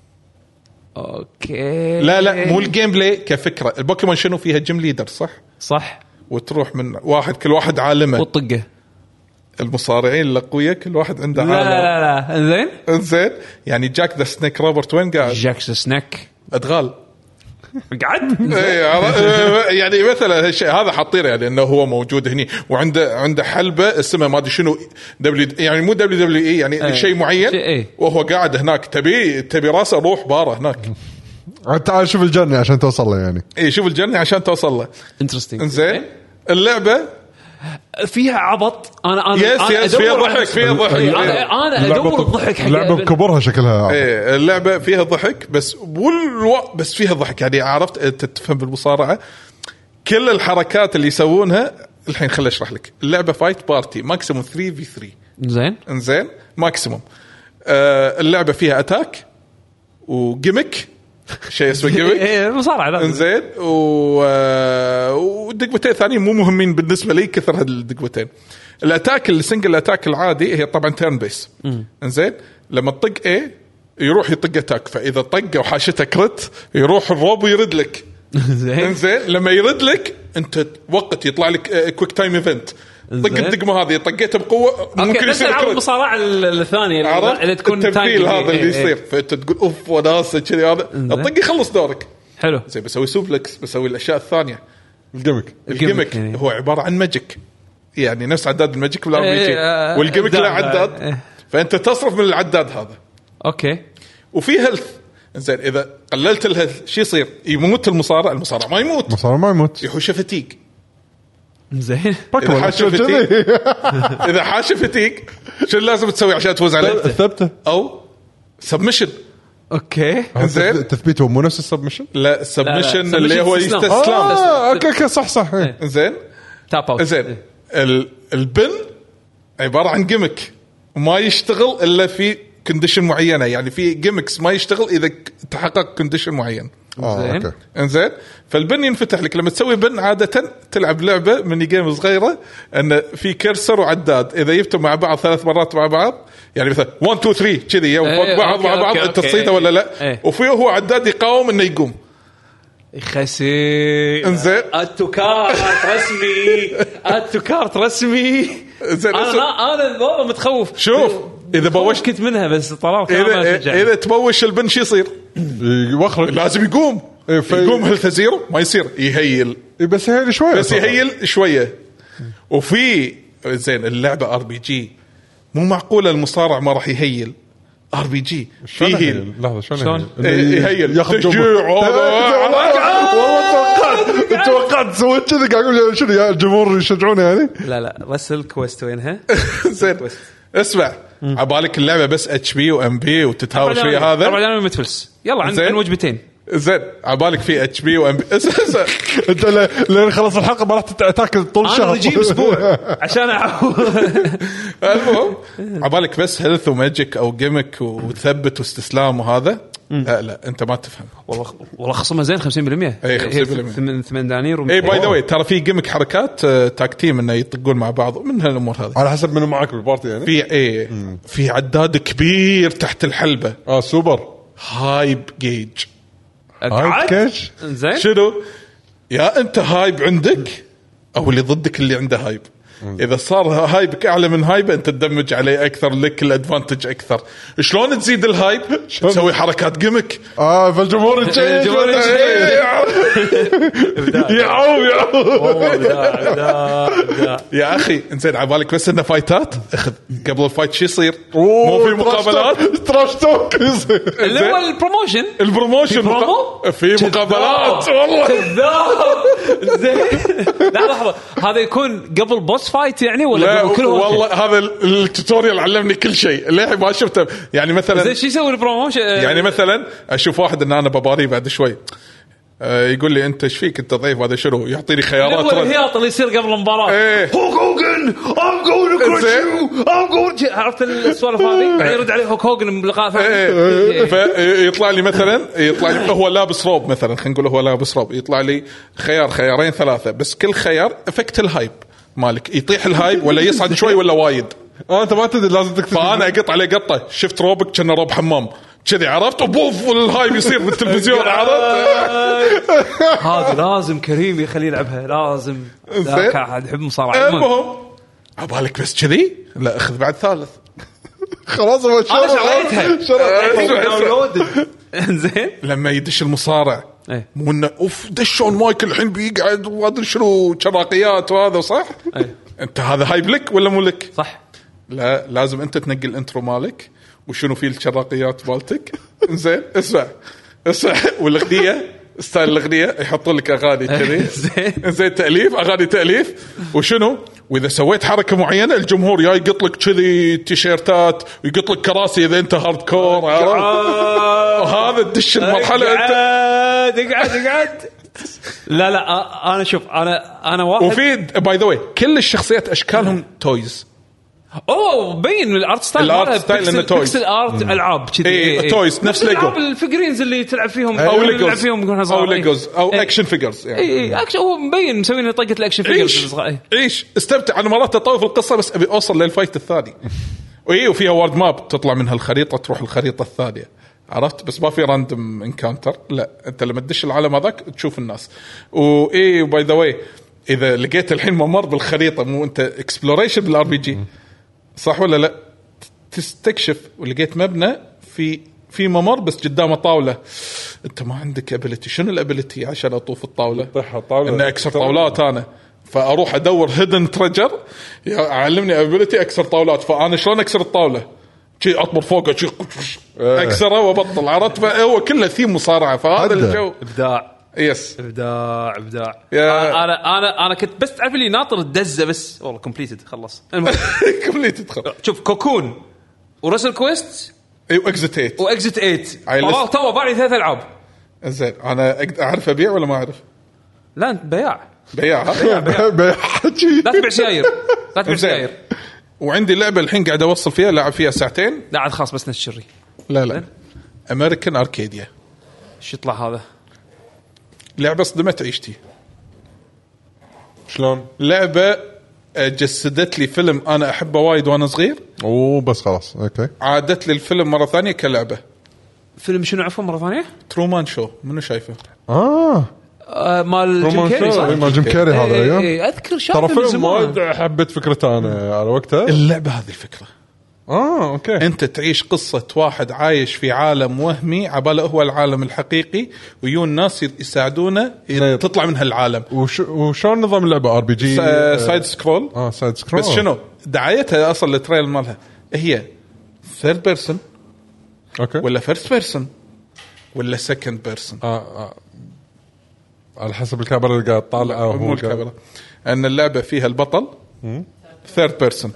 اوكي لا لا مو الجيم بلاي كفكره. البوكيمون شنو فيها جيم ليدر صح صح وتروح من واحد كل واحد عالمه والطقه المصارعين الاقوياء كل واحد عنده لا عالم. لا لا انزين انزين يعني جاك ذا سنيك روبرت وين قاعد؟ جاك ذا سنيك ادغال قعد. يعني مثلا هالشيء هذا حاطيره يعني انه هو موجود هني وعنده عنده حلبه اسمها ما ادري شنو دبليو يعني مو دبليو دبليو اي يعني أيه. شيء معين شيء ايه. وهو قاعد هناك تبي تبي راسه روح باره هناك. تعال شوف الجنة عشان توصل له يعني. اي شوف الجنة عشان توصل له. انترستينج. انزين اللعبه فيها عبط. انا انا يس أنا يس فيها ضحك فيها ضحك. انا انا ادور الضحك حق اللعبه بكبرها شكلها. ايه اللعبه فيها ضحك بس والو... بس فيها ضحك يعني عرفت انت تفهم بالمصارعه كل الحركات اللي يسوونها. الحين خليني اشرح لك. اللعبه فايت بارتي ماكسيموم ثري في ثري. زين انزين ماكسيموم. آه اللعبه فيها اتاك وجيمك شيء اسمه جيمك. ايه مصارعه لازم. انزين و ودقمتين ثانيين مو مهمين بالنسبه لي كثر هالدقمتين. الاتاك السنجل اتاك العادي هي طبعا تيرن بيس. انزين لما تطق ايه يروح يطق اتاك فاذا طق وحاشته كرت يروح الروب ويرد لك. زين انزين لما يرد لك انت وقت يطلع لك كويك تايم ايفنت طق الدقمه هذه طقيتها بقوه ممكن يصير على المصارعه الثانيه اللي تكون التمثيل هذا اللي يصير فانت تقول اوف وناسه كذي هذا الطق يخلص دورك. حلو زين بسوي سوبلكس بسوي الاشياء الثانيه. الجيمك الجيمك يعني. هو عباره عن ماجيك يعني نفس عداد الماجيك بالار بي جي إيه والجيمك له عداد إيه. فانت تصرف من العداد هذا. اوكي وفي هيلث. زين اذا قللت الهيلث شو يصير؟ يموت المصارع. المصارع ما يموت المصارع ما يموت يحوش فتيق. زين اذا حاش فتيق اذا حاش فتيق شو لازم تسوي عشان تفوز عليه؟ ثبته او سبمشن. اوكي زين تثبيته مو نفس السبمشن. لا السبمشن لا. اللي هو استسلام. يستسلم. اه اوكي اوكي صح صح. زين تاب اوت. زين البن عباره عن جيمك وما يشتغل الا في كونديشن معينه يعني في جيمكس ما يشتغل اذا تحقق كونديشن معين. اه اوكي انزين فالبن ينفتح لك لما تسوي بن عاده تلعب لعبه ميني جيم صغيره ان في كرسر وعداد اذا يفتوا مع بعض ثلاث مرات مع بعض يعني مثلا واحد اثنين ثلاثة كذي يوم ايه فوق بعض مع بعض أوكي انت أوكي تصيده ولا لا ايه. وفيه هو عداد يقاوم انه يقوم. خسي انزين التكارت رسمي التكارت رسمي. زين انا لا انا والله متخوف. شوف اذا بوش كنت منها بس طلعت اذا اذا تبوش البن شو يصير؟ يوخرج لازم يقوم. إيه في... يقوم هل زيرو ما يصير يهيل بس يهيل شويه بس يهيل شويه. وفي زين اللعبه ار بي جي مو معقوله المصارع ما راح يهيل. ار بي جي فيه لحظه شلون يهيل ياخذ تشجيع. والله توقعت توقعت سويت كذا قاعد اقول شنو يا الجمهور يشجعونه يعني. لا لا رسل كويست وينها؟ زين اسمع عبالك اللعبه بس اتش بي وام بي وتتهاوش فيها هذا طبعا انا متفلس يلا عندنا وجبتين. زين عبالك في اتش بي وام بي انت لين خلص الحلقه ما راح تاكل طول الشهر. انا بجيب اسبوع عشان اعوض. المهم عبالك بس هيلث وماجيك او جيمك وتثبت واستسلام وهذا. لا لا انت ما تفهم والله والله خصمها زين خمسين بالمية. اي خمسين بالمية ثمان دنانير. اي باي ذا واي ترى في جيمك حركات تاك تيم انه يطقون مع بعض من هالامور هذه على حسب منو معك بالبارتي يعني. في اي في عداد كبير تحت الحلبه. اه سوبر هايب جيج. هايب كاش زين شنو يا انت هايب عندك او اللي ضدك اللي عنده هايب. اذا صار هايبك اعلى من هايبه انت تدمج عليه اكثر لك الادفانتج اكثر. شلون تزيد الهايب؟ تسوي حركات جيمك. اه فالجمهور يتشيج يعوم يعوم يا اخي انزين عبالك بس انه فايتات اخذ قبل الفايت شو يصير؟ مو في مقابلات تراش توك اللي هو البروموشن. البروموشن البرومو في مقابلات والله كذاب. زين لا لحظه هذا يكون قبل بوس فايت يعني ولا قبل كل والله هذا التوتوريال علمني كل شيء اللي ما شفته. يعني مثلا زين شو يسوي البروموشن؟ يعني مثلا اشوف واحد ان انا بباري بعد شوي يقول لي انت ايش فيك انت ضعيف هذا شنو يعطيني خيارات. هو الهياط اللي يصير قبل المباراه. ايه هوك هوجن I'm going to crush you I'm going to عرفت السوالف هذه يرد عليه هوك هوجن بلقاء ثاني. فيطلع لي مثلا يطلع لي هو لابس روب مثلا خلينا نقول هو لابس روب يطلع لي خيار خيارين ثلاثه بس كل خيار افكت الهايب مالك يطيح الهايب ولا يصعد شوي ولا وايد. اه انت ما تدري لازم تكتب. فانا اقط عليه قطه شفت روبك كنا روب حمام كذي عرفت وبوف الهايب يصير بالتلفزيون عرفت. هذا لازم كريم يخليه يلعبها لازم. ذاك احد يحب مصارعه. المهم عبالك بس كذي لا اخذ بعد ثالث. خلاص هو شرط شريتها. شرط زين لما يدش المصارع ايه مو انه اوف دشون مايكل الحين بيقعد وادري شنو شراقيات وهذا صح. ايه انت هذا هايب لك ولا مو لك؟ صح. لا لازم انت تنقي الانترو مالك وشنو فيه الشراقيات مالتك. زين اسمع اسمع والاغنيه ستايل الاغنيه يحطون لك اغاني كذي زين زين تاليف اغاني تاليف وشنو. واذا سويت حركه معينه الجمهور يا يقط لك كذي تيشيرتات ويقط لك كراسي اذا انت هارد كور. وهذا تدش المرحله انت اقعد اقعد اقعد. لا لا انا شوف انا انا واحد. وفي باي ذا واي كل الشخصيات اشكالهم تويز. اوه بين الارت ستايل الارت ستايل انه تويز بيكسل ارت العاب كذي اي تويز نفس ليجو العاب الفيجرينز اللي تلعب فيهم او اللي تلعب ليجوز فيهم او ليجوز او اكشن فيجرز يعني اي اي اكشن هو مبين مسوين طقه الاكشن فيجرز. عيش استمتع. انا مرات اطوف القصه بس ابي اوصل للفايت الثاني. واي وفيها وورد ماب تطلع منها الخريطه تروح الخريطه الثانيه عرفت. بس ما في راندوم انكاونتر لا انت لما تدش العالم هذاك تشوف الناس. واي باي ذا واي اذا لقيت الحين ممر بالخريطه مو انت اكسبلوريشن بالار بي جي صح ولا لا تستكشف ولقيت مبنى في في ممر بس قدامه طاوله انت ما عندك ابيليتي. شنو الابيليتي عشان اطوف الطاوله؟ طاوله ان اكسر طاولات انا فاروح ادور هيدن تريجر علمني ابيليتي اكسر طاولات. فانا شلون اكسر الطاوله شي اطمر فوقه شي اكسره وابطل عرفت. فهو كله ثيم مصارعه فهذا الجو ابداع يس ابداع ابداع. يا- انا انا انا كنت بس تعرف اللي ناطر الدزه بس والله كومبليتد خلص. المهم كملي تدخل شوف كوكون ورسل كويست ايوه اكزيت واكزيت ثمانية عيل- والله تو باعي ثلاث العاب. زين انا أقد- اعرف ابيع ولا ما اعرف لا انت بياع بياع ها؟ بحكي لا تبيع سيايير لا تبيع زين. سيايير. وعندي لعبه الحين قاعد اوصل فيها لعب فيها ساعتين. لا عاد خلاص بس نشري. لا لا امريكان اركيديا شو يطلع هذا؟ لعبه صدمت عيشتي. شلون لعبه جسدت لي فيلم انا احبه وايد وانا صغير اوه بس خلاص اوكي عادت لي الفيلم مره ثانيه كلعبه. فيلم شنو عفوا مره ثانيه؟ ترومان شو منو شايفه؟ اه آه مال جيم رومان كيري شو صح؟ إيه، مال جيم كيري هذا إيه ايوه إيه اذكر شاف ترى من فيلم زمان. وايد حبيت فكرته انا على وقتها. اللعبه هذه الفكره اه اوكي انت تعيش قصه واحد عايش في عالم وهمي عباله هو العالم الحقيقي ويون ناس يساعدونه تطلع من هالعالم. وش وشلون نظام اللعبه ار بي جي سايد سكرول اه سايد سكرول بس شنو دعايتها اصلا التريل مالها هي ثيرد بيرسون اوكي ولا فيرست بيرسون ولا سكند بيرسون آه آه. على حسب الكاميرا اللي قاعد طالعه مو الكاميرا. ان اللعبه فيها البطل ثيرد بيرسون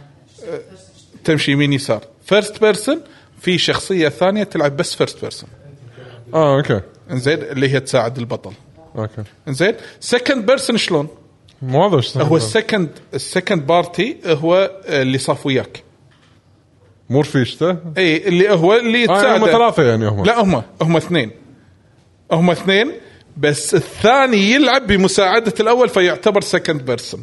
تمشي يمين يسار. فيرست بيرسون في شخصيه ثانيه تلعب بس فيرست بيرسون اه اوكي انزين اللي هي تساعد البطل. اوكي انزين سكند بيرسون شلون مو هذا ايش هو السكند السكند بارتي هو اللي صاف وياك مو رفيجته اي اللي هو اللي آه يتساعد. هم ثلاثه يعني هم لا هم هم اثنين هم اثنين بس الثاني يلعب بمساعدة الأول فيعتبر سكند بيرسون.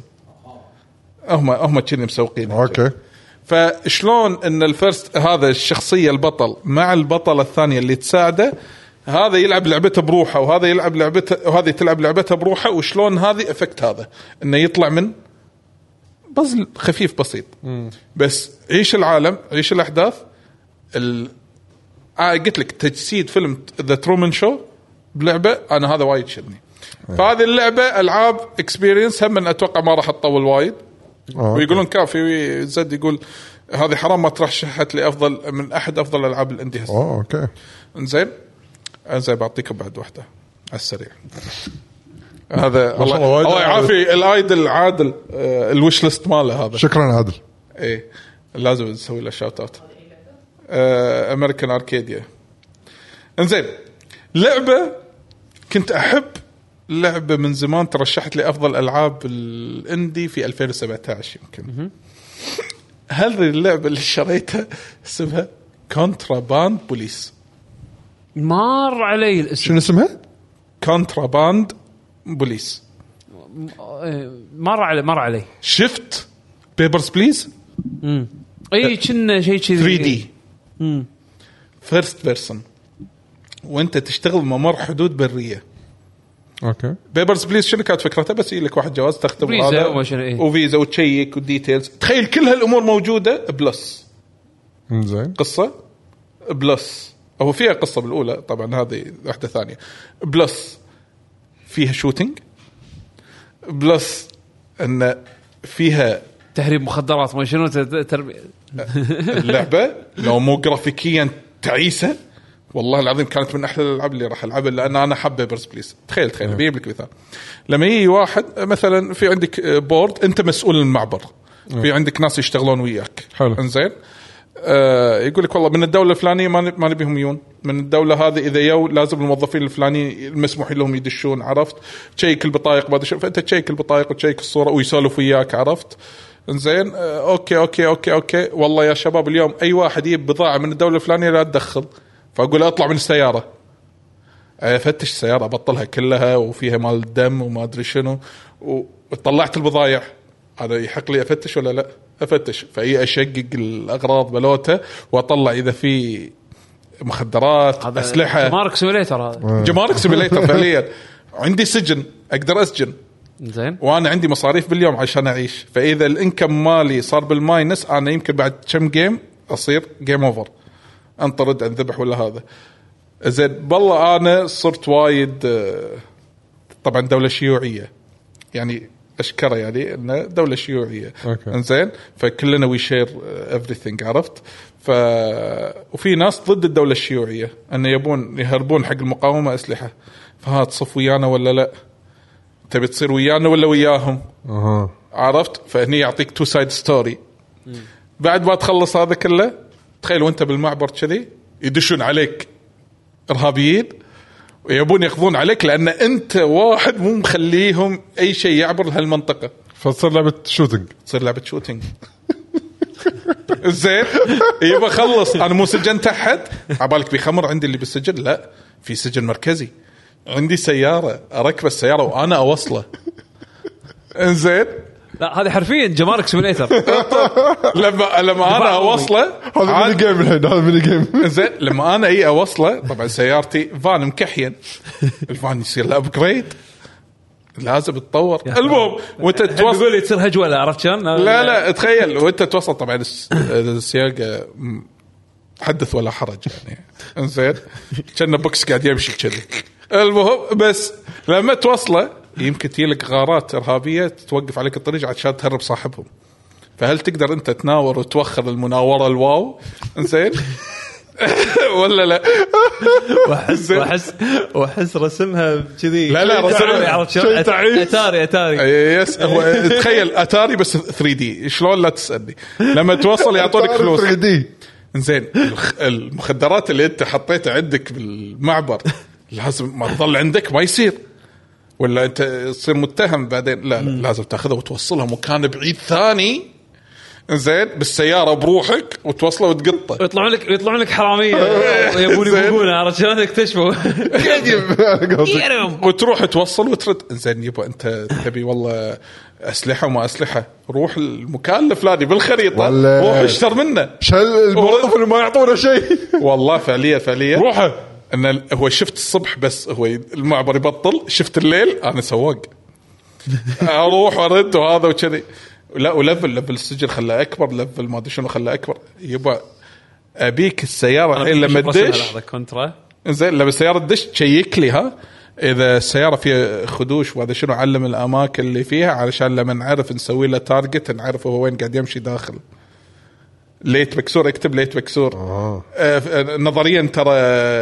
هم هم كذي مسوقين. اوكي فشلون ان الفيرست هذا الشخصية البطل مع البطلة الثانية اللي تساعده هذا يلعب لعبته بروحه وهذا يلعب لعبته وهذه تلعب لعبتها بروحه. وشلون هذه افكت هذا انه يطلع من بازل خفيف بسيط مم. بس عيش العالم عيش الأحداث ال... آه قلت لك تجسيد فيلم ذا ترومان شو بلعبة أنا هذا وايد شدني. فهذه اللعبة ألعاب إكسبيرينس هم من أتوقع ما راح تطول وايد. ويقولون كافي زد يقول هذه حرام ما ترشحت لي أفضل من أحد أفضل ألعاب الأندي هسه. أوه أوكي إنزين إنزين بعطيكم بعد واحدة على السريع. هذا الله الله يعافي الآيدل عادل آه الوش ليست ماله هذا. شكرا عادل. إيه لازم نسوي له شاوت أوت. آه أمريكان أركيديا. إنزين لعبة كنت أحب لعبة من زمان ترشحت لي أفضل ألعاب الإندي في ألفين وسبعة عشر يمكن. هذه اللعبة اللي شريتها اسمها كونتراباند بوليس. مار علي الاسم. شنو اسمها؟ كونتراباند بوليس. مر علي مر علي. شفت بيبرز بليز؟ امم اي كنا شيء كذي ثري دي. امم فيرست بيرسون وانت تشتغل ممر حدود برية اوكي. بيبرز بليز شنو كانت فكرتها؟ بس يجي لك واحد جواز تختبر هذا إيه؟ وفيزا وتشيك وديتيلز. تخيل كل هالامور موجوده بلس. زين. قصه بلس، هو فيها قصه بالاولى طبعا، هذه واحده ثانيه. بلس فيها شوتينج، بلس ان فيها تهريب مخدرات ما شنو تربيه. اللعبه لو مو جرافيكيا تعيسه والله العظيم كانت من احلى الالعاب اللي راح العبها، لان انا حابه بيبرز بليز. تخيل تخيل بيجيب لك مثال، لما يجي واحد مثلا في عندك بورد انت مسؤول المعبر، في عندك ناس يشتغلون وياك، انزين آه يقول لك والله من الدوله الفلانيه ما ما نبيهم يون، من الدوله هذه اذا يو لازم الموظفين الفلاني المسموح لهم يدشون، عرفت؟ تشيك البطايق بعد شو، فانت تشيك البطايق وتشيك الصوره ويسولف وياك، عرفت؟ انزين آه اوكي اوكي اوكي اوكي والله يا شباب اليوم اي واحد يجيب بضاعه من الدوله الفلانيه لا تدخل، فاقول اطلع من السياره افتش السياره ابطلها كلها وفيها مال دم وما ادري شنو، وطلعت البضايع هذا يحق لي افتش ولا لا؟ افتش، فاي اشقق الاغراض بلوته واطلع اذا في مخدرات اسلحه. جمارك سيميليتر هذا جمارك سيميليتر فعليا. عندي سجن اقدر اسجن زين، وانا عندي مصاريف باليوم عشان اعيش، فاذا الانكم مالي صار بالماينس انا يمكن بعد كم جيم اصير جيم اوفر، انطرد انذبح ولا هذا. زين بالله انا صرت وايد طبعا دوله شيوعيه يعني اشكره يعني انه دوله شيوعيه انزين، فكلنا وي شير everything، عرفت؟ ف وفي ناس ضد الدوله الشيوعيه انه يبون يهربون حق المقاومه اسلحه، فها تصف ويانا ولا لا؟ تبي تصير ويانا ولا وياهم؟ اها عرفت؟ فهني يعطيك تو سايد ستوري. بعد ما تخلص هذا كله تخيل وانت بالمعبر كذي يدشون عليك ارهابيين ويبون يقضون عليك لان انت واحد مو مخليهم اي شيء يعبر هالمنطقه، فتصير لعبه شوتينج. تصير لعبه شوتينج زين يبقى خلص انا مو سجنت احد عبالك بخمر عندي اللي بالسجن، لا في سجن مركزي عندي سياره اركب السياره وانا اوصله انزين. لا هذه حرفيا جمارك سيميليتر. لما لما انا اوصله هذا ميني جيم الحين، هذا ميني جيم زين. لما انا اي اوصله طبعا سيارتي فان مكحين، الفان يصير له ابجريد لازم تتطور. المهم وانت توصل تقول لي تصير هجوله، عرفت شلون؟ لا لا تخيل وانت توصل طبعا السياقه حدث ولا حرج يعني انزين، كأنه بوكس قاعد يمشي كذي. المهم بس لما توصله يمكن تجيلك غارات إرهابية توقف عليك الطريق عشان تهرب صاحبهم، فهل تقدر أنت تناور وتوخر المناورة الواو إنزين ولا لا؟ وأحس وأحس وأحس رسمها كذي. لا لا رسمها شيء أتاري أتاري يس. هو تخيل أتاري بس ثري دي شلون لا تسألني. لما توصل يعطونك فلوس ثري دي. إنزين المخدرات اللي أنت حطيتها عندك بالمعبر لازم ما تظل عندك، ما يصير ولا انت تصير متهم بعدين، لا, لا لازم تاخذها وتوصلها مكان بعيد ثاني زين بالسياره بروحك وتوصله وتقطه. يطلعون لك يطلعون لك حراميه يبون يبون عرفت شلون يكتشفوا وتروح توصل وترد. زين يبا انت تبي والله اسلحه وما اسلحه، روح المكان الفلاني بالخريطه روح اشتر منه. شل الموظف اللي ما يعطونا شيء والله فعليا فعليا روحه. ان هو شفت الصبح بس هو المعبر يبطل، شفت الليل انا سواق اروح وارد وهذا وكذي. لا ولفل لفل السجن خلاه اكبر، لفل ما ادري شنو خلاه اكبر. يبا ابيك السياره الحين لما تدش كونترا زين، لما السياره تدش تشيك لي ها اذا السياره فيها خدوش وهذا شنو، علم الاماكن اللي فيها علشان لما نعرف نسوي له تارجت نعرف هو وين قاعد يمشي داخل. ليت بكسور اكتب ليت بكسور. آه. آه نظريا ترى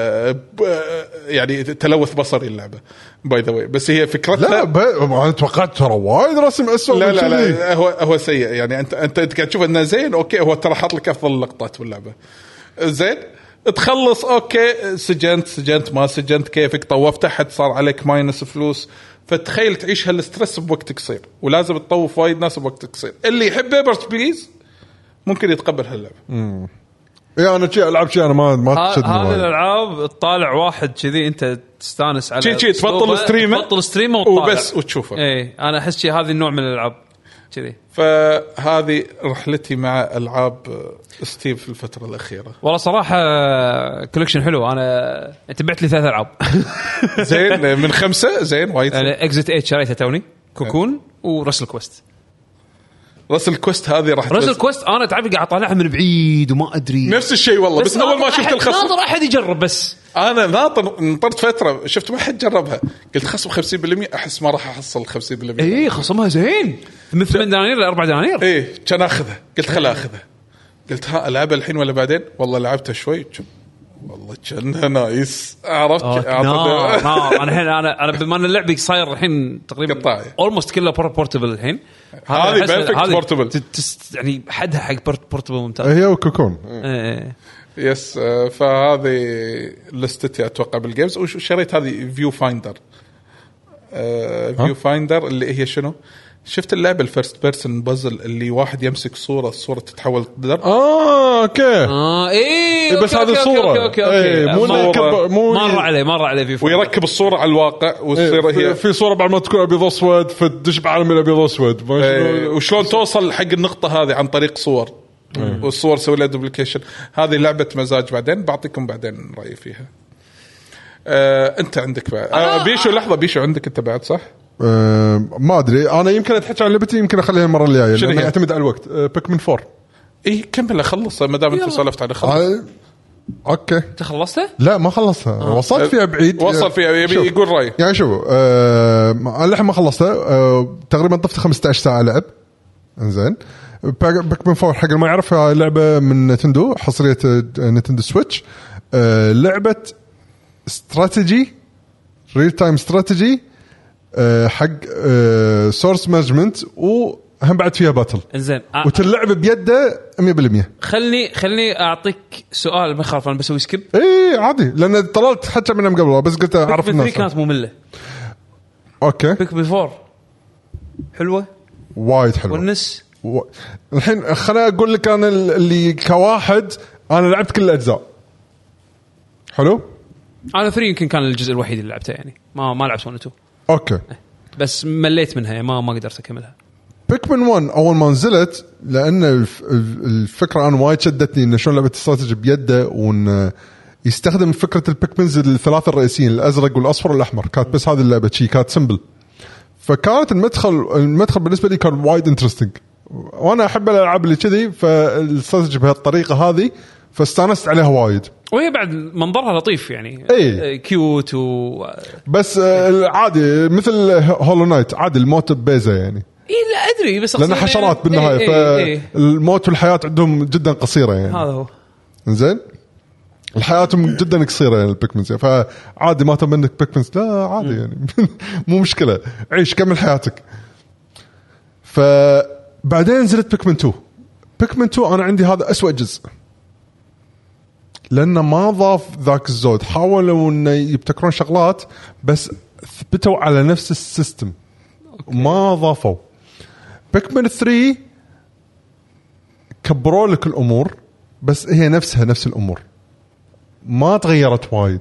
يعني تلوث بصري اللعبه باي ذا واي، بس هي فكرتها. لا انا توقعت ترى وايد رسم اسوء. لا لا, لا هو هو سيء يعني. انت انت انت قاعد تشوف انه زين اوكي، هو ترى حاط لك افضل اللقطات باللعبه زين. تخلص اوكي سجنت سجنت ما سجنت كيفك، طوفت احد صار عليك ماينس فلوس، فتخيل تعيش هالستريس بوقت قصير ولازم تطوف وايد ناس بوقت قصير. اللي يحب بيبرز بليز ممكن يتقبل هاللعبة. امم يا انا شيء العب شيء انا ما ما تشدني. هذه الالعاب تطالع واحد كذي انت تستانس على شيء شيء تبطل ستريمه تبطل ستريمه وبس وتشوفه. ايه انا احس شيء هذه النوع من الالعاب كذي. فهذه رحلتي مع العاب ستيف في الفتره الاخيره. والله صراحه كولكشن حلو. انا انت بعت لي ثلاث العاب زين من خمسه. زين وايد. انا اكزيت ايت شريتها توني، كوكون ورسل كويست. رسل كويست هذه راح رسل كويست انا تعرف قاعد اطالعها من بعيد وما ادري نفس الشيء والله، بس, بس اول ما شفت الخصم ناطر احد يجرب. بس انا ناطر نطرت فتره شفت ما حد جربها، قلت خصم خمسين بالمية احس ما راح احصل خمسين بالمية. اي خصمها زين من ثمان دنانير ل أربعة دنانير. اي كان اخذها قلت خل اخذها، قلت ها العبها الحين ولا بعدين. والله لعبتها شوي والله كانها نايس. عرفت نار نار. انا الحين انا انا بما ان اللعبه صاير الحين تقريبا اولموست كلها بورتبل الحين. هذه بيرفكت بورتبل يعني حدها حق بورتبل ممتاز. هي وكوكون ايه يس. فهذه لستي اتوقع بالجيمز. وشريت هذه فيو فايندر. فيو فايندر اللي هي شنو؟ شفت اللعبه الفيرست بيرسون بازل اللي واحد يمسك صوره الصوره تتحول قدر. اه اوكي اه ايه بس هذه الصوره أوكي أوكي أوكي. مو مر, مو مر عليه مر عليه في فوق. ويركب الصوره على الواقع وتصير ايه هي في صوره بعد ما تكون ابيض اسود فتدش بعالم الابيض اسود. ايه وشلون توصل حق النقطه هذه عن طريق صور. ايه والصور سوي لها دوبليكيشن. هذه لعبه مزاج بعدين بعطيكم بعدين رايي فيها. آه انت عندك بعد آه بيشو. لحظه بيشو عندك انت بعد صح؟ أه ما ادري انا يمكن اتحكي عن لعبتي يمكن اخليها المره الجايه لانه يعتمد على الوقت. أه بيكمن فور. ايه كمل اخلص ما دام انت سولفت على خلص. أه اوكي انت خلصته؟ لا ما خلصتها. آه. وصلت فيها بعيد. وصل فيها يبي يقول راي يعني شو أه لحين ما خلصتها. أه تقريبا طفت خمسة عشر ساعه لعب. انزين بيكمن فور حق ما يعرفها لعبه من نينتندو حصريه نينتندو سويتش. أه لعبه استراتيجي ريل تايم استراتيجي أه حق أه سورس مانجمنت وهم بعد فيها باتل. انزين أ... وتلعب بيده مية بالمية. خلني خلني اعطيك سؤال ما خاف انا بسوي سكيب. اي عادي لان طلعت حتى منها من قبل بس قلت اعرف الناس. كانت ممله. اوكي بيك بيفور حلوه وايد حلوه والنس و... الحين خليني اقول لك انا اللي كواحد انا لعبت كل الاجزاء. حلو انا ثري يمكن كان الجزء الوحيد اللي لعبته يعني ما ما لعبت ون تو. اوكي بس مليت منها ما ما قدرت اكملها. بيكمن ون اول ما نزلت لان الفكره انا وايد شدتني انه شلون لعبه استراتيجي بيده وان يستخدم فكره البيكمنز الثلاثه الرئيسيين الازرق والاصفر والاحمر. كانت بس هذه اللعبه شي كانت سمبل. فكانت المدخل المدخل بالنسبه لي كان وايد انترستينج وانا احب الالعاب اللي كذي فالاستراتيجي بهالطريقه هذه فاستانست عليها وايد. وهي بعد منظرها لطيف يعني ايه كيوت و بس عادي مثل هولو نايت عادي الموت ببيزه يعني. اي لا ادري بس لان حشرات بالنهايه إيه إيه فالموت والحياه عندهم جدا قصيره يعني. هذا هو زين حياتهم جدا قصيره يعني البيكمنز فعادي ما تمنك بيكمنز لا عادي يعني مو مشكله عيش كمل حياتك. فبعدين نزلت بيكمن تو. بيكمن تو انا عندي هذا أسوأ جزء لأنه ما ضاف ذاك الزود. حاولوا إنه يبتكرون شغلات بس ثبتوا على نفس السيستم ما ضافوا. بيكمن ثري كبروا لك الأمور بس هي نفسها نفس الأمور ما تغيرت وايد.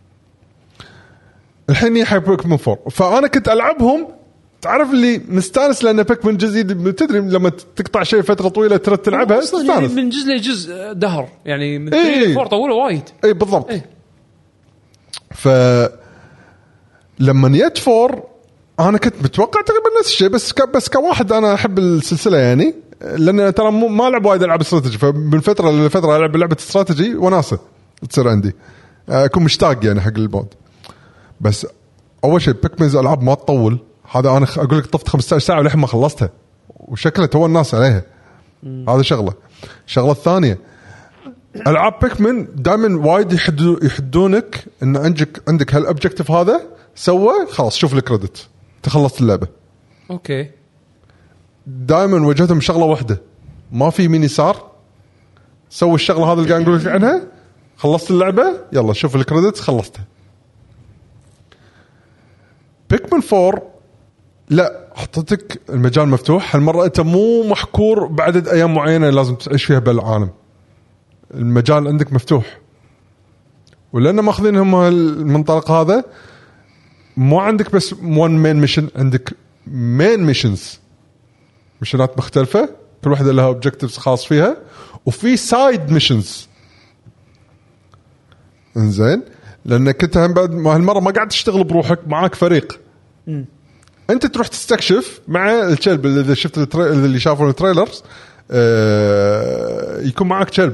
الحين يحب بيكمن فور فأنا كنت ألعبهم تعرف اللي مستانس لأن بيكمن جزء تدري لما تقطع شيء فترة طويلة ترى تلعبها يعني من جزء لجزء دهر يعني من ايه ثري فور طولوا وايد. اي بالضبط. ايه. فلما نيت فور انا كنت متوقع تقريبا نفس الشيء بس ك... بس كواحد انا احب السلسله يعني لان ترى ما العب وايد العاب استراتيجي فمن فتره لفتره العب لعبه استراتيجي وناسه تصير عندي اكون مشتاق يعني حق البود. بس اول شيء بيكمنز العاب ما تطول هذا انا اقول لك طفت خمسة عشر ساعه ولحين ما خلصتها وشكلها تو الناس عليها. هذا شغله. شغله الثانيه العاب بيكمن دائما وايد يحدو يحدونك ان عندك عندك هالاوبجكتيف هذا سوى خلاص شوف الكريدت تخلصت اللعبه. اوكي دائما وجهتهم شغله واحده ما في يمين يسار سوي الشغله هذا اللي قاعد نقول لك عنها خلصت اللعبه يلا شوف الكريدت خلصتها. بيكمن فور لا حطتك المجال مفتوح هالمره انت مو محكور بعدد ايام معينه لازم تعيش فيها بالعالم. المجال عندك مفتوح ولأنه ماخذينهم المنطلق هذا مو عندك بس one main mission عندك main missions مشنات مختلفه كل واحده لها اوبجكتيفز خاص فيها وفي سايد ميشنز انزين لانك انت هم بعد ما هالمره ما قاعد تشتغل بروحك معاك فريق م. انت تروح تستكشف مع الكلب اللي شفت التري... اللي شافوا التريلرز آه... يكون معاك كلب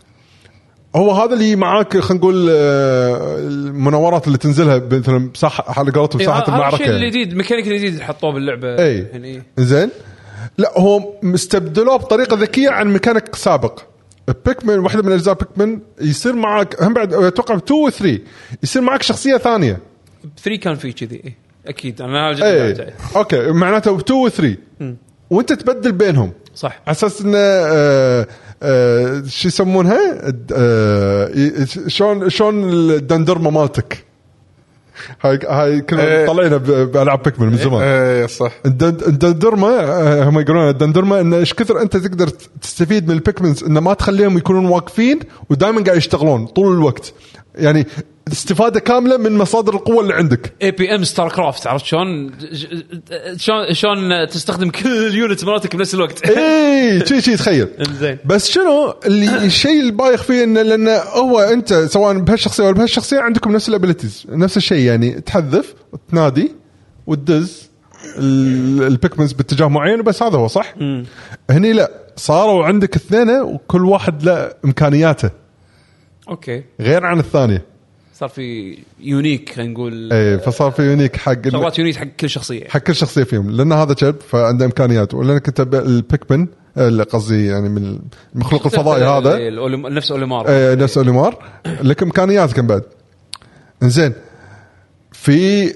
هو هذا اللي معاك خلينا نقول آه... المناورات اللي تنزلها مثلا بساحه على قولتهم بساحه إيه المعركه الشيء الجديد ميكانيك الجديد حطوه باللعبه اي يعني زين لا هو مستبدلوه بطريقه ذكيه عن ميكانيك سابق بيكمن واحده من اجزاء بيكمن يصير معك هم بعد اتوقع اثنين و ثلاثة يصير معك شخصيه ثانيه ثلاثة كان في كذي اكيد انا جد ايه. اوكي معناته اثنين و ثلاثة وانت تبدل بينهم صح على اساس انه آه آه شو يسمونها آه شلون شلون الدندرمه مالتك هاي هاي كنا ايه. طلعنا بالعاب بيكمن من زمان ايه صح الدندرمه هم يقولون الدندرمه ان ايش كثر انت تقدر تستفيد من البيكمنز انه ما تخليهم يكونون واقفين ودائما قاعد يشتغلون طول الوقت يعني استفاده كامله من مصادر القوه اللي عندك اي بي ام ستار كرافت عرفت شلون شلون شلون تستخدم كل اليونت مالتك بنفس الوقت اي شيء شيء تخيل بس شنو اللي الشيء البايخ فيه انه لانه هو انت سواء بهالشخصيه ولا بهالشخصيه عندكم نفس الابيليتيز نفس الشيء يعني تحذف وتنادي وتدز البيكمنز باتجاه معين بس هذا هو صح م. هني لا صاروا عندك اثنين وكل واحد له امكانياته اوكي غير عن الثانيه صار في يونيك خلينا نقول ايه فصار في يونيك حق شغلات يونيك حق كل شخصيه حق كل شخصيه فيهم لان هذا كلب فعنده امكانيات ولان كنت البيكمن اللي قصدي يعني من المخلوق الفضائي هذا نفس اوليمار ايه نفس اوليمار لك امكانيات كم بعد انزين في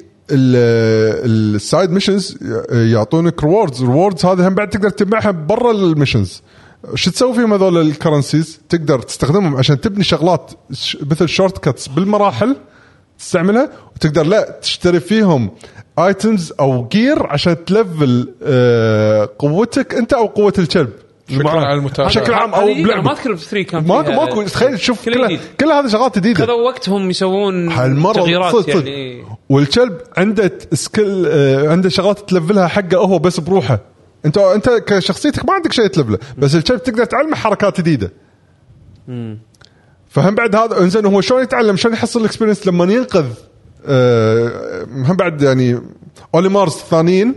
السايد ميشنز يعطونك ريوردز ريوردز هذا هم بعد تقدر تتبعها برا الميشنز شو تسوي فيهم هذول الكرنسيز تقدر تستخدمهم عشان تبني شغلات مثل شورت كاتس بالمراحل تستعملها وتقدر لا تشتري فيهم ايتمز او جير عشان تلفل آه قوتك انت او قوة الكلب شكرا على المتابعة بشكل عام او بلعبة ما اذكر ثلاثة كان فيها ماكو ماكو تخيل شوف كل كل هذه شغلات جديده هذا وقتهم يسوون تغييرات صد صد. يعني والكلب عنده سكيل آه عنده شغلات تلفلها حقه هو بس بروحه انت انت كشخصيتك ما عندك شيء تلفله بس الكلب تقدر تعلمه حركات جديده امم فهم بعد هذا انزين هو شلون يتعلم شلون يحصل الاكسبيرينس لما ينقذ أه هم بعد يعني اوليمارز الثانيين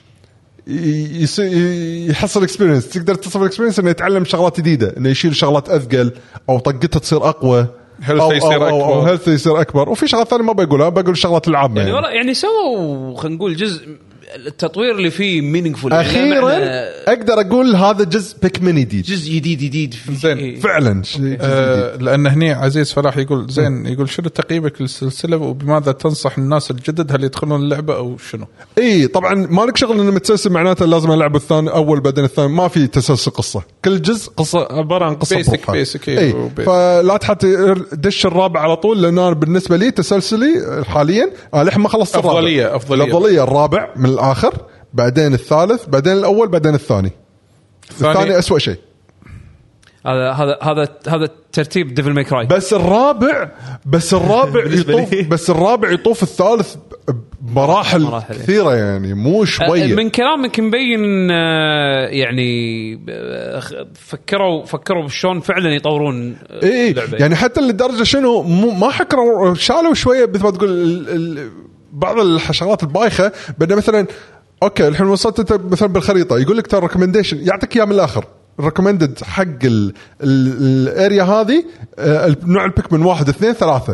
يحصل اكسبيرينس تقدر تصل الاكسبيرينس انه يتعلم شغلات جديده انه يشيل شغلات اثقل او طقته تصير اقوى هيلث يصير اكبر او هيلث يصير اكبر وفي شغلات ثانيه ما بقولها بقول الشغلات العامه يعني, يعني. يعني سووا خلينا نقول جزء التطوير اللي فيه مينينغفول اخيرا اقدر اقول هذا جزء بيكمن جديد جزء جديد جديد زين فعلا آه لان هني عزيز فلاح يقول زين يقول شنو تقييمك للسلسله وبماذا تنصح الناس الجدد هل يدخلون اللعبه او شنو اي طبعا ما لك شغل انه متسلسل معناته لازم العب الثاني اول بعدين الثاني ما في تسلسل قصه كل جزء قصه عباره عن قصه بيسك بيسك اي فلا تحط دش الرابع على طول لان انا بالنسبه لي تسلسلي حاليا انا لحين ما خلصت الرابع افضليه افضليه الافضليه الرابع من الاخر بعدين الثالث بعدين الأول بعدين الثاني الثاني, الثاني أسوأ شيء هذا هذا هذا هذا ترتيب ديفل ماي كراي بس الرابع بس الرابع يطوف بس الرابع يطوف الثالث بمراحل كثيرة يعني مو شوية من كلامك مبين يعني فكروا فكروا بشون فعلا يطورون إيه يعني حتى لدرجة شنو ما حكروا شالوا شوية مثل ما تقول بعض الحشرات البايخة بدنا مثلا اوكي الحين وصلت انت مثلا بالخريطه يقول لك ترى ريكومنديشن يعطيك اياه من الاخر ريكومندد حق الاريا هذه نوع البيك من واحد اثنين ثلاثه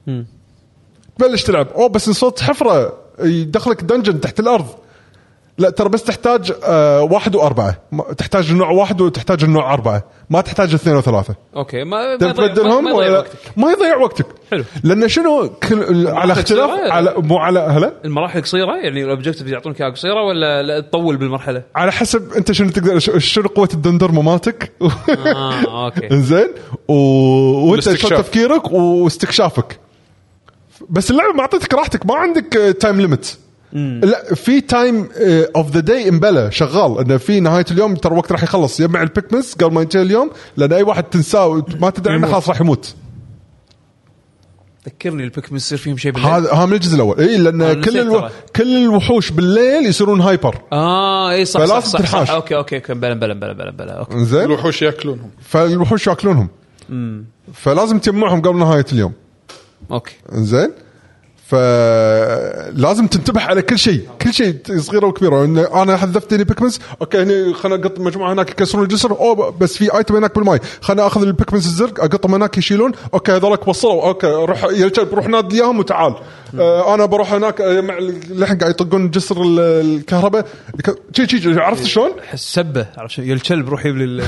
تبلش تلعب او بس صوت حفره يدخلك دنجن تحت الارض لا ترى بس تحتاج آه واحد وأربعة تحتاج النوع واحد وتحتاج النوع أربعة ما تحتاج اثنين وثلاثة أوكي ما تبدلهم ما يضيع وقتك ما يضيع وقتك حلو لأن شنو كل على اختلاف على مو على هلا المراحل قصيرة يعني الأوبجكتيف يعطونك إياها قصيرة ولا لا تطول بالمرحلة على حسب أنت شنو تقدر شنو قوة الدندرمة مالتك آه أوكي إنزين و... وأنت شو تفكيرك واستكشافك بس اللعبة ما أعطيتك راحتك ما عندك تايم ليميت لا في تايم اوف ذا داي امبلا شغال انه في نهايه اليوم ترى وقت راح يخلص يجمع البيكمنز قبل ما ينتهي اليوم لان اي واحد تنساه ما تدري عنه خلاص راح يموت ذكرني البيكمن يصير فيهم شيء بالليل. هذا ها من الجزء الاول اي لان كل الو... كل الوحوش بالليل يصيرون هايبر. اه اي صح صح, صح, صح, صح اوكي اوكي بلا بلا بلا بلا بلا اوكي. زين الوحوش ياكلونهم فالوحوش ياكلونهم امم فلازم تجمعهم قبل نهايه اليوم. اوكي زين فلازم تنتبه على كل شيء كل شيء صغيره وكبيره. إن انا حذفتني بيكمنز اوكي هنا خلنا اقط مجموعه هناك يكسرون الجسر او بس في ايتم هناك بالماي خلنا اخذ البيكمنز الزرق اقطهم هناك يشيلون اوكي هذولك وصلوا اوكي روح يا الكلب روح نادي اياهم وتعال. آه انا بروح هناك مع الحين قاعد يطقون جسر الكهرباء شي شي عرفت شلون سبه عرفت يا الكلب روح يجيب لي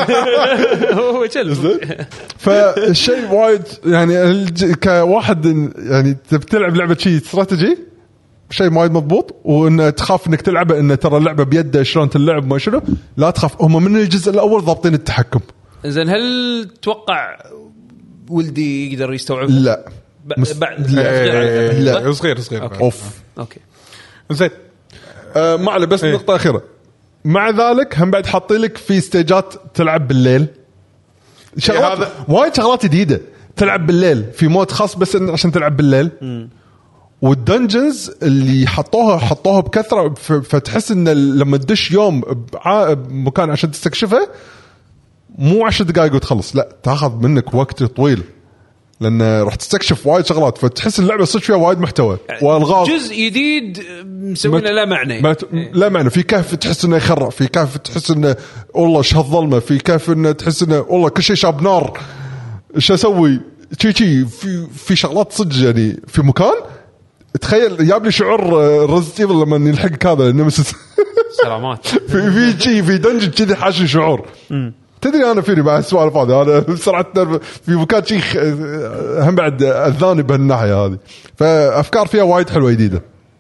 هو كلب. فالشيء وايد يعني كواحد يعني تلعب لعبه شيء استراتيجي شيء وايد مضبوط وان تخاف انك تلعبه ان ترى اللعبه بيده شلون تلعب ما شنو لا تخاف هم من الجزء الاول ضابطين التحكم. زين هل تتوقع ولدي يقدر يستوعب؟ لا بعد لا, لا صغير صغير أوكي. اوف اوكي زين آه ما عليه بس ايه. نقطه اخيره مع ذلك هم بعد حاطين لك في استيجات تلعب بالليل شغلات هذا وايد شغلات جديده تلعب بالليل في مود خاص بس عشان تلعب بالليل م. والدنجنز اللي حطوها حطوها بكثره فتحس ان لما تدش يوم بمكان عشان تستكشفه مو عشر دقائق وتخلص لا تاخذ منك وقت طويل لان راح تستكشف وايد شغلات فتحس اللعبه صدق فيها وايد محتوى والغاز جزء جديد مسوينا لا معنى مت... لا معنى في كهف تحس انه يخرع في كهف تحس انه والله شه الظلمه في كهف انه تحس انه والله كل شيء شاب نار ايش اسوي شي شي في في شغلات صدق يعني في مكان تخيل جاب لي شعور ريزنت ايفل لما يلحقك هذا نمسس سلامات في في شيء في دنجن كذي حاشي شعور تدري انا فيني مع السوالف هذه انا بسرعه في مكان شيء هم بعد اذاني بهالناحيه هذه فافكار فيها وايد حلوه جديده.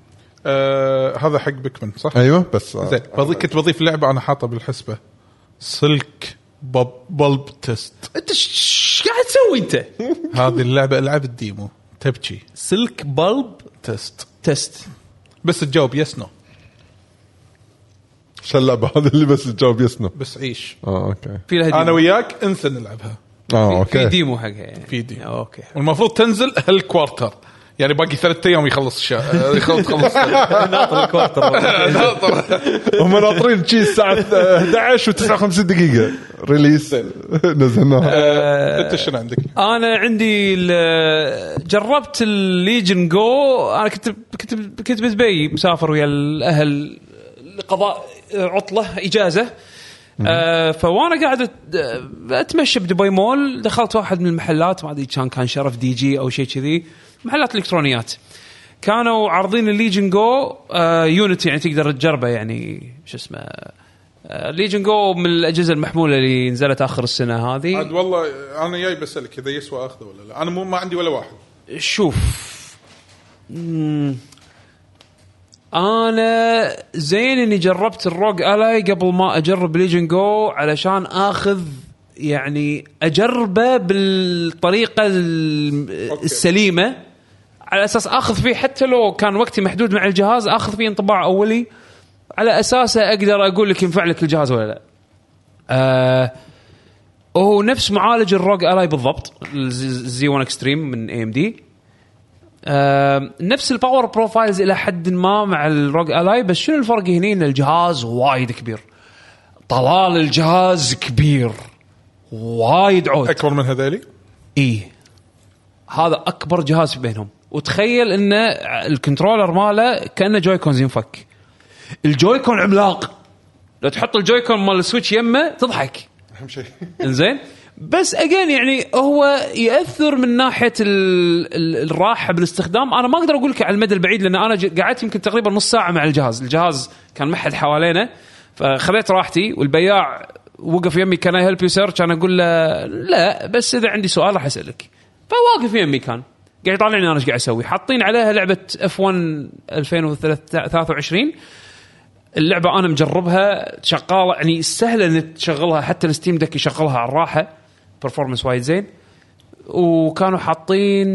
آه هذا حق بيكمن صح ايوه بس زين بضيف كنت بضيف لعبه انا حاطه بالحسبه سلك بب بلب تيست. انت ايش قاعد تسوي انت؟ هذه اللعبه العب الديمو تبكي سلك بلب تيست تيست بس تجاوب يس نو. شو اللعبه هذه اللي بس تجاوب يس نو بس عيش اه اوكي في لها انا وياك انسى نلعبها اه اوكي في ديمو حقها يعني في ديمو اوكي والمفروض تنزل هالكوارتر يعني باقي ثلاثة أيام يخلص الشهر يخلص خلص ناطر الكوارتر ناطر هم ناطرين شيء الساعة إحدى عشر وتسعة وخمسين دقيقة ريليس نزلناها. أنت شنو عندك؟ أنا عندي جربت الليجن جو. أنا كنت كنت كنت بدبي مسافر ويا الأهل لقضاء عطلة إجازة. آه فوانا قاعد اتمشى بدبي مول دخلت واحد من المحلات ما ادري كان كان شرف دي جي او شيء كذي محلات الكترونيات كانوا عارضين الليجن جو آه يونيتي يعني تقدر تجربه يعني شو اسمه آه ليجن جو من الاجهزه المحموله اللي نزلت اخر السنه هذه. عاد والله انا جاي بسالك اذا يسوى اخذه ولا لا. انا مو ما عندي ولا واحد. شوف مم. انا زين اني جربت الروج الاي قبل ما اجرب ليجن جو علشان اخذ يعني اجربه بالطريقه السليمه على اساس اخذ فيه حتى لو كان وقتي محدود مع الجهاز اخذ فيه انطباع اولي على اساسه اقدر اقول لك ينفع لك الجهاز ولا لا. آه وهو نفس معالج الروج الاي بالضبط الزي ون اكستريم من اي ام دي. آه، نفس الباور بروفايلز إلى حد ما مع الروج الاي بس شنو الفرق هنا ان الجهاز وايد كبير طلال الجهاز كبير وايد عود اكبر من هذولي. ايه هذا اكبر جهاز بينهم وتخيل ان الكنترولر ماله كانه جويكون ينفك الجويكون عملاق لو تحط الجويكون مال السويتش يمه تضحك اهم شيء انزين بس اجين يعني هو ياثر من ناحيه ال ال الراحه بالاستخدام. انا ما اقدر اقول لك على المدى البعيد لان انا قعدت يمكن تقريبا نص ساعه مع الجهاز الجهاز كان محد حوالينا فخذيت راحتي والبياع وقف يمي كان هيلب يو سيرش انا اقول له لا بس اذا عندي سؤال راح اسالك فواقف يمي كان قاعد يطالعني انا ايش قاعد اسوي. حاطين عليها لعبه اف ون ألفين وثلاثة وعشرين اللعبه انا مجربها شغاله يعني سهله ان تشغلها حتى الستيم دك يشغلها على الراحه performance وايد زين. وكانوا حاطين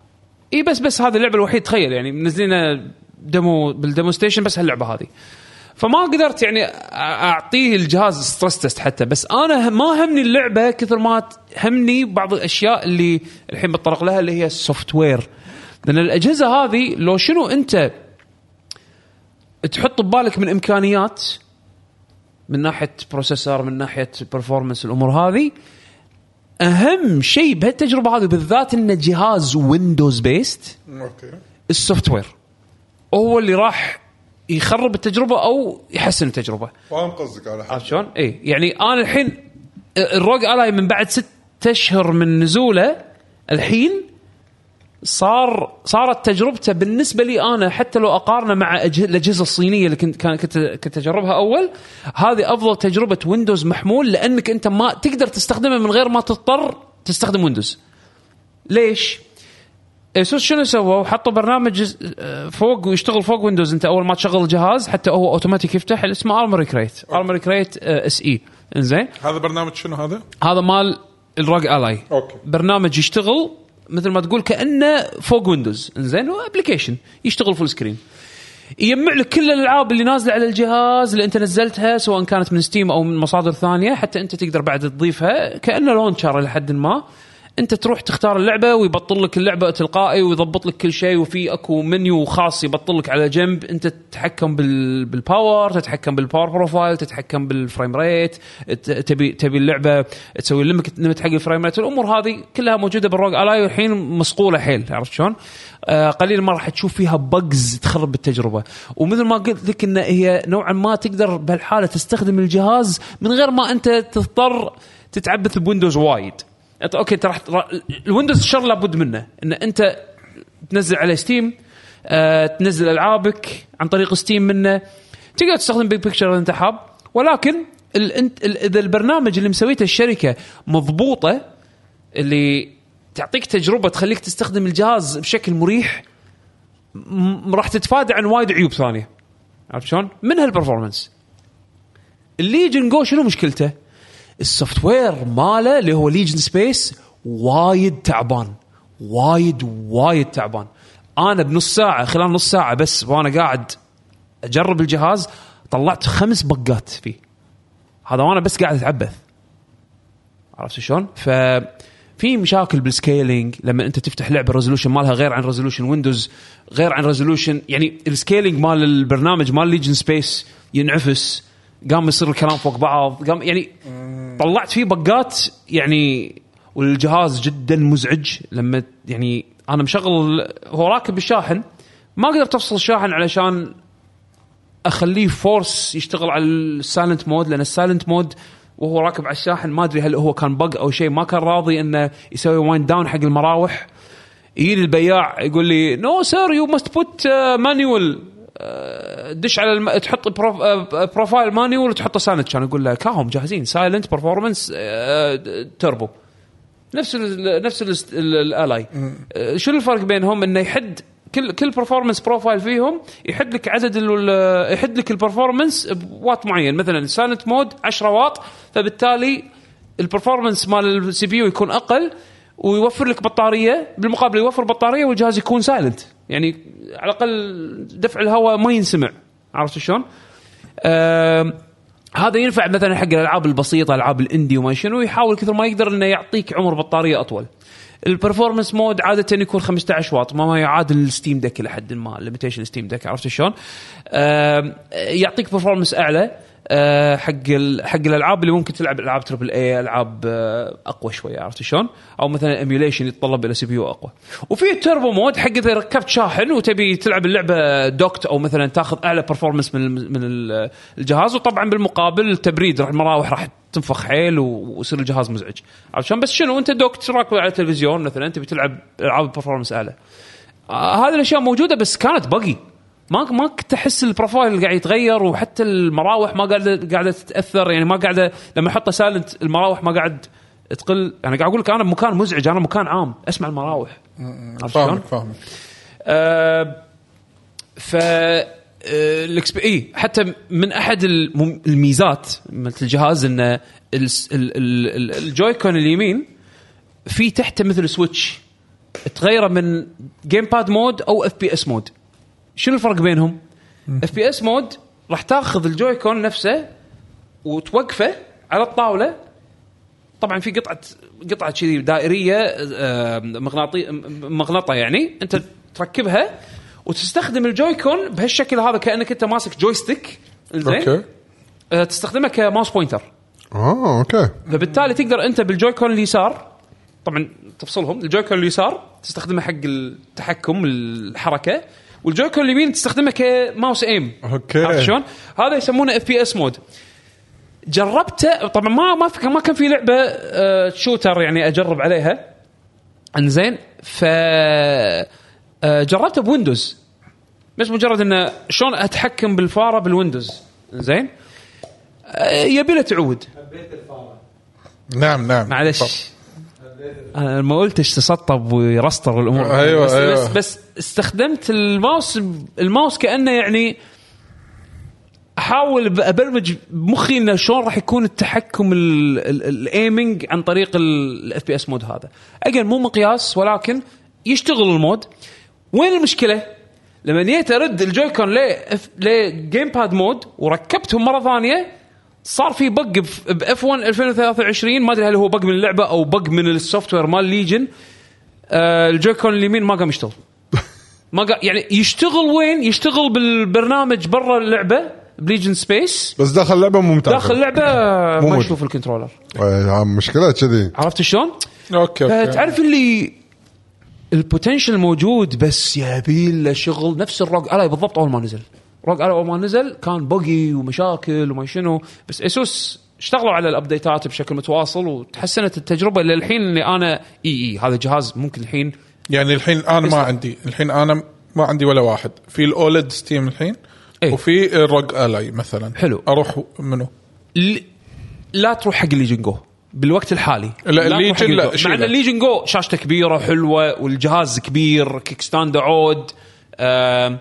اي بس بس هذا اللعبه الوحيد تخيل يعني منزلينها ديمو بالديمونستريشن بس هاللعبه هذه فما قدرت يعني اعطيه الجهاز ستريس تيست حتى. بس انا ما همني اللعبه كثر ما همني بعض الاشياء اللي الحين بتطرق لها اللي هي السوفت وير. لان الاجهزه هذه لو شنو انت تحط ببالك من امكانيات من ناحيه بروسيسور من ناحيه برفورمانس الامور هذه، اهم شيء بهالتجربه هذه بالذات ان جهاز ويندوز بيست السوفت وير هو اللي راح يخرب التجربه او يحسن التجربه. فاهم قصدك على حاجه شلون؟ اي يعني انا الحين الروج الاي من بعد ست اشهر من نزوله الحين صار صارت تجربته بالنسبه لي انا حتى لو اقارنه مع الاجهزه الصينيه اللي كنت كنت كنت اجربها اول، هذه افضل تجربه ويندوز محمول لانك انت ما تقدر تستخدمه من غير ما تضطر تستخدم ويندوز. ليش؟ اسوس شنو سووا؟ حطوا برنامج فوق ويشتغل فوق ويندوز. انت اول ما تشغل الجهاز حتى هو اوتوماتيك يفتح اسمه ارموري كريت ارموري كريت اس اي. انزين هذا برنامج شنو هذا؟ هذا مال الروج الاي. أوكي. برنامج يشتغل مثل ما تقول كأنه فوق ويندوز. انزين هو ابلكيشن يشتغل فول سكرين، يجمع لك كل الالعاب اللي نازله على الجهاز اللي انت نزلتها سواء كانت من ستيم او من مصادر ثانيه، حتى انت تقدر بعد تضيفها كأنه لونشر لحد ما. انت تروح تختار اللعبه ويبطل لك اللعبه تلقائي ويضبط لك كل شيء، وفي اكو منيو خاص يبطل لك على جنب. انت تتحكم بال بالباور، تتحكم بالباور بروفايل، تتحكم بالفريم ريت، تبي تبي اللعبه تسوي ليميت حق الفريم ريت. الامور هذه كلها موجوده بالروج الاي والحين مصقوله حيل. عرفت شلون؟ آه قليل ما راح تشوف فيها بجز تخرب التجربه. ومثل ما قلت لك ان هي نوعا ما تقدر بهالحاله تستخدم الجهاز من غير ما انت تضطر تتعبث بويندوز وايد. اوكي انت راح الويندوز الشر لابد منه ان انت تنزل عليه ستيم، آه، تنزل العابك عن طريق ستيم منه، تقدر تستخدم بيج بيكتشر اذا انت حاب. ولكن ال انت اذا البرنامج اللي مسويته الشركه مضبوطه اللي تعطيك تجربه تخليك تستخدم الجهاز بشكل مريح، راح تتفادى عن وايد عيوب ثانيه. عرفت شلون؟ منها البرفورمانس. الليجن جو شنو مشكلته؟ السوفت وير ماله اللي هو ليجن سبيس وايد تعبان وايد وايد تعبان. انا بنص ساعه خلال نص ساعه بس وانا قاعد اجرب الجهاز طلعت خمس بقات فيه، هذا وانا بس قاعد اتعبث. عرفت شلون؟ ففي مشاكل بالسكيلينج لما انت تفتح لعبه الريزولوشن مالها غير عن ريزولوشن ويندوز، غير عن ريزولوشن يعني السكيلينج مال البرنامج مال ليجن سبيس ينعفس، قام يصير الكلام فوق بعض، قام يعني طلعت فيه بقات يعني. والجهاز جدا مزعج لما يعني انا مشغل هو راكب الشاحن ما اقدر تفصل الشاحن علشان اخليه فورس يشتغل على السايلنت مود، لان السايلنت مود وهو راكب على الشاحن ما ادري هل هو كان بق او شيء، ما كان راضي انه يسوي وايند داون حق المراوح. يجي البياع يقول لي نو سير يو ماست بوت مانيوال، دش على الم... تحط بروف... بروفايل مانيول وتحطه سايلنت. كان يقول له كاهم جاهزين سايلنت برفورمانس تربو نفس ال... نفس ال... الالاي. شو الفرق بينهم؟ انه يحد كل كل برفورمانس بروفايل فيهم يحد لك عدد ال... يحد لك البرفورمانس بوات معين. مثلا سايلنت مود عشرة واط، فبالتالي البرفورمانس مال السي بي يو يكون اقل ويوفر لك بطاريه، بالمقابل يوفر بطاريه والجهاز يكون سايلنت، يعني على الأقل دفع الهواء ما ينسمع. عرفت شلون؟ آه هذا ينفع مثلا حق الألعاب البسيطة، ألعاب الإندي وما شنو، يحاول كثر ما يقدر إنه يعطيك عمر بطارية أطول. البرفورمانس مود عادة يكون خمسة عشر واط، ما ما يعادل الستيم ديك لحد ما ليميتيشن ستيم ديك. عرفت شلون؟ آه يعطيك برفورمانس أعلى أه حق حق الالعاب اللي ممكن تلعب العاب تربل اي، العاب أه اقوى شويه. عرفت شلون؟ او مثلا ايميوليشن يتطلب الى سي بي يو اقوى. وفي التربو مود حق اذا ركبت شاحن وتبي تلعب اللعبه دوكت او مثلا تاخذ اعلى برفورمانس من من الجهاز، وطبعا بالمقابل التبريد راح المراوح راح تنفخ حيل ويصير الجهاز مزعج. عرفت شلون؟ بس شنو انت دوكت راكب على التلفزيون مثلا تبي تلعب العاب برفورمانس اعلى، آه هذه الاشياء موجوده بس كانت بقي ما ما كنت احس البروفايل قاعد يتغير، وحتى المراوح ما قاعده قاعده تتاثر، يعني ما قاعده لما احطه سايلنت المراوح ما قاعد تقل. يعني قاعد اقول لك انا بمكان مزعج، انا مكان عام اسمع المراوح. فاهمك فاهمك. آه ف الاكس بي اي حتى من احد الميزات مثل الجهاز ان الجويكون اليمين في تحته مثل سويتش تغيره من جيم باد مود او اف بي اس مود. شنو الفرق بينهم؟ اف بي اس مود راح تاخذ الجويكون نفسه وتوقفه على الطاوله. طبعا في قطعه قطعه كذي دائريه مغناطي مغناطه يعني انت تركبها وتستخدم الجويكون بهالشكل هذا كانك انت ماسك جويستيك زين. اوكي. تستخدمه كماوس بوينتر. اه اوكي. فبالتالي تقدر انت بالجويكون اليسار طبعا تفصلهم، الجويكون اليسار تستخدمه حق التحكم الحركه، والجويكون اليمين تستخدمه كماوس ايم. اوكي. عرفت شلون؟ هذا يسمونه اف بي اس مود. جربته طبعا ما ما في ما كان في لعبه آه شوتر يعني اجرب عليها انزين. ف آه جربته بويندوز بس مجرد انه شلون اتحكم بالفاره بالويندوز انزين. آه يبي له تعود. نعم نعم معلش انا ما قلتش تسطب ويرستر الامور. أيوة بس, أيوة. بس بس استخدمت الماوس الماوس كانه يعني احاول ابرمج بمخي انه شلون راح يكون التحكم الايمنج عن طريق الاف بي اس مود هذا. اجل مو مقياس ولكن يشتغل المود. وين المشكله؟ لما جيت ارد الجويكون لجيم باد مود وركبتهم مره ثانيه صار في بق باف واحد ألفين وثلاثة وعشرين. ما ادري هل هو بق من اللعبه او بق من السوفت وير مال ليجن. آه الجويكون اليمين ما قام يشتغل. ما قام يعني يشتغل وين؟ يشتغل بالبرنامج برا اللعبه بليجن سبيس بس داخل اللعبه مو متابع. داخل اللعبه ما يشوف الكنترولر. اي مشكله كذي. عرفت شلون؟ اوكي اوكي. تعرف اللي البوتنشل موجود بس يبي له شغل. نفس الروج الاي بالضبط. اول ما نزل روج الاي اول ما نزل كان بوجي ومشاكل وما شنو، بس اسوس اشتغلوا على الابديتات بشكل متواصل وتحسنت التجربه للحين. اللي انا اي اي هذا جهاز ممكن الحين يعني الحين انا ما عندي الحين انا ما عندي ولا واحد في الاولد ستيم الحين. ايه؟ وفي روج الاي مثلا. حلو. اروح منه؟ لا تروح حق الليجن جو بالوقت الحالي. لا الليجن لا مع ان الليجن جو شاشته كبيره حلوه والجهاز كبير كيك ستاند عود آه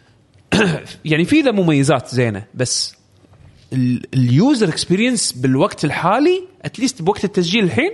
يعني في ذا مميزات زينه، بس اليوزر اكسبيرينس بالوقت الحالي اتليست بوقت التسجيل الحين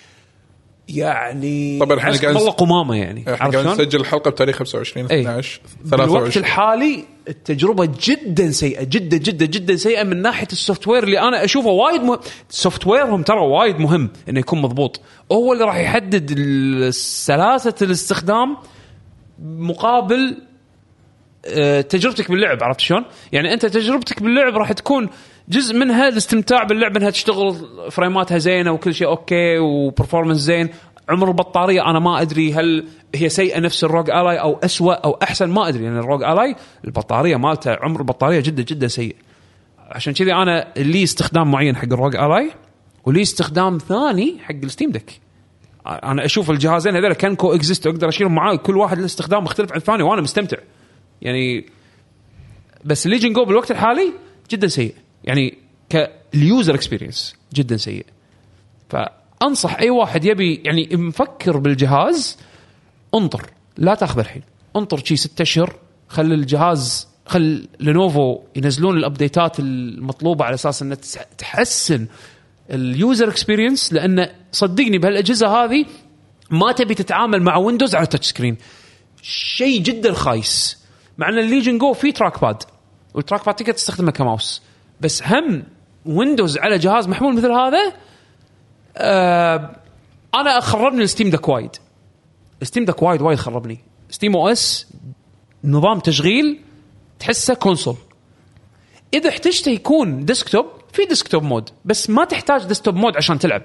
يعني طبعا احنا قاعدين والله قمامه يعني قاعدين نسجل الحلقه بتاريخ خمسة وعشرين اثنا عشر ثلاثة وعشرين. بالوقت الحالي التجربه جدا سيئه جدا جدا جدا سيئه من ناحيه السوفت وير اللي انا اشوفه وايد مهم. السوفت ويرهم ترى وايد مهم انه يكون مضبوط، هو اللي راح يحدد سلاسه الاستخدام مقابل تجربتك باللعب. عرفت شلون؟ يعني انت تجربتك باللعب راح تكون جزء منها الاستمتاع باللعب، انها تشتغل فريماتها زينه وكل شيء اوكي وبرفورمانس زين. عمر البطاريه انا ما ادري هل هي سيئه نفس الروج الاي او اسوأ او احسن، ما ادري. يعني الروج الاي البطاريه مالته عمر البطاريه جدا جدا سيء. عشان كذا انا لي استخدام معين حق الروج الاي ولي استخدام ثاني حق الستيم ديك. انا اشوف الجهازين هذول كان كو اكزيست واقدر اشيلهم معاي، كل واحد له استخدام مختلف عن الثاني وانا مستمتع يعني. بس الليجن جو بالوقت الحالي جدا سيء يعني كاليوزر اكسبيرينس جدا سيء. فانصح اي واحد يبي يعني مفكر بالجهاز انطر، لا تاخذ الحين، انطر شي ستة اشهر، خل الجهاز خل لينوفو ينزلون الابديتات المطلوبه على اساس ان تحسن اليوزر اكسبيرينس. لان صدقني بهالاجهزه هذه ما تبي تتعامل مع ويندوز على تاتش سكرين، شيء جدا خايس. مع ان الليجن جو فيه تراك باد والتراك باد تقدر تستخدمه كماوس، بس هم ويندوز على جهاز محمول مثل هذا آه انا خربني الستيم دك وايد. الستيم دك وايد وايد خربني. ستيم او اس نظام تشغيل تحسه كونسول، اذا احتجته يكون ديسكتوب في ديسكتوب مود، بس ما تحتاج ديسكتوب مود عشان تلعب.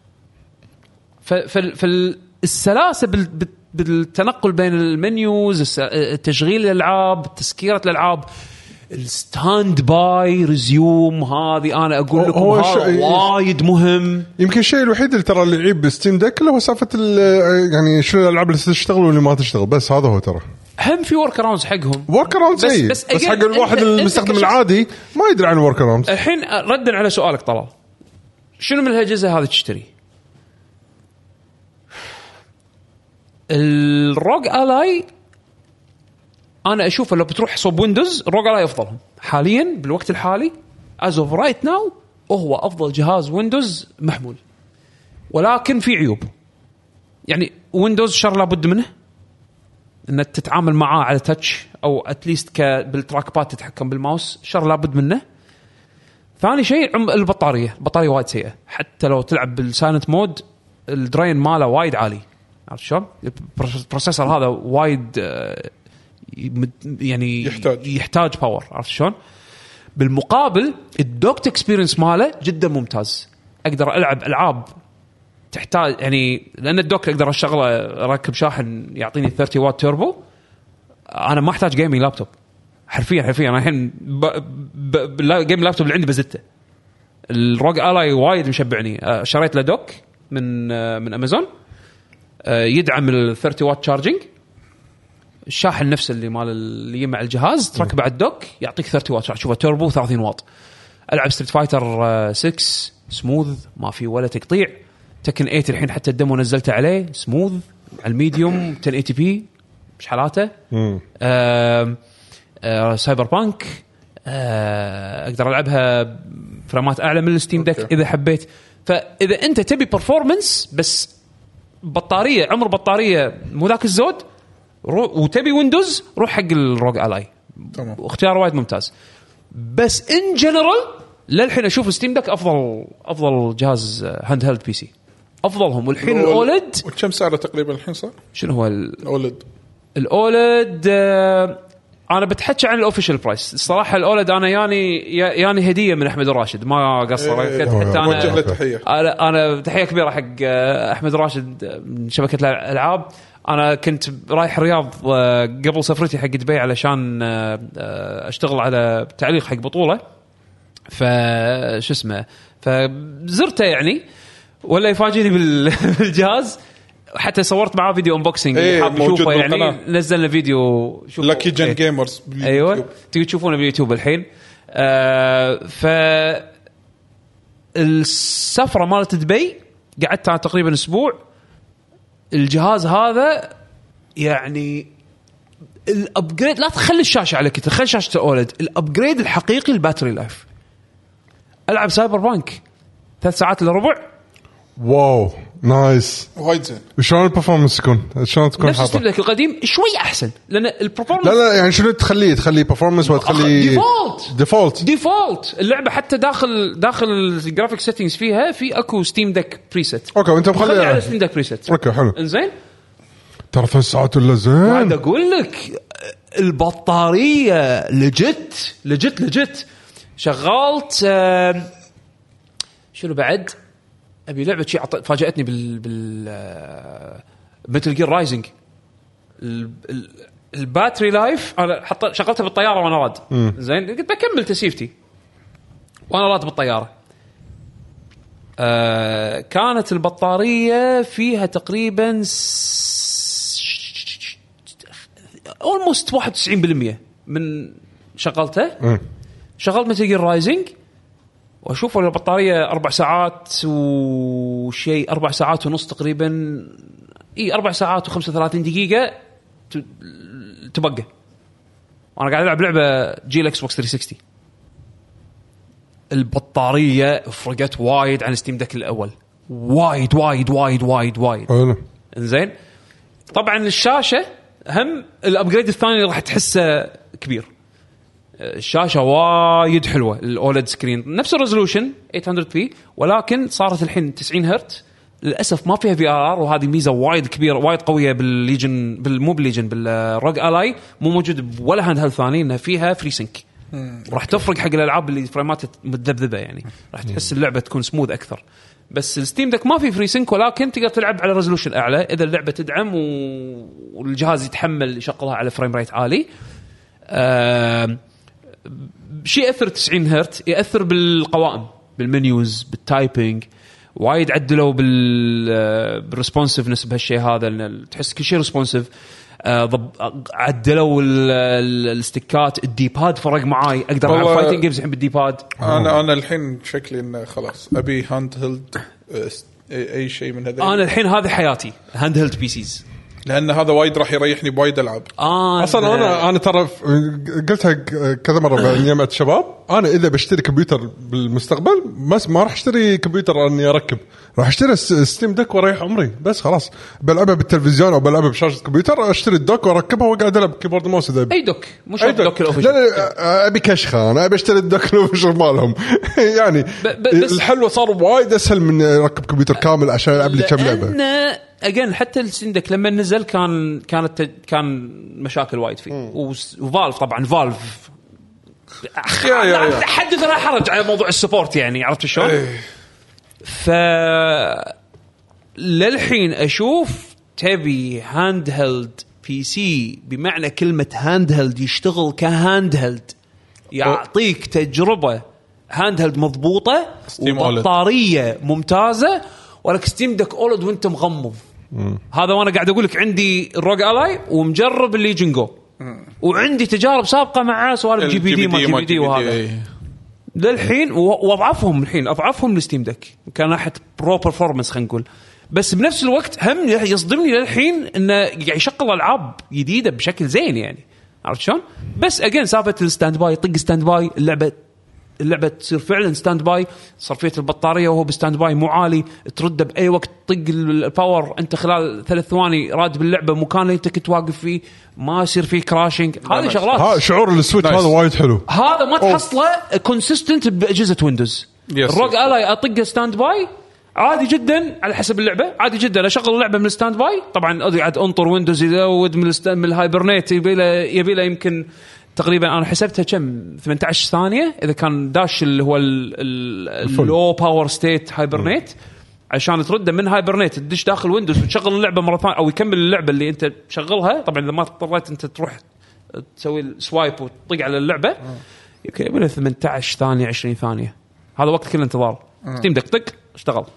فالسلاسه بالتنقل بين المنيوز، تشغيل الالعاب، تسكيره الالعاب، الستاند باي ريزيوم، هذه انا اقول لكم هذا وايد مهم. يمكن الشيء الوحيد اللي ترى اللي يعيب بستيم ديك اللي هو سالفه يعني شنو الالعاب اللي تشتغل واللي ما تشتغل، بس هذا هو. ترى هم في ورك اراوندز حقهم، ورك اراوندز بس, بس, بس حق الواحد المستخدم العادي ما يدري عن ورك اراوندز. الحين ردا على سؤالك طلال، شنو من الاجهزه هذه تشتري؟ الروج الاي انا اشوفه لو بتروح صوب ويندوز الروج الاي افضلهم حاليا بالوقت الحالي از اوف رايت ناو، وهو افضل جهاز ويندوز محمول. ولكن في عيوب، يعني ويندوز شر لابد منه، ان تتعامل معاه على تاتش او اتليست بالتراك باد تتحكم بالماوس شر لابد منه. ثاني شيء البطاريه البطاريه وايد سيئه، حتى لو تلعب بالسايلنت مود الدرين ماله وايد عالي. عرفت شلون؟ البروسيسور هذا وايد يعني يحتاج يحتاج باور. عرفت شلون؟ بالمقابل الدوكت اكسبيرينس ماله جدا ممتاز. اقدر العب العاب تحتاج يعني لان الدوك اقدر اشغله اركب شاحن يعطيني ثلاثين واط توربو. انا ما احتاج جيمنج لابتوب حرفيا حرفيا انا الحين جيم لابتوب اللي عندي بزته. الروج الاي وايد مشبعني. شريت له دوك من من امازون يدعم ال ثلاثين واط تشارجنج. الشاحن نفسه اللي مال اللي يجمع الجهاز تركبه على الدوك يعطيك ثلاثين واط. شوفه توربو ثلاثين واط. العب ستريت فايتر ستة سموث ما في ولا تقطيع. تكن ثمانية الحين حتى الدمو نزلته عليه سموث على الميديوم ألف وثمانين بي مش حالاته. آه آه سايبر بانك آه اقدر العبها فرامات اعلى من الستيم ديك اذا حبيت. فاذا انت تبي برفورمانس بس بطاريه عمر بطاريه مو ذاك الزود وتبي ويندوز روح حق الروج الاي. تمام. اختيار وايد ممتاز. بس ان جنرال للحين اشوف ستيم ديك افضل افضل جهاز هاند هيلد بي سي افضلهم. والحين الاولد وكم سعره تقريبا الحين صار؟ شنو هو الاولد؟ الاولد آه انا بتحكي عن الاوفيشال برايس. الصراحه الاولد انا يعني يعني هديه من احمد الراشد ما قصر. إيه حتى انا وجه له تحيه. انا انا تحيه كبيره حق احمد الراشد من شبكه الالعاب. انا كنت رايح الرياض قبل سفرتي حق دبي علشان اشتغل على تعليق حق بطوله فش اسمه فزرته يعني ولا يفاجئني بالجهاز. حتى صورت معاه فيديو انبوكسينج ايه حاب اشوفه يعني بالقناة. نزلنا فيديو شوفوا لاكي جن ايه. جيمرز ايوه تيجي تشوفونه باليوتيوب الحين. آه ف السفره مالت دبي قعدت تقريبا اسبوع. الجهاز هذا يعني الابجريد لا تخلي الشاشه على كتر خلي شاشه الاولد. الابجريد الحقيقي الباتري لايف. العب سايبر بانك ثلاث ساعات الا ربع. واو نايس وايد زين. وشلون البرفورمانس يكون؟ شلون تكون نفس حاطه؟ نفس القديم شوي احسن لان البرفورمانس لا لا يعني شنو تخليه تخليه برفورمانس وتخليه ديفولت ديفولت ديفولت. اللعبه حتى داخل داخل الجرافيك سيتنجز فيها في اكو ستيم ديك بريسيت. اوكي وانت مخليه على ستيم ديك بريسيت. اوكي حلو انزين ترى ثلاث ساعات ولا زين. قاعد اقول لك البطاريه لجت لجت لجت. شغلت آه شنو بعد ابي لعبه شيء فاجاتني بال بال ميتل جير رايزنج. الباتري لايف انا حط شغلتها بالطياره وانا راد زين قلت بكمل تسيفتي وانا راد بالطياره. آه كانت البطاريه فيها تقريبا almost واحد وتسعين بالمية من شغلتها. شغلت ميتل جير رايزنج واشوف البطاريه اربع ساعات وشيء اربع ساعات ونص تقريبا. اي اربع ساعات وخمسة وثلاثين دقيقه تبقى وانا قاعد العب لعبه جيل اكس بوكس ثلاثمية وستين. البطاريه فرقت وايد عن ستيم ديك الاول وايد وايد وايد وايد وايد. انزين طبعا الشاشه هم الابجريد الثاني راح تحسه كبير. الشاشه وايد حلوه الاولد سكرين نفس الريزولوشن ثمانمية بي ولكن صارت الحين تسعين هرتز. للاسف ما فيها في ار ار وهذه ميزه وايد كبيره وايد قويه بالليجن بالمو بالليجن بالروج الاي مو موجود ولا هاند هيلد ثاني انها فيها فري سينك. راح تفرق حق الالعاب اللي فريمات متذبذبه يعني راح تحس اللعبه تكون سموث اكثر. بس الستيم دك ما في فري سينك ولكن تقدر تلعب على ريزولوشن اعلى اذا اللعبه تدعم والجهاز يتحمل يشغلها على فريم ريت عالي. أه شيء يأثر تسعين هرتز يأثر بالقوائم بالمنيوز بالتايبينج وايد عدلوا بال بالريسبونسفنس بهالشيء هذا لأن تحس كل شيء ريسبونسيف. عدلوا الستيكات الديباد فرق معاي اقدر العب فايتنج جيمز الحين بالديباد. انا انا الحين شكلي انه خلاص ابي هاند هيلد اي شيء من هذا. انا الحين هذه حياتي هاند هيلد بي سيز لان هذا وايد راح يريحني بوايد العاب. آه اصلا انا انا ترى قلتها كذا مره بجامعه الشباب، انا اذا بشتري كمبيوتر بالمستقبل بس ما راح اشتري كمبيوتر اني اركب، راح اشتري ستيم دك واريح عمري بس خلاص. بلعبها بالتلفزيون او بلعبها بشاشه كمبيوتر، اشتري الدوك واركبها واقعد العب كيبورد ماوس. اذا اي دوك مش أي دوك, دوك لا لا ابي كشخه، انا ابي اشتري الدوك الاوفيشال مالهم يعني ب ب الحلوه صار وايد اسهل من اركب كمبيوتر كامل عشان العب لي كم لعبه. اجين حتى السندك لما نزل كان كانت كان مشاكل وايد فيه، وفالف طبعا فالف حدث ولا حرج على موضوع السبورت يعني، عرفت شلون؟ ف للحين اشوف تبي هاند هيلد بي سي بمعنى كلمه هاند هيلد يشتغل كهاند هيلد، يعطيك تجربه هاند هيلد مضبوطه وبطاريه ممتازه، ولك ستيم دك اولد وانت مغمض. مم. هذا وانا قاعد اقول لك عندي الروج الاي ومجرب اللي جنجو، وعندي تجارب سابقه مع سوالف جي بي دي ما جي بي دي وهذا للحين، واضعفهم الحين اضعفهم الستيم دك كان ناحيه برو برفورمانس خلينا نقول. بس بنفس الوقت هم يصدمني للحين انه قاعد يشغل العاب جديده بشكل زين يعني، عرفت شلون؟ بس اجين سالفه الستاند باي، طق ستاند باي اللعبه اللعبه تصير فعلا ستاند باي، صرفيه البطاريه وهو بستاند باي مو عالي، ترده باي وقت، طق الباور انت خلال ثلاث ثواني راد باللعبه مكان اللي انت كنت واقف فيه، ما يصير فيه كراشنج. هذه شغلات ها شعور السويتش هذا وايد حلو، هذا ما تحصله كونسيستنت باجهزه ويندوز. الروج الاي اطق ستاند باي عادي جدا على حسب اللعبه، عادي جدا اشغل اللعبه من الستاند باي. طبعا قاعد انطر ويندوز يزود من من الهايبرنيت، يبي له يبي له يمكن تقريبا انا حسبتها كم ثمانية عشر ثانيه اذا كان داش اللي هو اللو باور ستيت هايبرنيت، عشان ترده من هايبرنيت تدش داخل ويندوز وتشغل اللعبه مره ثانيه او يكمل اللعبه اللي انت تشغلها. طبعا اذا ما اضطريت انت تروح تسوي السوايب وتطق على اللعبه يمكن يبي له ثمانية عشر ثانيه عشرين ثانيه، هذا وقت كل انتظار. ستيم دك طق اشتغل.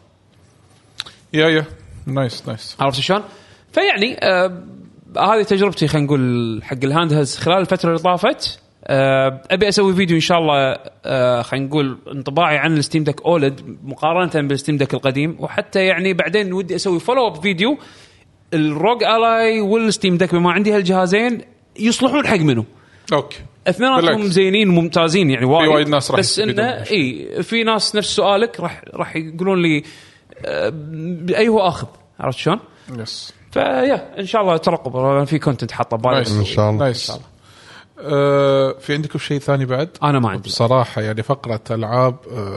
يا يا نايس نايس، عرفت شلون؟ فيعني آه هذه تجربتي خلينا نقول حق الهاند هيلز خلال الفتره اللي طافت. أه ابي اسوي فيديو ان شاء الله، أه خلينا نقول انطباعي عن الستيم دك اولد مقارنه بالستيم دك القديم، وحتى يعني بعدين ودي اسوي فولو اب فيديو الروج الاي والستيم دك بما عندي هالجهازين يصلحون حق منه. اوكي اثنيناتهم زينين ممتازين يعني وايد, وايد ناس راح، بس انه اي في ناس نفس سؤالك راح راح يقولون لي أه باي هو اخذ، عرفت شلون؟ يس. فيا ان شاء الله ترقب في كونتنت حاطه بالي ان شاء الله. نايس. أه في عندكم شيء ثاني بعد؟ انا ما عندي بصراحه يعني فقره العاب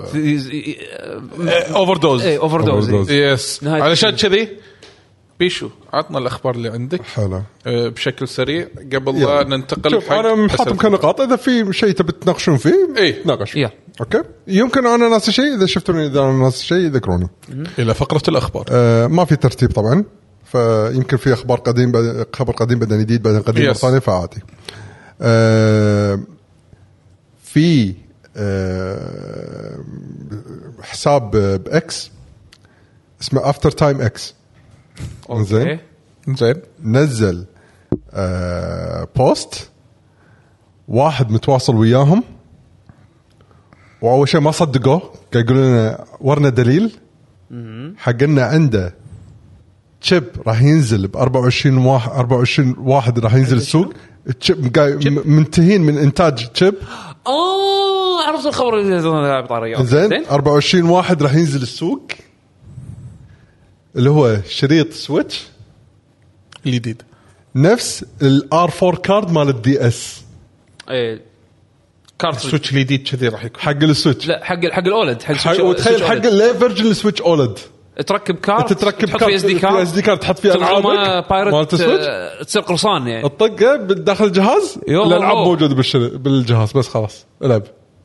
اوفر دوز اوفر دوز يس. علشان كذي بيشو عطنا الاخبار اللي عندك حلو أه بشكل سريع قبل لا ننتقل. حق انا محاطم كنقاط، اذا في شيء تبي تناقشون فيه ايه ناقش. yeah. اوكي يمكن انا ناس شيء، اذا شفتوني اذا انا ناس شيء ذكروني الى فقره الاخبار. أه ما في ترتيب طبعا، فيمكن في اخبار قديم خبر قديم بعدين جديد بعدين قديم مره ثانيه فعادي. أه في أه حساب باكس اسمه افتر تايم اكس، زين زين نزل أه بوست واحد متواصل وياهم، واول شيء ما صدقوه، قاعد يقولون لنا ورنا دليل حقنا عنده تشيب راح ينزل ب أربعة وعشرين واحد أربعة وعشرين واحد راح ينزل السوق. تشيب منتهين من انتاج تشيب. اه عرفت الخبر اللي بطاريه زين أربعة وعشرين واحد راح ينزل السوق، اللي هو شريط سويتش الجديد نفس الار أربعة كارد مال الدي اس. ايه كارت سويتش الجديد كذي راح يكون حق السويتش، لا حق حق الاولد حق سويتش. وتخيل حق الليفرجن السويتش اولد تركب كارت، تركب تحط فيه اس دي كارت، اس دي كارت تحط فيه العابك مالت السويتش، تصير قرصان يعني الطقه بداخل الجهاز، الالعاب موجوده بالشر... بالجهاز بس خلاص العب.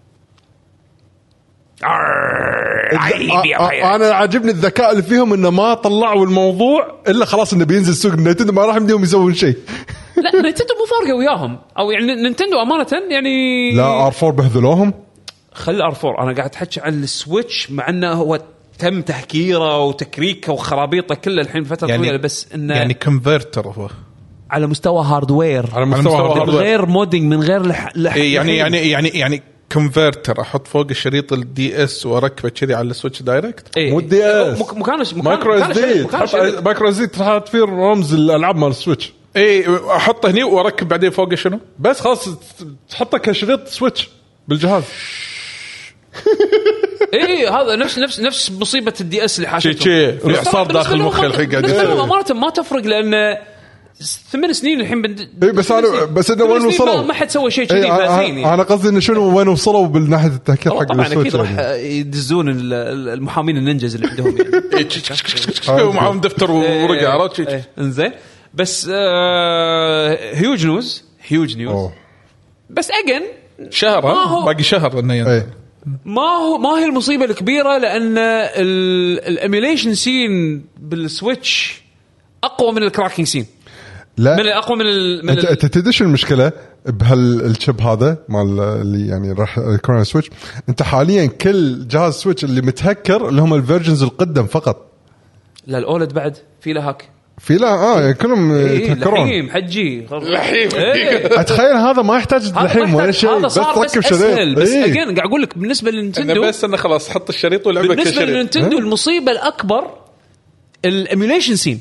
انا عاجبني الذكاء اللي فيهم انه ما طلعوا الموضوع الا خلاص انه بينزل سوق نينتندو، ما راح يمديهم يسوون شيء. لا نينتندو مو فارقه وياهم، او يعني نينتندو امانه يعني لا ار أربعة بهذلوهم. خل ار أربعة انا قاعد احكي عن السويتش، مع انه هو تم تهكيره وتكريكه وخرابيطه كله الحين فتره يعني طويله، بس انه يعني كونفرتر هو على مستوى هاردوير، على مستوى, على مستوى هاردوير غير مودينج من غير لح... لح... يعني يعني يعني يعني كونفرتر احط فوق الشريط الدي اس واركبه كذي على السويتش دايركت. إيه. مو دي اس مك- مكانش مايكرو اس دي مايكرو اس دي تحط فيه رمز الالعاب مال السويتش اي احطه هني واركب بعدين فوق شنو بس خلاص تحطه كشريط سويتش بالجهاز. اي هذا نفس نفس نفس مصيبه الدي اس اللي شي حاشته شي في اعصاب داخل مخي الحين قاعد يصير. امانه ما تفرق لان ثمان سنين الحين بند... اي بس انا بس انه وين وصلوا ما حد سوى شيء كذي إيه فازين يعني. انا قصدي انه شنو وين وصلوا بالناحيه التهكير حق طبعا السويتش اكيد راح يعني. يدزون ال- ال- المحامين النينجز اللي عندهم يعني ومعهم دفتر ورقه عرفت شي. انزين بس آه هيوج نيوز هيوج نيوز أوه. بس اجن شهر ما هو- باقي شهر انه ينزل. ايه ما هو ما هي المصيبه الكبيره لان الايميليشن سين بالسويتش اقوى من الكراكينج سين لا من اقوى من ال... من انت ال... انت تدري شو المشكله بهالشيب هذا مال اللي يعني راح يكون على سويتش. انت حاليا كل جهاز سويتش اللي متهكر اللي هم الفيرجنز القدم فقط. لا الاولد بعد في له هاك في لا اه يعني كلهم إيه يتهكرون. لحيم حجي لحيم. إيه. اتخيل هذا ما يحتاج لحيم ولا شيء هذا بس صار بس تركب اسهل شريط. بس إيه. اجين قاعد اقول لك بالنسبه انا للنينتندو بس انه خلاص حط الشريط ولعبه بالنسبه كشريط. للنينتندو المصيبه الاكبر الايميليشن سين.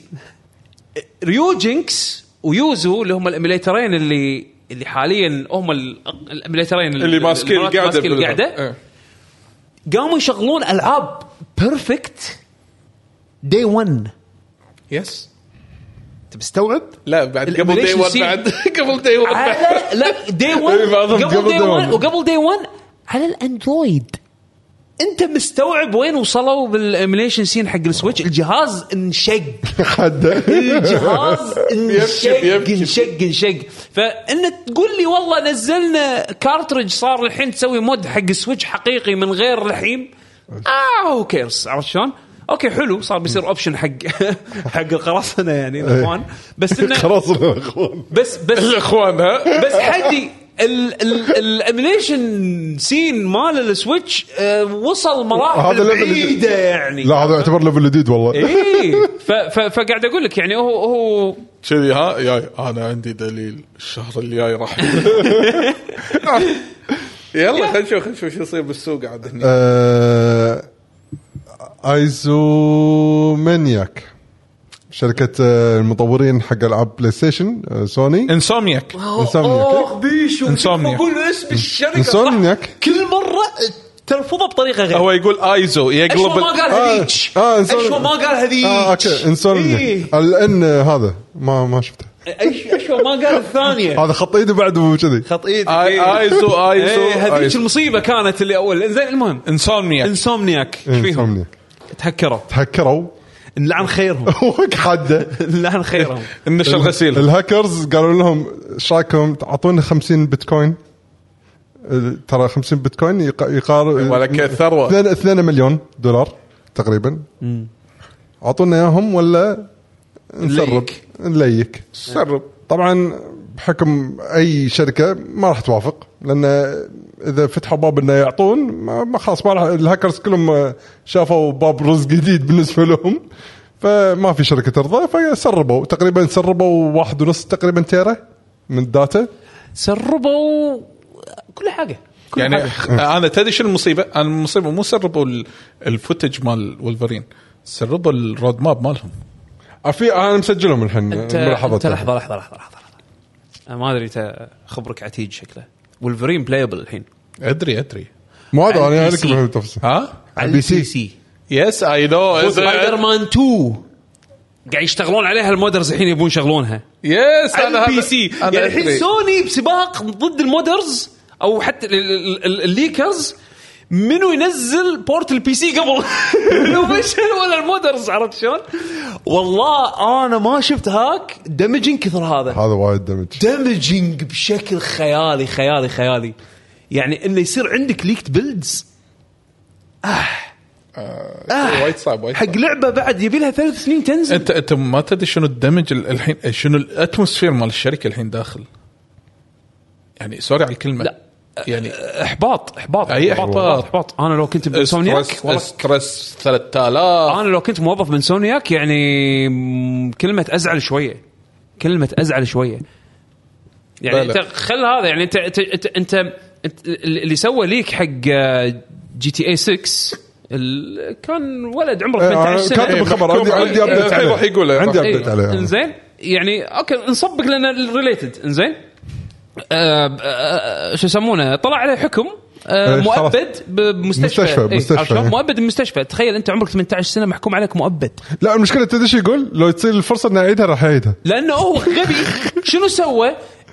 ريوجينكس ويوزو اللي هم الايميليترين اللي اللي حاليا هم ال- الايميليترين اللي ماسكين القاعده ماسكين بالها. القاعده إيه. قاموا يشغلون العاب بيرفكت داي واحد. يس انت مستوعب؟ لا بعد قبل داي الإيميليشن واحد سين. بعد قبل داي واحد بعد. على لا داي إيه، واحد بعضهم قبل قبل داي day واحد one. وقبل داي واحد على الاندرويد. انت مستوعب وين وصلوا بالايميليشن سين حق السويتش؟ الجهاز انشق حد الجهاز انشق يبكي. انشق انشق. فانك تقول لي والله نزلنا كارتريج صار الحين تسوي مود حق السويتش حقيقي من غير لحيم. اه هو كيرس عرفت شلون؟ اوكي حلو صار بيصير اوبشن حق حق القراصنه يعني الاخوان بس انه خلاص الاخوان بس بس الاخوان ها بس حدي الانيميشن سين مال السويتش آه، وصل مراحل هذا level بعيده يعني. لا هذا يعتبر ليفل جديد والله. ايه ف- ف- فقاعد اقول لك يعني هو هو كذي ها جاي انا عندي دليل الشهر اللي جاي راح يلا خلينا نشوف خلينا نشوف شو يصير بالسوق عاد هني. آه، ايزومانياك شركة آه، المطورين حق العاب بلاي ستيشن آه، سوني. انسومياك انسومنياك. اخ بيشو انسومنياك. اقول اسم الشركه انسومنياك. صح كل مره تلفظها بطريقه غير. هو يقول ايزو يقلب اشوى ما قال آه، هذيك آه، إنسان- اشوى ما قال هذيك اه اوكي انسومنياك إيه. لان هذا ما ما شفته. أش- اشوى ما قال الثانيه هذا خط ايده بعده كذي. خط ايد آي- ايزو ايزو إيه، هذيك آيزو. المصيبه كانت اللي اول زين. المهم انسومياك انسومنياك ايش فيهم؟ انسومنياك تهكروا تهكروا نلعن خيرهم وك حده. نلعن خيرهم النش الغسيل الهاكرز قالوا لهم ايش رايكم تعطونا خمسين بيتكوين. ال- ترى خمسين بيتكوين يق- يقارب ولك الثروة. اثنين اثنين مليون دولار تقريبا. اعطونا اياهم ولا نسرب نليك. نليك. سرب طبعا بحكم اي شركه ما راح توافق لان اذا فتحوا باب انه يعطون ما ما خلاص ما راح. الهاكرز كلهم شافوا باب رزق جديد بالنسبه لهم فما في شركه ترضى فسربوا تقريبا سربوا واحد ونص تقريبا تيرا من الداتا. سربوا كل حاجه كل يعني حاجة. خ- انا تدري شو المصيبه؟ انا المصيبه مو سربوا ال- الفوتج مال وولفرين، سربوا الرود ماب مالهم. في انا مسجلهم الحين انت ملاحظات. انت لحظه لحظه لحظه لحظه انا ما ادري انت خبرك عتيج شكله. وولفرين بلايبل الحين ادري ادري مو هذا على انا البي لكم سي. بالتفصيل. ها على البي سي. سي يس اي نو سبايدر مان اثنين قاعد يشتغلون عليها المودرز الحين يبون يشغلونها يس على انا البي هذا- سي. أنا يعني الحين أدري. سوني بسباق ضد المودرز او حتى ال- ال- ال- الليكرز منو ينزل بورت البي سي قبل لو مش ولا المودرز. عرفت شلون؟ والله انا ما شفت هاك دمجين كثر هذا هذا وايد دمج. دمجينج بشكل خيالي خيالي خيالي. يعني انه يصير عندك ليكت بيلدز آه، وايد صعب وايد حق صعب. لعبه بعد يبي لها ثلاث سنين تنزل. انت انت ما تدري شنو الدمج ال- الحين، شنو الاتموسفير مال الشركه الحين داخل. يعني سوري على الكلمه لا. يعني احباط احباط أي احباط إحباط. احباط. انا لو كنت بسونياك ستريس والله ستريس ثلاثة آلاف. انا لو كنت موظف من سونياك يعني م- كلمه ازعل شويه كلمه ازعل شويه. يعني لا انت لا. خل هذا يعني انت انت انت, انت اللي سوى ليك حق جي تي اي ستة كان ولد عمره ثمانية عشر سنه كاتب الخبر عندي عندي ابديت عليه راح يقول عندي ابديت عليه انزين يعني اوكي نصبق لنا ريليتد انزين شو يسمونه طلع عليه حكم آه مؤبد بمستشفى مستشفى, إيه مستشفى إيه. مؤبد بمستشفى. تخيل انت عمرك ثمانية عشر سنه محكوم عليك مؤبد. لا المشكله تدري شو يقول لو تصير الفرصه انه يعيدها راح يعيدها لانه هو غبي. شنو سوى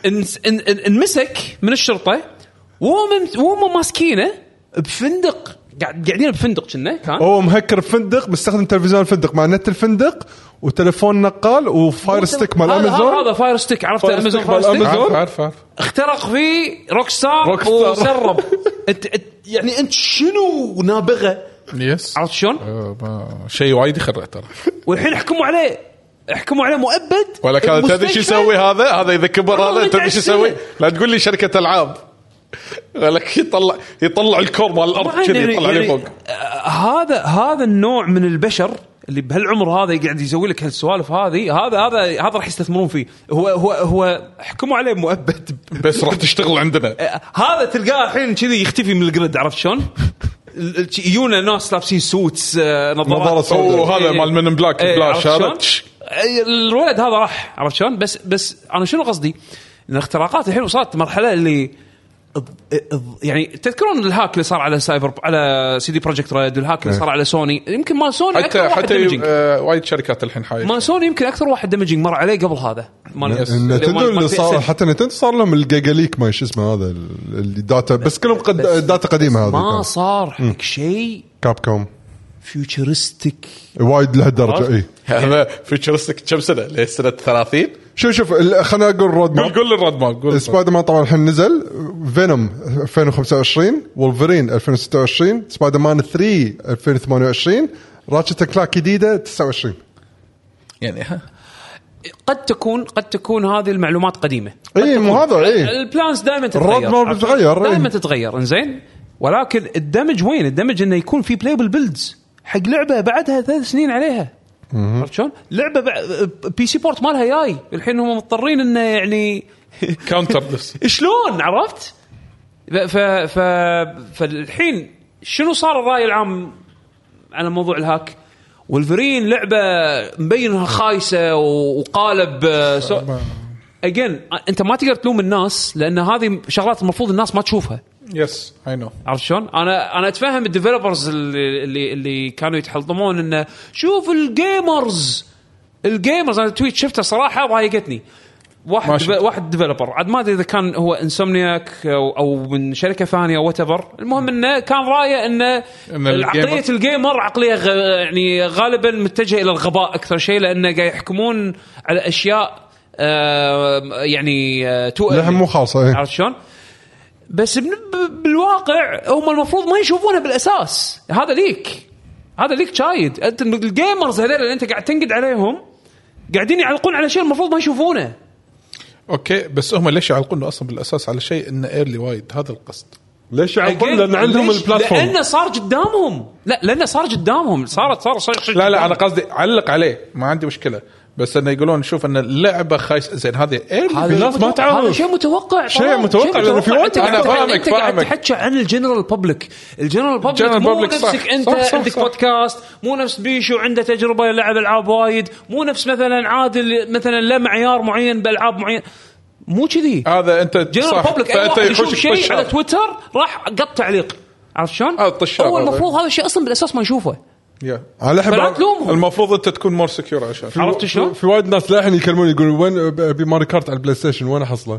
انمسك من الشرطه وهم وهم ماسكينه بفندق قاعد قاعدين بفندق كنا كان هو مهكر بفندق مستخدم تلفزيون الفندق مع نت الفندق وتلفون نقال وفاير ستيك مال امازون. هذا فاير ستيك عرفته امازون فاير ستيك عارف عارف اخترق فيه روك ستار وسرب. انت يعني انت شنو نابغه يس عرفت شلون شيء وايد يخرع ترى. والحين حكموا عليه حكموا عليه مؤبد ولا كان تدري شو يسوي هذا هذا اذا كبر هذا تدري شو يسوي. لا تقول لي شركه العاب لك يطلع يطلع الكور مال الارض كذا يطلع عليه فوق. هذا هذا النوع من البشر اللي بهالعمر هذا يقعد يسوي لك هالسوالف هذه هذا هذا هذا راح يستثمرون فيه. هو هو هو حكموا عليه مؤبد بس راح تشتغل عندنا. هذا تلقاه الحين كذي يختفي من الجريد عرفت شلون يجونا ناس لابسين سوتس نظارات وهذا مال من بلاك بلاش هذا الولد هذا راح عرفت شلون. بس بس انا شنو قصدي ان الاختراقات الحين وصلت مرحله اللي يعني تذكرون الهاك اللي صار على سايبر على سي دي بروجكت ريد الهاك اللي صار على سوني يمكن ما سوني حتى اكثر واحد دمجينج آه وايد شركات الحين حايل ما سوني يمكن اكثر واحد دمجينج مر عليه قبل هذا نتندو اللي صار حتى نتندو صار لهم الجيجا ليك ما ايش اسمه هذا الداتا بس كلهم قد داتا قديمه هذا ما صار حق شيء كاب كوم فيوتشرستيك وايد لهالدرجه. اي هذا فيوتشرستيك كم سنه لسنه ثلاثين. شوف شوف خلينا نقول الرود ماب. قول الرود ماب. قول سبايدر مان طبعا الحين نزل فينوم ألفين وخمسة وعشرين وولفرين ألفين وستة وعشرين سبايدر مان ثلاثة ألفين وثمانية وعشرين راتشت كلاك جديده تسعة وعشرين. يعني ها قد تكون قد تكون هذه المعلومات قديمه. اي مو هذا اي البلانز دائما تتغير الرود ماب بتتغير دائما تتغير انزين. ولكن الدمج وين الدمج انه يكون في بلايبل بيلدز حق لعبه بعدها ثلاث سنين عليها عرفت شلون لعبه بي سي بورت مالها جاي الحين هم مضطرين انه يعني كاونتر بس شلون عرفت. ف ف فالحين شنو صار الراي العام على موضوع الهاك. والفرين لعبه مبينها خايسه وقالب سو... اجين انت ما تقدر تلوم الناس لان هذه شغلات المفروض الناس ما تشوفها. يس اي نو عرفت شلون. انا انا اتفهم الديفلوبرز اللي اللي اللي كانوا يتحلطمون انه شوف الجيمرز الجيمرز انا تويت شفته صراحه ضايقتني. واحد دي واحد ديفلوبر عاد ما ادري اذا كان هو انسومنياك او, أو من شركه ثانيه او واتيفر. المهم انه كان رايه انه عقليه الجيمر عقليه غ... يعني غالبا متجهه الى الغباء اكثر شيء لانه قاعد يحكمون على اشياء آه يعني آه تو لهم مو خاصه. عرفت شلون. بس بالواقع هم المفروض ما يشوفونها بالاساس. هذا ليك هذا ليك شايد انت الجيمرز هذول اللي انت قاعد تنقد عليهم قاعدين يعلقون على شيء المفروض ما يشوفونه. اوكي بس هم ليش يعلقون اصلا بالاساس على شيء انه ايرلي وايد. هذا القصد ليش يعلقون لان عندهم البلاتفورم لانه صار قدامهم. لا لانه صار قدامهم صارت صار, صار, صار لا لا انا قصدي علق عليه ما عندي مشكله بس انه يقولون شوف ان اللعبه خايس زين هذه في ناس ما تعرف هذا شيء متوقع شيء متوقع لانه في وقت انا فاهمك فاهمك تحكي عن الجنرال بابليك. الجنرال بابليك مو نفسك انت صح صح عندك صح بودكاست مو نفس بيشو عنده تجربه يلعب العاب وايد مو نفس مثلا عادل مثلا لا معيار معين بالعاب معين مو كذي. هذا انت جنرال بابليك فانت يشوف شيء على تويتر راح قط تعليق عرفت شلون. هو المفروض هذا الشيء اصلا بالاساس ما نشوفه. على حب المفروض انت تكون مور سكيور عشان عرفت شلون. في وايد ناس لاحين يكلمون يقولون وين بماري كارت على البلاي ستيشن وين احصله.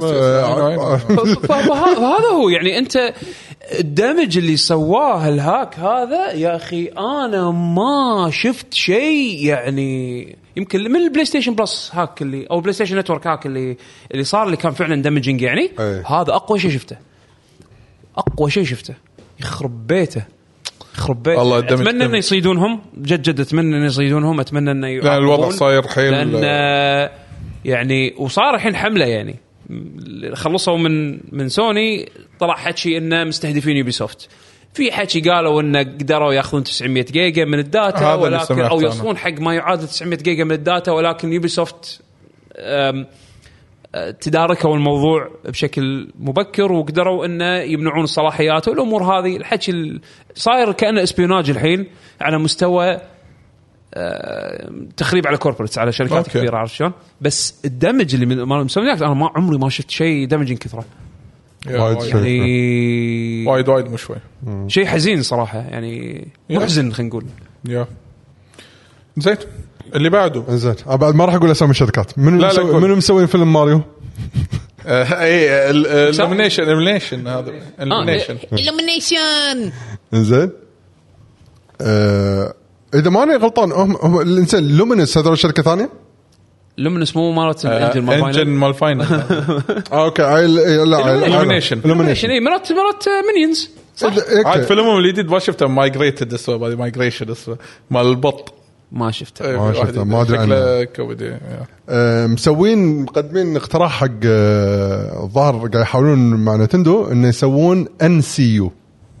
فهذا هو يعني انت الدمج اللي سواه الهاك هذا يا اخي انا ما شفت شيء يعني يمكن من البلاي ستيشن بلس هاك اللي او بلاي ستيشن نتورك هاك اللي اللي صار اللي كان فعلا دمجنج يعني أي. هذا اقوى شيء شفته اقوى شيء شفته يخرب بيته يخرب بيته. اتمنى انه يصيدونهم جد جد اتمنى انه يصيدونهم اتمنى انه لا الوضع صاير حيل لان يعني وصار الحين حمله يعني خلصوا من من سوني طلع حكي انه مستهدفين يوبي سوفت. في حكي قالوا انه قدروا ياخذون تسعمية جيجا من الداتا ولكن او يوصلون حق ما يعادل تسعمية جيجا من الداتا ولكن يوبي سوفت تداركوا الموضوع بشكل مبكر وقدروا انه يمنعون الصلاحيات والامور هذه. الحكي صاير كانه اسبيوناج الحين على مستوى تخريب على كوربريتس، على شركات أوكي. كبيره، عارف شلون؟ بس الدمج اللي ما مسويناك انا ما عمري ما شفت شيء دمج كثره يعني وايد وايد مش شوي شيء حزين صراحه يعني محزن خلينا نقول. يا زين اللي بعده زين بعد ما راح اقول اسامي الشركات. منو مسوي منو مسوي فيلم ماريو؟ اي الالومينيشن الالومينيشن هذا الالومينيشن الالومينيشن زين. اذا ماني غلطان هم الانسان لومينس هذول شركه ثانيه. لومينس مو مالت الانجن مال فاينل انجن مال فاينل اوكي لا الومينيشن الومينيشن اي مرات مرات مينيونز عاد فيلمهم الجديد ما شفته مايجريتد اسمه بعد مايجريشن اسمه مال البط ما شفته ما شفته ما ادري عنه كوميدي. مسوين مقدمين اقتراح حق الظاهر قاعد يحاولون مع نتندو انه يسوون ان سي يو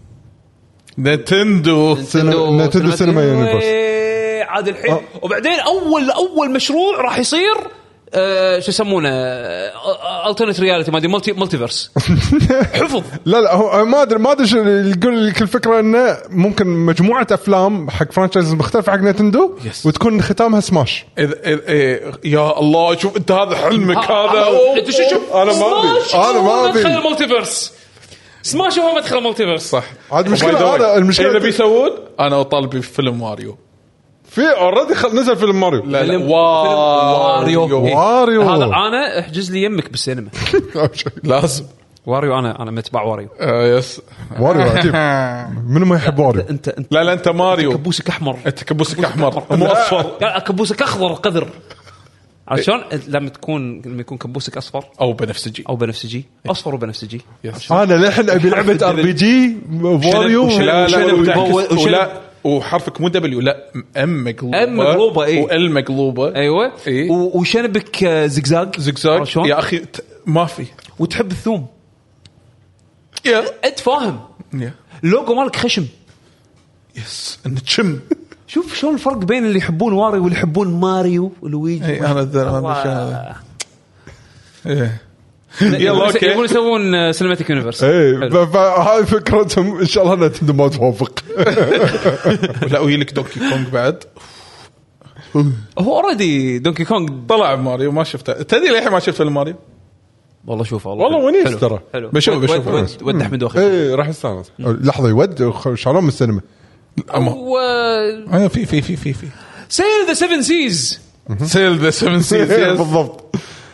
نتندو نتندو سينما يونيفرس عاد الحين أه. وبعدين اول اول مشروع راح يصير أه شو يسمونه الترنت رياليتي ما دي مالتي مالتيفيرس حفظ. لا لا هو ما ادري ما ادري يقول لك الفكره انه ممكن مجموعه افلام حق فرانشايز مختلفه حق نتندو yes. وتكون ختامها سماش. إذ إذ إيه يا الله شوف انت هذا حلمك هذا انت شوف شوف انا ما ابي انا ما ابي ادخل المالتيفيرس سماش هو مدخل المالتيفيرس صح. عاد المشكله هذا المشكله اذا بيسوون انا اطالب بفيلم ماريو في اوريدي نزل فيلم ماريو. لا لا واريو واريو هذا انا احجز لي يمك بالسينما لازم واريو انا انا متبع واريو آه يس واريو عجيب منو ما يحب واريو انت, انت لا لا انت ماريو كبوسك احمر انت كبوسك احمر مو اصفر لا كبوسك اخضر قذر عشان لما تكون لما يكون كبوسك اصفر او بنفسجي او بنفسجي اصفر وبنفسجي. انا لحن ابي لعبه ار بي جي واريو لا لا وحرفك مو دبليو لا ام مقلوبه ام مقلوبه اي وال مقلوبه ايوه إيه؟ وشنبك زقزاق زقزاق يا اخي ما في وتحب الثوم يا انت فاهم لوجو مالك خشم يس انت تشم. شوف شلون الفرق بين اللي يحبون واريو واللي يحبون ماريو ولويجي. اي انا هذا ايه يلا اوكي يبون يسوون سينماتيك يونيفرس. اي فهاي فكرتهم ان شاء الله نتندو ما توافق. ولا ويلك دونكي كونغ بعد هو اوريدي دونكي كونغ طلع ماريو ما شفته. تدري ليه ما شفت فيلم ماريو والله شوف والله والله ونيس ترى بشوف بشوف ود احمد واخي اي راح يستانس لحظه يود شالون من السينما و انا في في في في في سيل ذا سفن سيز سيل ذا سفن سيز بالضبط.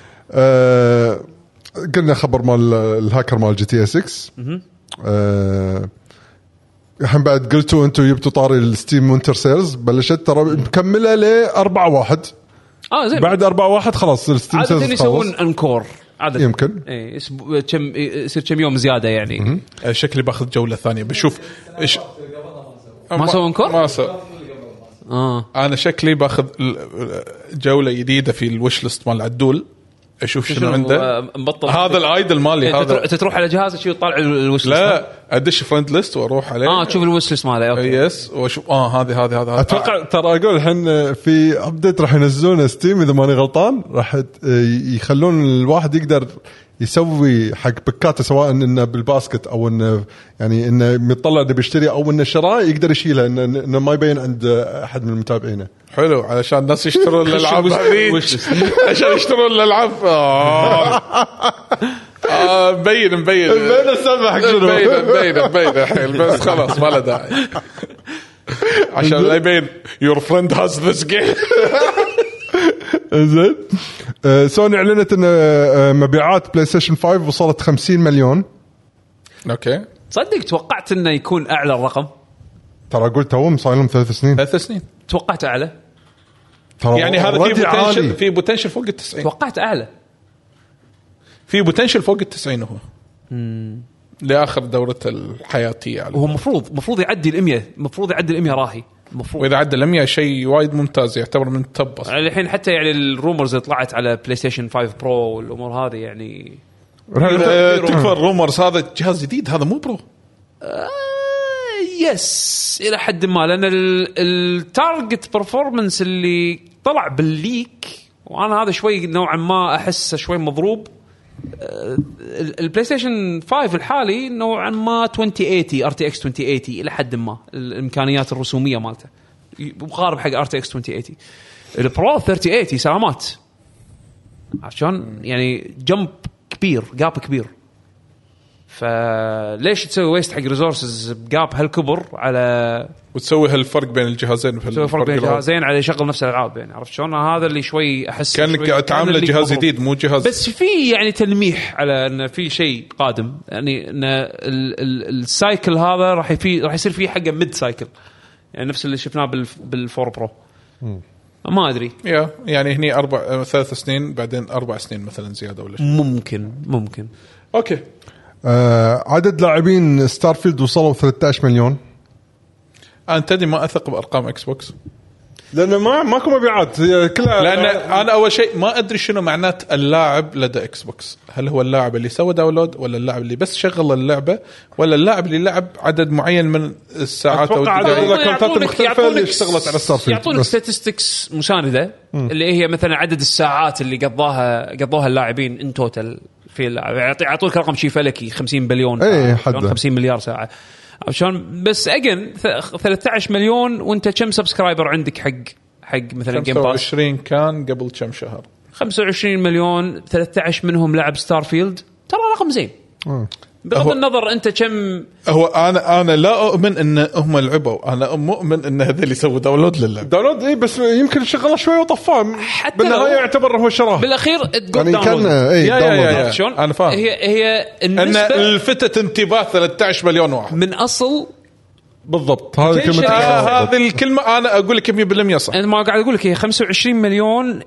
قلنا خبر مال الهاكر مال جي تي اس ستة. أه الحين بعد قلتوا انتم جبتوا طاري الستيم وينتر سيلز بلشت ترى مكمله ل أربعة واحد. اه زين بعد أربعة واحد خلاص الستيم سيلز عادة يسوون انكور عادة يمكن اي كم يصير كم يوم زياده يعني. شكلي باخذ جوله ثانيه بشوف ايش ما سووا انكور ما سووا اه انا شكلي باخذ جوله جديده في الوش ليست مال عدول اشوف شنو عنده. هذا الايدل مالي هذا انت تروح على جهازك شو تطلع الوش ليست لا ادش فريند ليست واروح عليه اه تشوف الوش ليست ماله اوكي يس واشوف اه هذه هذه هذا اتوقع ترى اقول الحين في ابديت راح ينزلونه ستيم اذا ماني غلطان راح يخلون الواحد يقدر يسوي حق بكاته سواء انه بالباسكت او انه يعني انه يطلع ده بيشتري او انه شراء يقدر يشيلها انه, إنه ما يبين عند احد من المتابعين. حلو علشان الناس يشترون الالعاب عشان يشترون الالعاب اه اه مبين مبين مبين السمح شنو مبين مبين مبين الحين بس خلاص ما له داعي عشان لا يبين your friend has this game. زين سوني اعلنت ان مبيعات بلاي ستيشن خمسة وصلت خمسين مليون. اوكي صدق توقعت انه يكون اعلى الرقم ترى قلت توهم صار لهم ثلاث سنين ثلاث سنين توقعت اعلى يعني هذا في بوتنشل في بوتنشل فوق التسعين. توقعت اعلى في بوتنشل فوق التسعين هو امم لاخر دورته الحياتيه يعني. هو مفروض مفروض يعدي المية مفروض يعدي المية راهي مفروض واذا عدى المية شيء وايد ممتاز يعتبر من التوب اصلا الحين حتى يعني الرومرز اللي طلعت على بلاي ستيشن خمسة برو والامور هذه يعني تكفى الرومرز هذا جهاز جديد هذا مو برو آه يس الى حد ما لان التارجت برفورمانس اللي طلع بالليك وانا هذا شوي نوعا ما احس شوي مضروب. البلاي ستيشن خمسة الحالي نوعا ما عشرين ثمانين ار تي اكس عشرين ثمانين الى حد ما الامكانيات الرسوميه مالته مقارب حق ار تي اكس عشرين ثمانين. البرو ثلاثين ثمانين سلامات عشان يعني جمب كبير جاب كبير. فليش تسوي ويست حق ريسورسز بجاب هالكبر على وتسوي هالفرق بين الجهازين تسوي فرق بين الجهازين على يشغل نفس الالعاب يعني عرفت شلون؟ هذا اللي شوي احس كانك قاعد تعامله جهاز جديد مو جهاز. بس في يعني تلميح على ان في شيء قادم يعني ان السايكل هذا راح في راح يصير فيه حاجه ميد سايكل يعني نفس اللي شفناه بالفور برو. ما ادري يا يعني هني اربع ثلاث سنين بعدين اربع سنين مثلا زياده ولا شيء ممكن ممكن. اوكي. آه عدد لاعبين ستارفيلد وصلوا ثلاثة عشر مليون. انا تدري ما اثق بارقام اكس بوكس لانه ما ماكو مبيعات كلها. لان انا اول شيء ما ادري شنو معنات اللاعب لدى اكس بوكس. هل هو اللاعب اللي سوى داونلود ولا اللاعب اللي بس شغل اللعبه ولا اللاعب اللي لعب عدد معين من الساعات او الاكونتات المختلفه اللي اشتغلت على ستارفيلد. يعطونك ستاتستكس مسانده م. اللي هي مثلا عدد الساعات اللي قضاها قضوها اللاعبين ان توتال في اللعبه. يعطونك رقم شي فلكي خمسين بليون ايه خمسين مليار ساعه عشان بس اجن ثلاثة عشر مليون وانت كم سبسكرايبر عندك حق حق مثلا جيم باس؟ خمسة وعشرين كان قبل كم شهر. خمسة وعشرين مليون ثلاثة عشر منهم لعب ستارفيلد ترى رقم زين. م. بغض النظر انت كم هو انا انا لا اؤمن ان هم لعبوا. انا مؤمن ان هذا اللي سووا داونلود للعب داونلود اي بس يمكن شغله شوي وطفاه بالنهايه يعتبر هو شراه بالاخير يعني كان اي داونلود شلون انا فاهم. هي هي ان الفتت انتباه ثلاثة عشر مليون واحد من اصل بالضبط. هذه كلمه آه هذه الكلمه انا اقول لك مية بالمية صح. انا ما قاعد اقول لك هي خمسة وعشرين مليون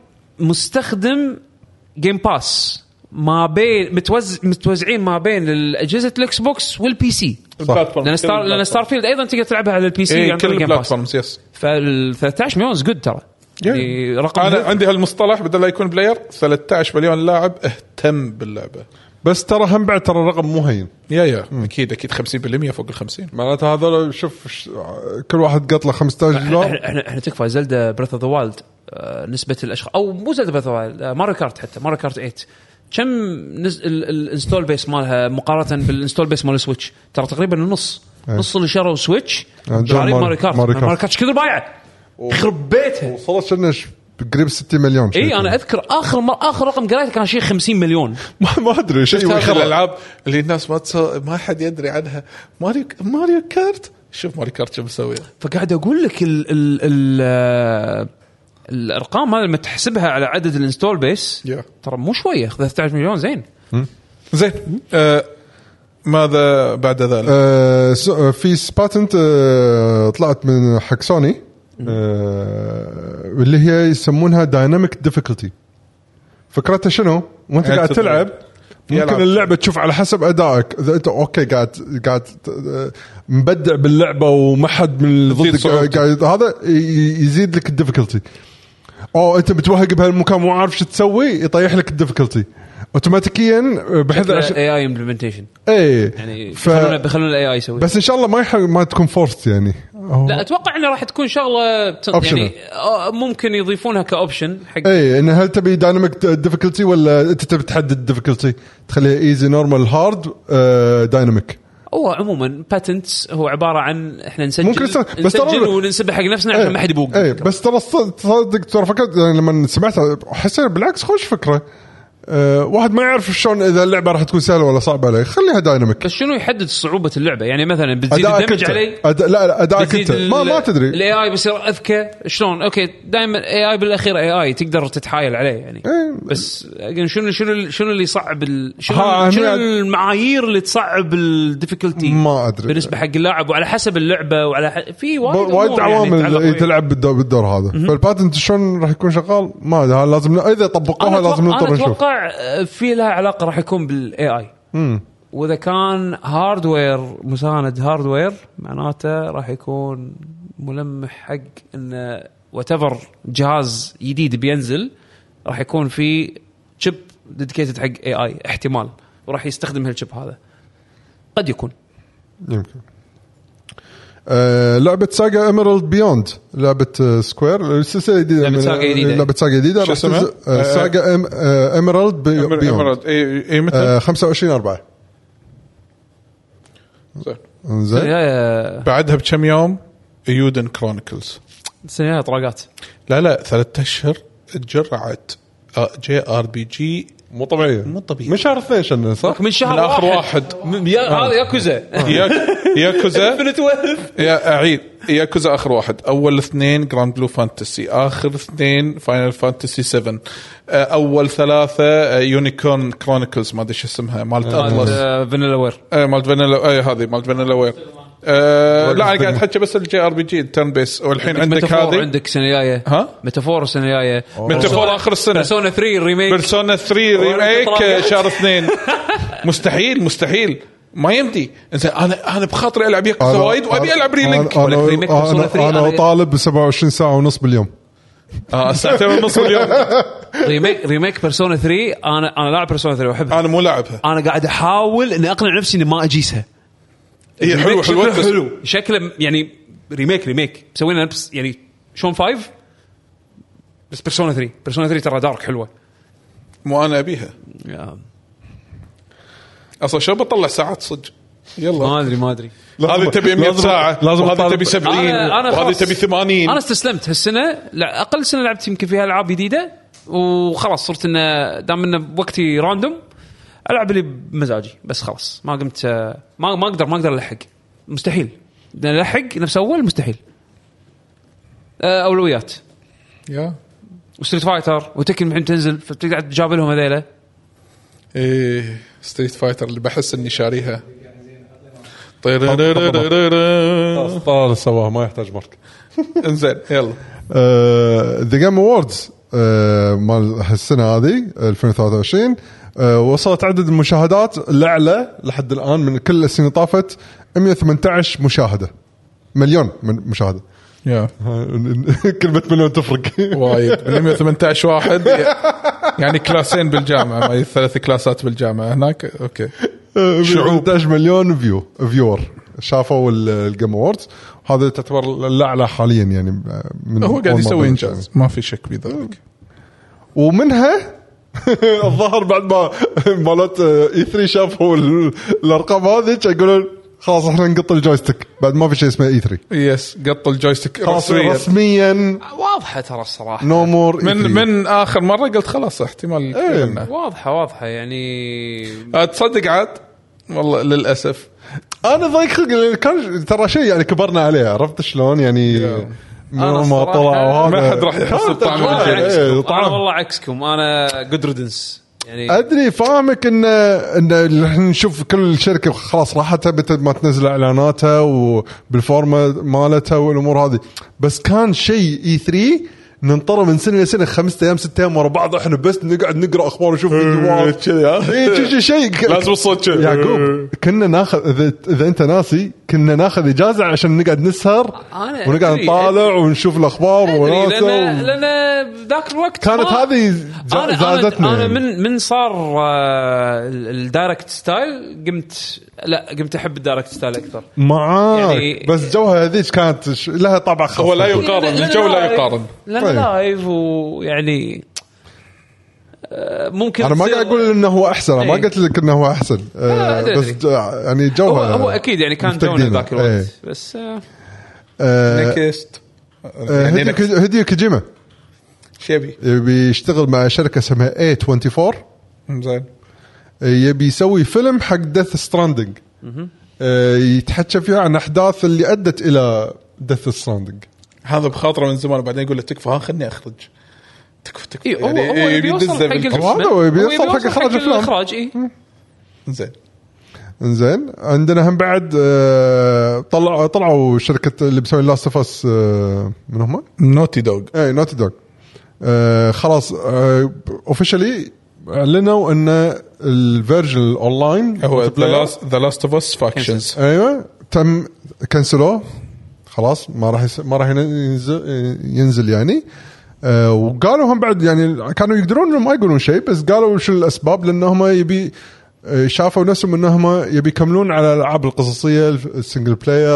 مستخدم جيم باس ما بين متوز... متوزعين ما بين الاجهزه الاكس بوكس والبي سي. لان ستار لان ستارفيلد ايضا تقدر تلعبها على البي سي إيه كل البلاتفورمز يس. فال ثلاثة عشر مليون زود ترى يعني رقم. انا عندي هالمصطلح بدل لا يكون بلاير ثلاثة عشر مليون لاعب اهتم باللعبه. بس ترى هم بعد ترى الرقم مو هين. يا يا م. اكيد اكيد خمسين بالمية فوق الخمسين معناته هذا شوف كل واحد قط له خمسة عشر دولار. احنا احنا تكفى زلدا بريث اوف ذا وايلد نسبه الاشخاص او مو زلدا بريث اوف ذا وايلد ماريو كارت حتى ماريو كارت ثمانية كم نز... الانستول بيس مالها مقارنه بالانستول بيس مال السويتش ترى تقريبا النص. أه. نص اللي شروا سويتش شارين ماريو كارت. ماريو كارت كذا بايع يخرب بيتها وصلت شنش قريب ستين مليون. اي انا اذكر اخر مر... اخر رقم قريته كان شيء خمسين مليون. ما ما ادري شيء اخر الالعاب اللي الناس ما تصو... ما حد يدري عنها ماريو ماريو كارت. شوف ماريو كارت شو مسوي. فقاعد اقول لك ال ال ال الارقام هذه لما تحسبها على عدد الانستول بيس yeah. ترى مو شويه ثلاثة عشر مليون زين. زين آه ماذا بعد ذلك؟ آه في باتنت آه طلعت من حق سوني آه اللي هي يسمونها دايناميك ديفيكولتي. فكرتها شنو؟ وانت قاعد تلعب ممكن اللعبه تشوف على حسب ادائك اذا انت اوكي قاعد قاعد مبدع باللعبه وما حد من ضدك قاعد هذا يزيد لك الديفيكولتي. او انت بتوهق بهالمكان مو عارف شو تسوي يطيح لك الديفيكولتي اوتوماتيكيا بحيث اي اي امبلمنتيشن اي يعني ف... بيخلون بيخلون الاي اي يسوي. بس ان شاء الله ما يح... ما تكون فورست يعني. لا اتوقع انه راح تكون شغله ت... يعني ممكن يضيفونها كاوبشن حق اي انه هل تبي دايناميك ديفيكولتي ولا انت تبي تحدد الديفيكولتي تخليها ايزي نورمال هارد دايناميك. هو عموما باتنتس هو عباره عن احنا نسجل ممكن نسجل, نسجل وننسبه حق نفسنا عشان ما حد يبوق. اي بس ترى صدق ترى فكرت يعني لما سمعتها حسيت بالعكس خوش فكره. أه واحد ما يعرف شلون اذا اللعبه راح تكون سهله ولا صعبه عليه خليها دايناميك. بس شنو يحدد صعوبه اللعبه يعني مثلا بتزيد الدمج علي أد... لا لا ادائك انت ما ما تدري الاي اي بيصير اذكى شلون اوكي دائما اي اي بالاخير اي اي تقدر تتحايل عليه يعني ايه بس شنو شنو شنو اللي يصعب ال... شنو, شنو المعايير اللي تصعب الديفيكولتي ما ادري بالنسبه حق اللاعب وعلى حسب اللعبه وعلى ح... في وايد وايد عوامل يعني تلعب بالدور, بالدور هذا. فالباتنت شلون راح يكون شغال ما لازم اذا طبقوها لازم ننطر نشوف. اتوقع في لها علاقه راح يكون بالاي اي واذا كان هاردوير مساند هاردوير معناته راح يكون ملمح حق ان واتيفر جهاز جديد بينزل راح يكون في شيب ديديكيتد حق اي اي احتمال وراح يستخدم هالشيب هذا قد يكون يمكن. آه لعبه ساجا ايميرالد بيوند، لعبه سكوير السلسله جديده، لعبه ساجا جديده لعبه ساجا جديده شو اسمها؟ آه ساجا إم آه ايميرالد بيوند. اي اي متى؟ آه خمسة وعشرين أربعة. زين بعدها بكم يوم يودن كرونيكلز سنة طراقات. لا لا ثلاثة اشهر تجرعت جي ار بي جي مو طبيعيه مو طبيعي من شهر اثنين شنو صح من شهر من آخر واحد هذا ياكوزا ياكوزا يا أعيد ياكوزا آخر واحد، أول اثنين جراند بلو فانتسي، آخر اثنين فاينل فانتسي سفن، أول ثلاثة يونيكورن كرونيكلز ما أدري شو اسمها مالت أطلس فانيلا وير مالت فانيلا أي هذه مالت فانيلا وير. أه لا قاعد أحكي بس الجي ار بي جي الترن بيس، والحين عندك هذه عندك سنة جاية ها ميتافور السنة جاية ميتافور آخر السنة بيرسونا ثري ريميك بيرسونا ثري ريميك شهر اثنين مستحيل مستحيل ما يمدي. إنزين أنا أنا بخاطري ألعب ياكوزا وايد وأبي ألعب ريلينك أنا, ريميك أنا, أنا طالب بسبعة وعشرين ساعة ونص باليوم. آه ساعتين ونص باليوم. ريميك ريميك بيرسونا ثري أنا أنا لاعب بيرسونا ثري وأحبها. أنا مو لاعبها. أنا قاعد أحاول إني أقنع نفسي إني ما أجيسها. هي حلو حلو حلو شكله يعني ريميك ريميك مسوينا نفس يعني شون فايف بس بيرسونا ثري بيرسونا ثري ترى دارك حلوة. مو أنا أبيها أصلا شو بطلع ساعات صدق يلا ما أدري ما أدري هذه تبي مية ساعة وهذه تبي سبعين وهذه تبي ثمانين. أنا استسلمت هالسنة أقل سنة لعبت يمكن فيها ألعاب جديدة وخلاص صرت إنه دام إنه وقتي راندوم ألعب اللي بمزاجي بس خلاص ما قمت ما ما أقدر ما أقدر ألحق مستحيل نلحق نفس أول مستحيل. أولويات يا وستريت فايتر وتكن الحين تنزل فتقعد تجابلهم هذيلا. إيه ستريت فايتر اللي بحس إني شاريها طار سواها ما يحتاج مارك. انزين يلا ذا جيم أووردز مال هالسنة هذه ألفين وثلاثة وعشرين وصلت عدد المشاهدات الأعلى لحد الآن من كل السنين طافت مية وثمانية عشر مشاهدة مليون من مشاهدة. يا كلمة مليون تفرق وايد من مية وثمانية عشر واحد يعني كلاسين بالجامعة ما ثلاث كلاسات بالجامعة هناك أوكي شعوب ثمانية عشر مليون فيو فيور شافوا الجيم أووردز. هذا تعتبر الأعلى حاليا يعني من هو قاعد يسوي إنجاز ما في شك بذلك. ومنها الظاهر بعد ما مالت اي ثري شافوا الارقام هذه يقولون خلاص احنا نقط الجويستيك بعد ما في شيء اسمه اي ثري. يس قط الجويستيك رسميا رسميا واضحه ترى الصراحه نو مور من من اخر مره قلت خلاص احتمال ايه. واضحه واضحه يعني تصدق عاد والله للاسف انا ضايق خلق كان ترى شيء يعني كبرنا عليه عرفت شلون يعني ما طلع ما حد راح يحس بطعم الجيم. انا والله عكسكم انا جود ريدنس يعني ادري فاهمك ان ان نشوف كل شركه خلاص راحتها ما تنزل اعلاناتها وبالفورمه مالتها والامور هذه بس كان شيء اي ثري ننطره من سنه لسنه خمسة ايام ستة ايام ورا بعض احنا بس نقعد نقرا اخبار ونشوف فيديوهات كذا اي شيء لازم الصوت يعقوب كنا ناخذ اذا, إذا انت ناسي كنا ناخذ اجازه عشان نقعد نسهر ونقعد نطالع ونشوف الاخبار وناسه لان لان ذاك الوقت كانت هذه زادتنا انا يعني. من من صار الدايركت ستايل قمت لا قمت احب الدايركت ستايل اكثر معاك يعني بس جوها هذيك كانت لها طابع خاص هو لا يقارن الجو لا يقارن لا لايف ويعني ممكن انا ما قاعد اقول انه هو احسن ما قلت لك انه هو احسن بس يعني جوها هو, هو اكيد يعني كان جونا ذاك الوقت ايه. بس نيكست هديو كوجيما شبي يبي يشتغل مع شركه اسمها إيه أربعة وعشرين زين يبي يسوي فيلم حق ديث ستراندنج يتحكى فيها عن احداث اللي ادت الى ديث ستراندنج. هذا بخاطره من زمان وبعدين يقول له تكفى ها خلني اخرج تكفى تكفى إيه يعني يبي يوصل حق هذا يبي يوصل حق اخراج افلام اخراج اي زين زين عندنا هم بعد طلعوا طلعوا شركه اللي بيسوي لاست اوف اس من هم نوتي دوغ اي نوتي دوغ خلاص اوفيشلي اعلنوا ان الفيرجن الاونلاين هو ذا لاست اوف اس فاكشنز ايوه تم كنسلوه خلاص ما راح ما راح ينزل ينزل يعني أه وقالوا هم بعد يعني كانوا يقدرون ما يقولون شيء بس قالوا شو الاسباب لانهم يبي شافوا نفسهم انهم يبي يكملون على الالعاب القصصيه السنجل بلاير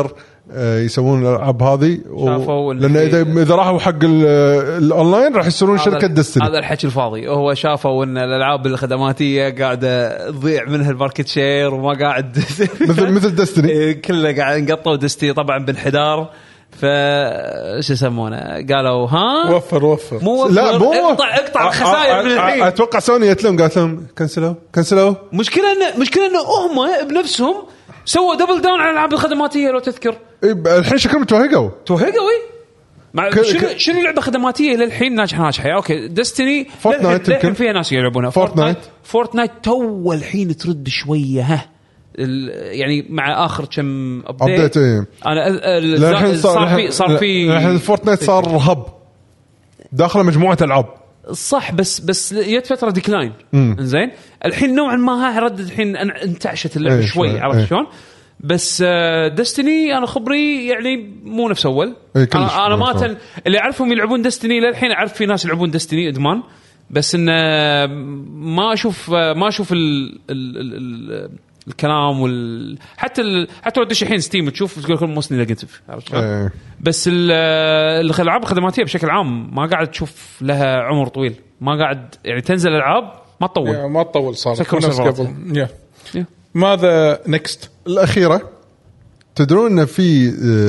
يسوون الالعاب هذه و... لان اذا اذا راحوا حق الاونلاين راح يصيرون شركه دستني. هذا الحكي الفاضي. هو شافوا ان الالعاب الخدماتيه قاعده تضيع منها الماركت شير وما قاعد مثل مثل دستني كله قاعد نقطوا دستي طبعا بانحدار. فايش يسمونه قالوا ها وفر وفر مو وفر لا مو اقطع اقطع الخسائر من الحين. اتوقع سوني قالت لهم قالت لهم كنسلوا كنسلوا. مشكله انه مشكله انه هم بنفسهم سووا دبل داون على الالعاب الخدماتيه لو تذكر. الحين شكلهم توهقوا توهقوا اي مع شنو شنو لعبه خدماتيه للحين ناجحه ناجحه. اوكي ديستني للحين فيها ناس يلعبونها. فورتنايت فورتنايت تو الحين ترد شويه ها يعني مع اخر كم ابديت. ايه انا صار في صار في الحين فورتنايت صار هب داخله مجموعه العاب صح. بس بس جت فتره ديكلاين زين. الحين نوعا ما ها رد الحين انتعشت اللعبه ايه شوي عرفت ايه شلون. بس دستني انا خبري يعني مو نفس اول. ايه انا انا ما تن... اللي اعرفهم يلعبون دستني للحين اعرف في ناس يلعبون دستني ادمان. بس ان ما اشوف ما اشوف ال... ال... ال... الكلام وال حتى ال... حتى لو تدش الحين ستيم تشوف تقول لكم موسني نيجاتيف عرفت ايه. بس الالعاب الخدماتيه بشكل عام ما قاعد تشوف لها عمر طويل. ما قاعد يعني تنزل العاب ما تطول ما تطول صار نفس قبل. yeah. yeah. ماذا نيكست الاخيره تدرون ان في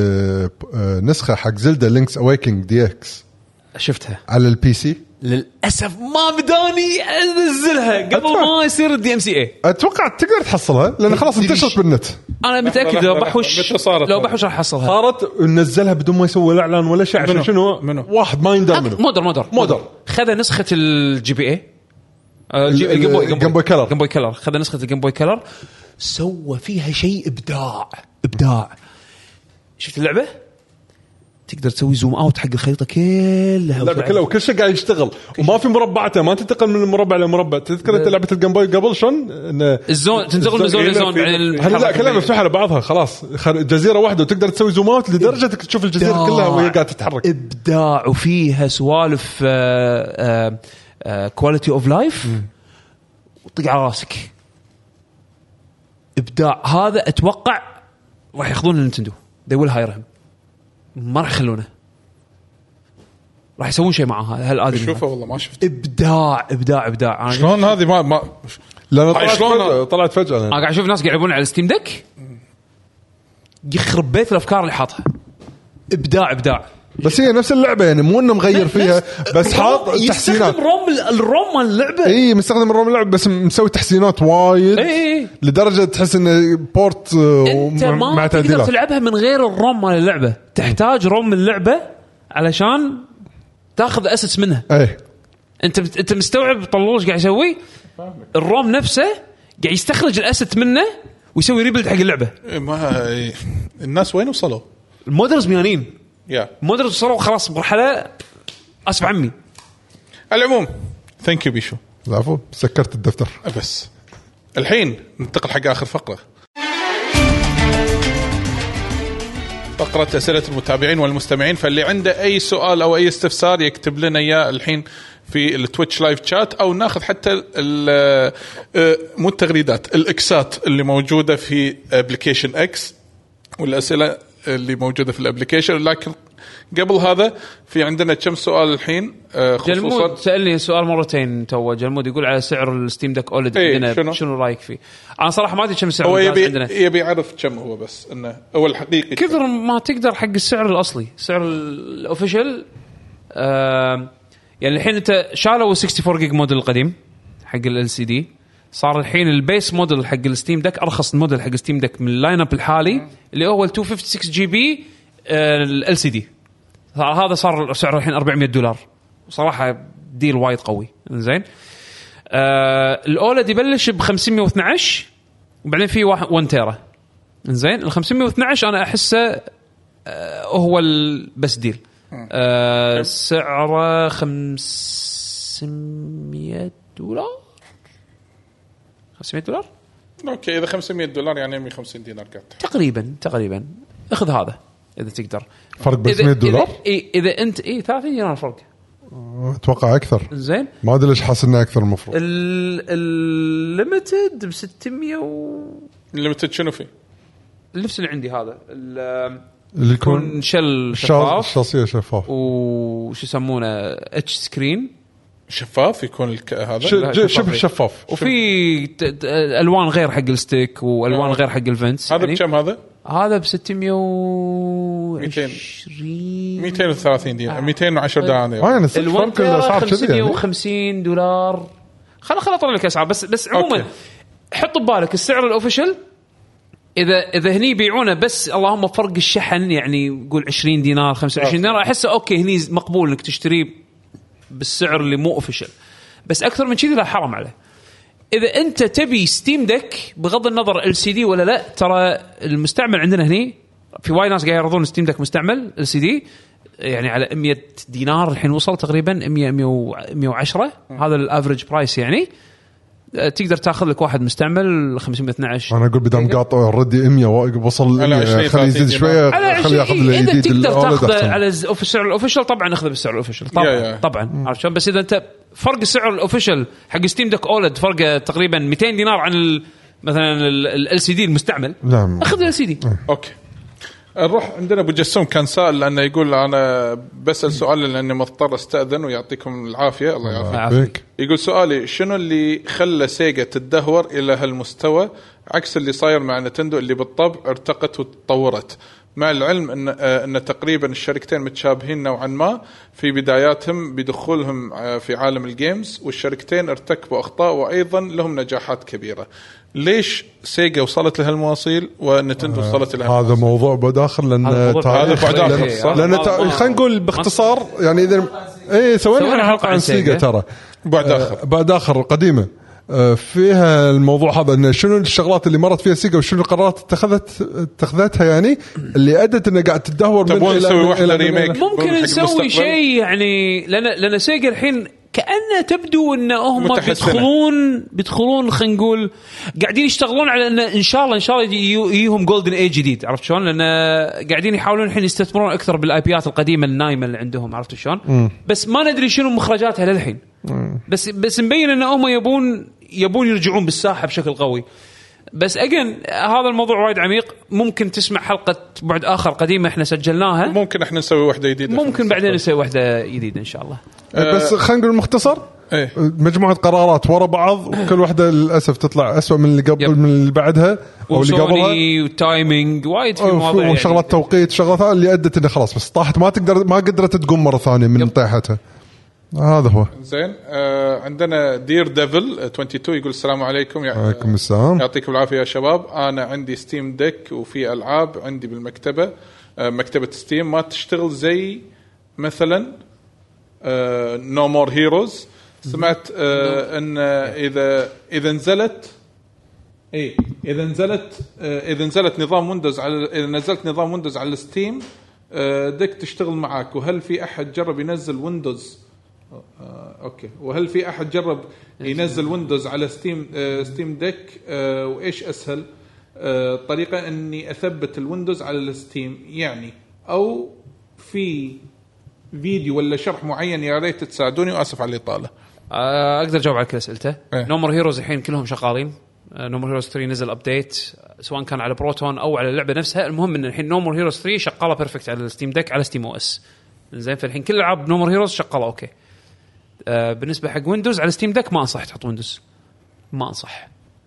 نسخه حق زلدا لينكس اويكينج دي اكس شفتها على البي سي. للاسف ما بداني انزلها قبل ما يصير الدي ام سي اي. اتوقع تقدر تحصلها لان خلاص انتشرت بالنت. انا متاكد لو بحوش لو بحوش راح احصلها. صارت ننزلها بدون ما يسوي اعلان ولا شيء عشان شنو منو؟ واحد ما يندر منه. مودر مودر مودر خذ نسخه الجي بي اي الجيم بوي جيم بوي كلر جيم بوي كلر خذ نسخه الجيم بوي كلر سوى فيها شيء ابداع ابداع. شفت اللعبه تقدر تسوي زوم اوت حق الخريطه كلها اللعبه كلها وكل شيء قاعد يشتغل وما في مربعته ما تنتقل من المربع لمربع. تذكر انت لعبه الجيم بوي قبل شلون الزون تنتقل من زون لزون هلا لا كلها مفتوحه على بعضها خلاص جزيره واحده وتقدر تسوي زوم اوت لدرجه تشوف الجزيره كلها وهي قاعده تتحرك. ابداع وفيها سوالف كواليتي اوف لايف وطق على راسك. ابداع هذا اتوقع راح ياخذون النينتندو they will hire him ما راح يخلونه راح يسوون شيء معها هالادمي. شوفه والله ما شفت. ابداع ابداع ابداع. شلون هذه ما ما لا طلعت فجأة طلعت فجأة. انا قاعد اشوف ناس قاعد يلعبون على الستيم ديك يخرب بيت الافكار اللي حاطها. ابداع ابداع. بس هي نفس اللعبه يعني مو انه مغير فيها بس حاط تحسينات. روم الروم مال اللعبه اي مستخدم الروم اللعبه بس مسوي تحسينات وايد اي لدرجه تحس انه بورت مع تعديلات. تقدر تلعبها من غير الروم مال اللعبه. تحتاج روم اللعبه علشان تاخذ اسس منها. اي انت انت مستوعب طلوش قاعد يسوي الروم نفسه قاعد يستخرج الاسيت منه ويسوي ريبلد حق اللعبه. ما الناس وين وصلوا المودرز ميانين يا مودرز وصلوا خلاص مرحله اسف عمي. العموم ثانك يو بيشو. العفو سكرت الدفتر. بس الحين ننتقل حق اخر فقره فقره اسئله المتابعين والمستمعين. فاللي عنده اي سؤال او اي استفسار يكتب لنا اياه الحين في التويتش لايف شات او ناخذ حتى مو التغريدات الاكسات اللي موجوده في ابلكيشن اكس والاسئله اللي موجوده في الابلكيشن. لكن قبل هذا في عندنا كم سؤال الحين خصوصا. جلمود سألني سؤال مرتين تو. جلمود يقول على سعر الستيم دك اولد عندنا شنو, شنو رايك فيه؟ انا صراحه ما ادري كم سعر هو يبي عندنا. يبي يعرف كم هو بس انه هو الحقيقي كثر ما تقدر حق السعر الاصلي سعر الاوفيشال. آه يعني الحين انت شالوا أربعة وستين جيج موديل القديم حق ال سي دي صار الحين البيس موديل حق الستيم دك ارخص موديل حق الستيم دك من اللاين اب الحالي اللي هو ال مئتين وخمسة وستين جي بي ال سي دي. هذا صار سعره الحين أربعمية دولار صراحه ديل وايد قوي. زين آه الاولد يبلش ب خمسمية واثناشر وبعدين في واحد تيرا. زين ال خمسمية واثناشر انا احسه آه هو بس ديل آه سعره خمسمية دولار خمسمية دولار. اوكي اذا خمسمية دولار يعني مية وخمسين دينار قاعد تقريبا تقريبا. اخذ هذا اذا تقدر. فرق بس مية دولار. اذا, إذا انت اي ثلاثين دينار فرق اتوقع اكثر. زين ما ادري ليش حاسس انه اكثر المفروض. الليمتد ب ستمية و الليمتد شنو فيه؟ نفس اللي عندي هذا اللي يكون شل شفاف الشخصيه شفاف وش يسمونه اتش سكرين شفاف يكون الك... هذا ش... شبه شفاف وفي ت... الوان غير حق الستيك والوان آه. غير حق الفنس. هذا يعني بكم هذا؟ هذا ب ستمية وعشرين مئتين وثلاثين دينار مئتين وعشرة دنانير. يعني فرق الاسعار خمسمية وخمسين دولار. خل خل اطلع لك اسعار بس بس عموما حط ببالك السعر الاوفيشال اذا اذا هني يبيعونه بس اللهم فرق الشحن يعني قول عشرين دينار خمسة وعشرين دينار احسه اوكي هني مقبول انك تشتريه بالسعر اللي مو اوفيشال. بس اكثر من كذي لا حرام عليه. اذا انت تبي ستيم ديك بغض النظر ال سي دي ولا لا ترى المستعمل عندنا هني في وايد ناس قاعد يعرضون ستيم ديك مستعمل ال سي دي يعني على مية دينار الحين وصل تقريبا مية مية وعشرة هذا الافريج برايس يعني تقدر تاخذ لك واحد مستعمل خمسمية واثناشر. انا اقول بدام قاطع اوريدي مية وصل خليه يزيد شويه خليه ياخذ الجديد تقدر تاخذه على السعر الاوفيشال طبعا اخذه بالسعر الاوفيشال طبعا طبعا عارف شلون. بس اذا انت فرق السعر الاوفيشال حق ستيم ديك اولد فرق تقريبا مئتين دينار عن مثلا ال سي دي المستعمل نعم اخذ ال سي دي. اوكي نروح عندنا ابو جسوم كان سائل لانه يقول انا بسال سؤال لاني مضطر استاذن ويعطيكم العافيه الله يعافيك. يقول سؤالي شنو اللي خلى سيجا تدهور الى هالمستوى عكس اللي صاير مع نتندو اللي بالطبع ارتقت وتطورت مع العلم ان ان تقريبا الشركتين متشابهين نوعا ما في بداياتهم بدخولهم في عالم الجيمز والشركتين ارتكبوا اخطاء وايضا لهم نجاحات كبيره. ليش سيجا وصلت لهالمواصيل ونتندو آه وصلت لها؟ هذا موضوع بداخل لان هذا بعد اخر صح لان خلينا نقول باختصار يعني اذا اي سوينا حلقه عن سيجا ترى بعد اخر آه بعد اخر قديمه فيها الموضوع هذا إن شنو الشغلات اللي مرت فيها سيجا وشنو القرارات اتخذت اتخذتها يعني اللي ادت انها قاعد تدهور من الى ريميك. ممكن نسوي شيء يعني لان لان سيجا الحين كأنه تبدو ان هم بيدخلون بيدخلون خلينا نقول قاعدين يشتغلون على ان ان شاء الله ان شاء الله يجيهم جولدن ايج جديد عرفت شلون لان قاعدين يحاولون الحين يستثمرون اكثر بالاي بيات القديمه النايمه اللي عندهم عرفت شلون. بس ما ندري شنو مخرجاتها للحين بس بس مبين ان هم يبون يبون يرجعون بالساحه بشكل قوي. بس اجين هذا الموضوع وايد عميق ممكن تسمع حلقه بعد اخر قديمه احنا سجلناها ممكن احنا نسوي واحده جديده ممكن بعدين نسوي واحده جديده ان شاء الله. أه بس خلينا نقول مختصر ايه؟ مجموعه قرارات ورا بعض وكل واحده للاسف تطلع أسوأ من اللي قبل من اللي بعدها او اللي قبلها وتايمينج وايد في مواضيع وشغلات يعني توقيت شغلات اللي ادت انه خلاص بس طاحت ما تقدر ما قدرت تقوم مره ثانيه من طيحتها. هذا هو زين. آه عندنا دير ديفل اثنين وعشرين يقول السلام عليكم. وعليكم السلام يعطيكم العافيه يا شباب. انا عندي ستيم ديك وفي العاب عندي بالمكتبه آه مكتبه ستيم ما تشتغل زي مثلا نو مور هيروز. سمعت آه ان اذا اذا نزلت اي اذا نزلت آه اذا نزلت نظام ويندوز على اذا نزلت نظام ويندوز على ستيم آه ديك تشتغل معاك. وهل في احد جرب ينزل ويندوز آه، أوكي وهل في أحد جرب ينزل ويندوز على ستيم آه، ستيم ديك آه، وإيش أسهل آه، طريقة إني أثبت الويندوز على الستيم يعني أو في فيديو ولا شرح معين يا ريت تساعدوني وأسف على الإطالة. أقدر أجاوب على كل أسئلته. إيه؟ نومر هيروز الحين كلهم شغالين. نومر هيروز ثلاثة نزل أبديت سواء كان على بروتون أو على اللعبة نفسها. المهم إن الحين نومر هيروز ثلاثة شغالة بيرفكت على الستيم ديك على ستيم او اس. زين فالحين كل العاب نومر هيروز شغالة أوكي. آه بالنسبه حق ويندوز على ستيم ديك ما انصح تحط ويندوز ما انصح.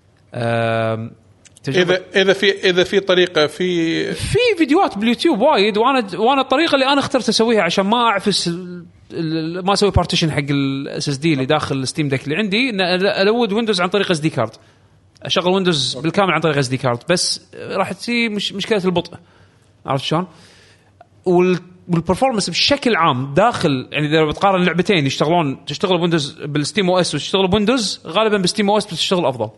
آه اذا اذا في اذا في طريقه في في فيديوهات باليوتيوب وايد وانا وانا الطريقه اللي انا اخترت اسويها عشان ما اعفس ما اسوي بارتيشن حق الاس اس دي اللي داخل الستيم ديك اللي عندي الود ويندوز عن طريق اس دي كارد اشغل ويندوز بالكامل عن طريق اس دي كارد بس راح تصير مش مشكله البطء عرفت شلون. وال والبرفورمانس بشكل عام داخل يعني اذا بتقارن لعبتين يشتغلون تشتغل بويندوز بالستيم او اس وتشتغل بويندوز غالبا بالستيم او اس بتشتغل افضل.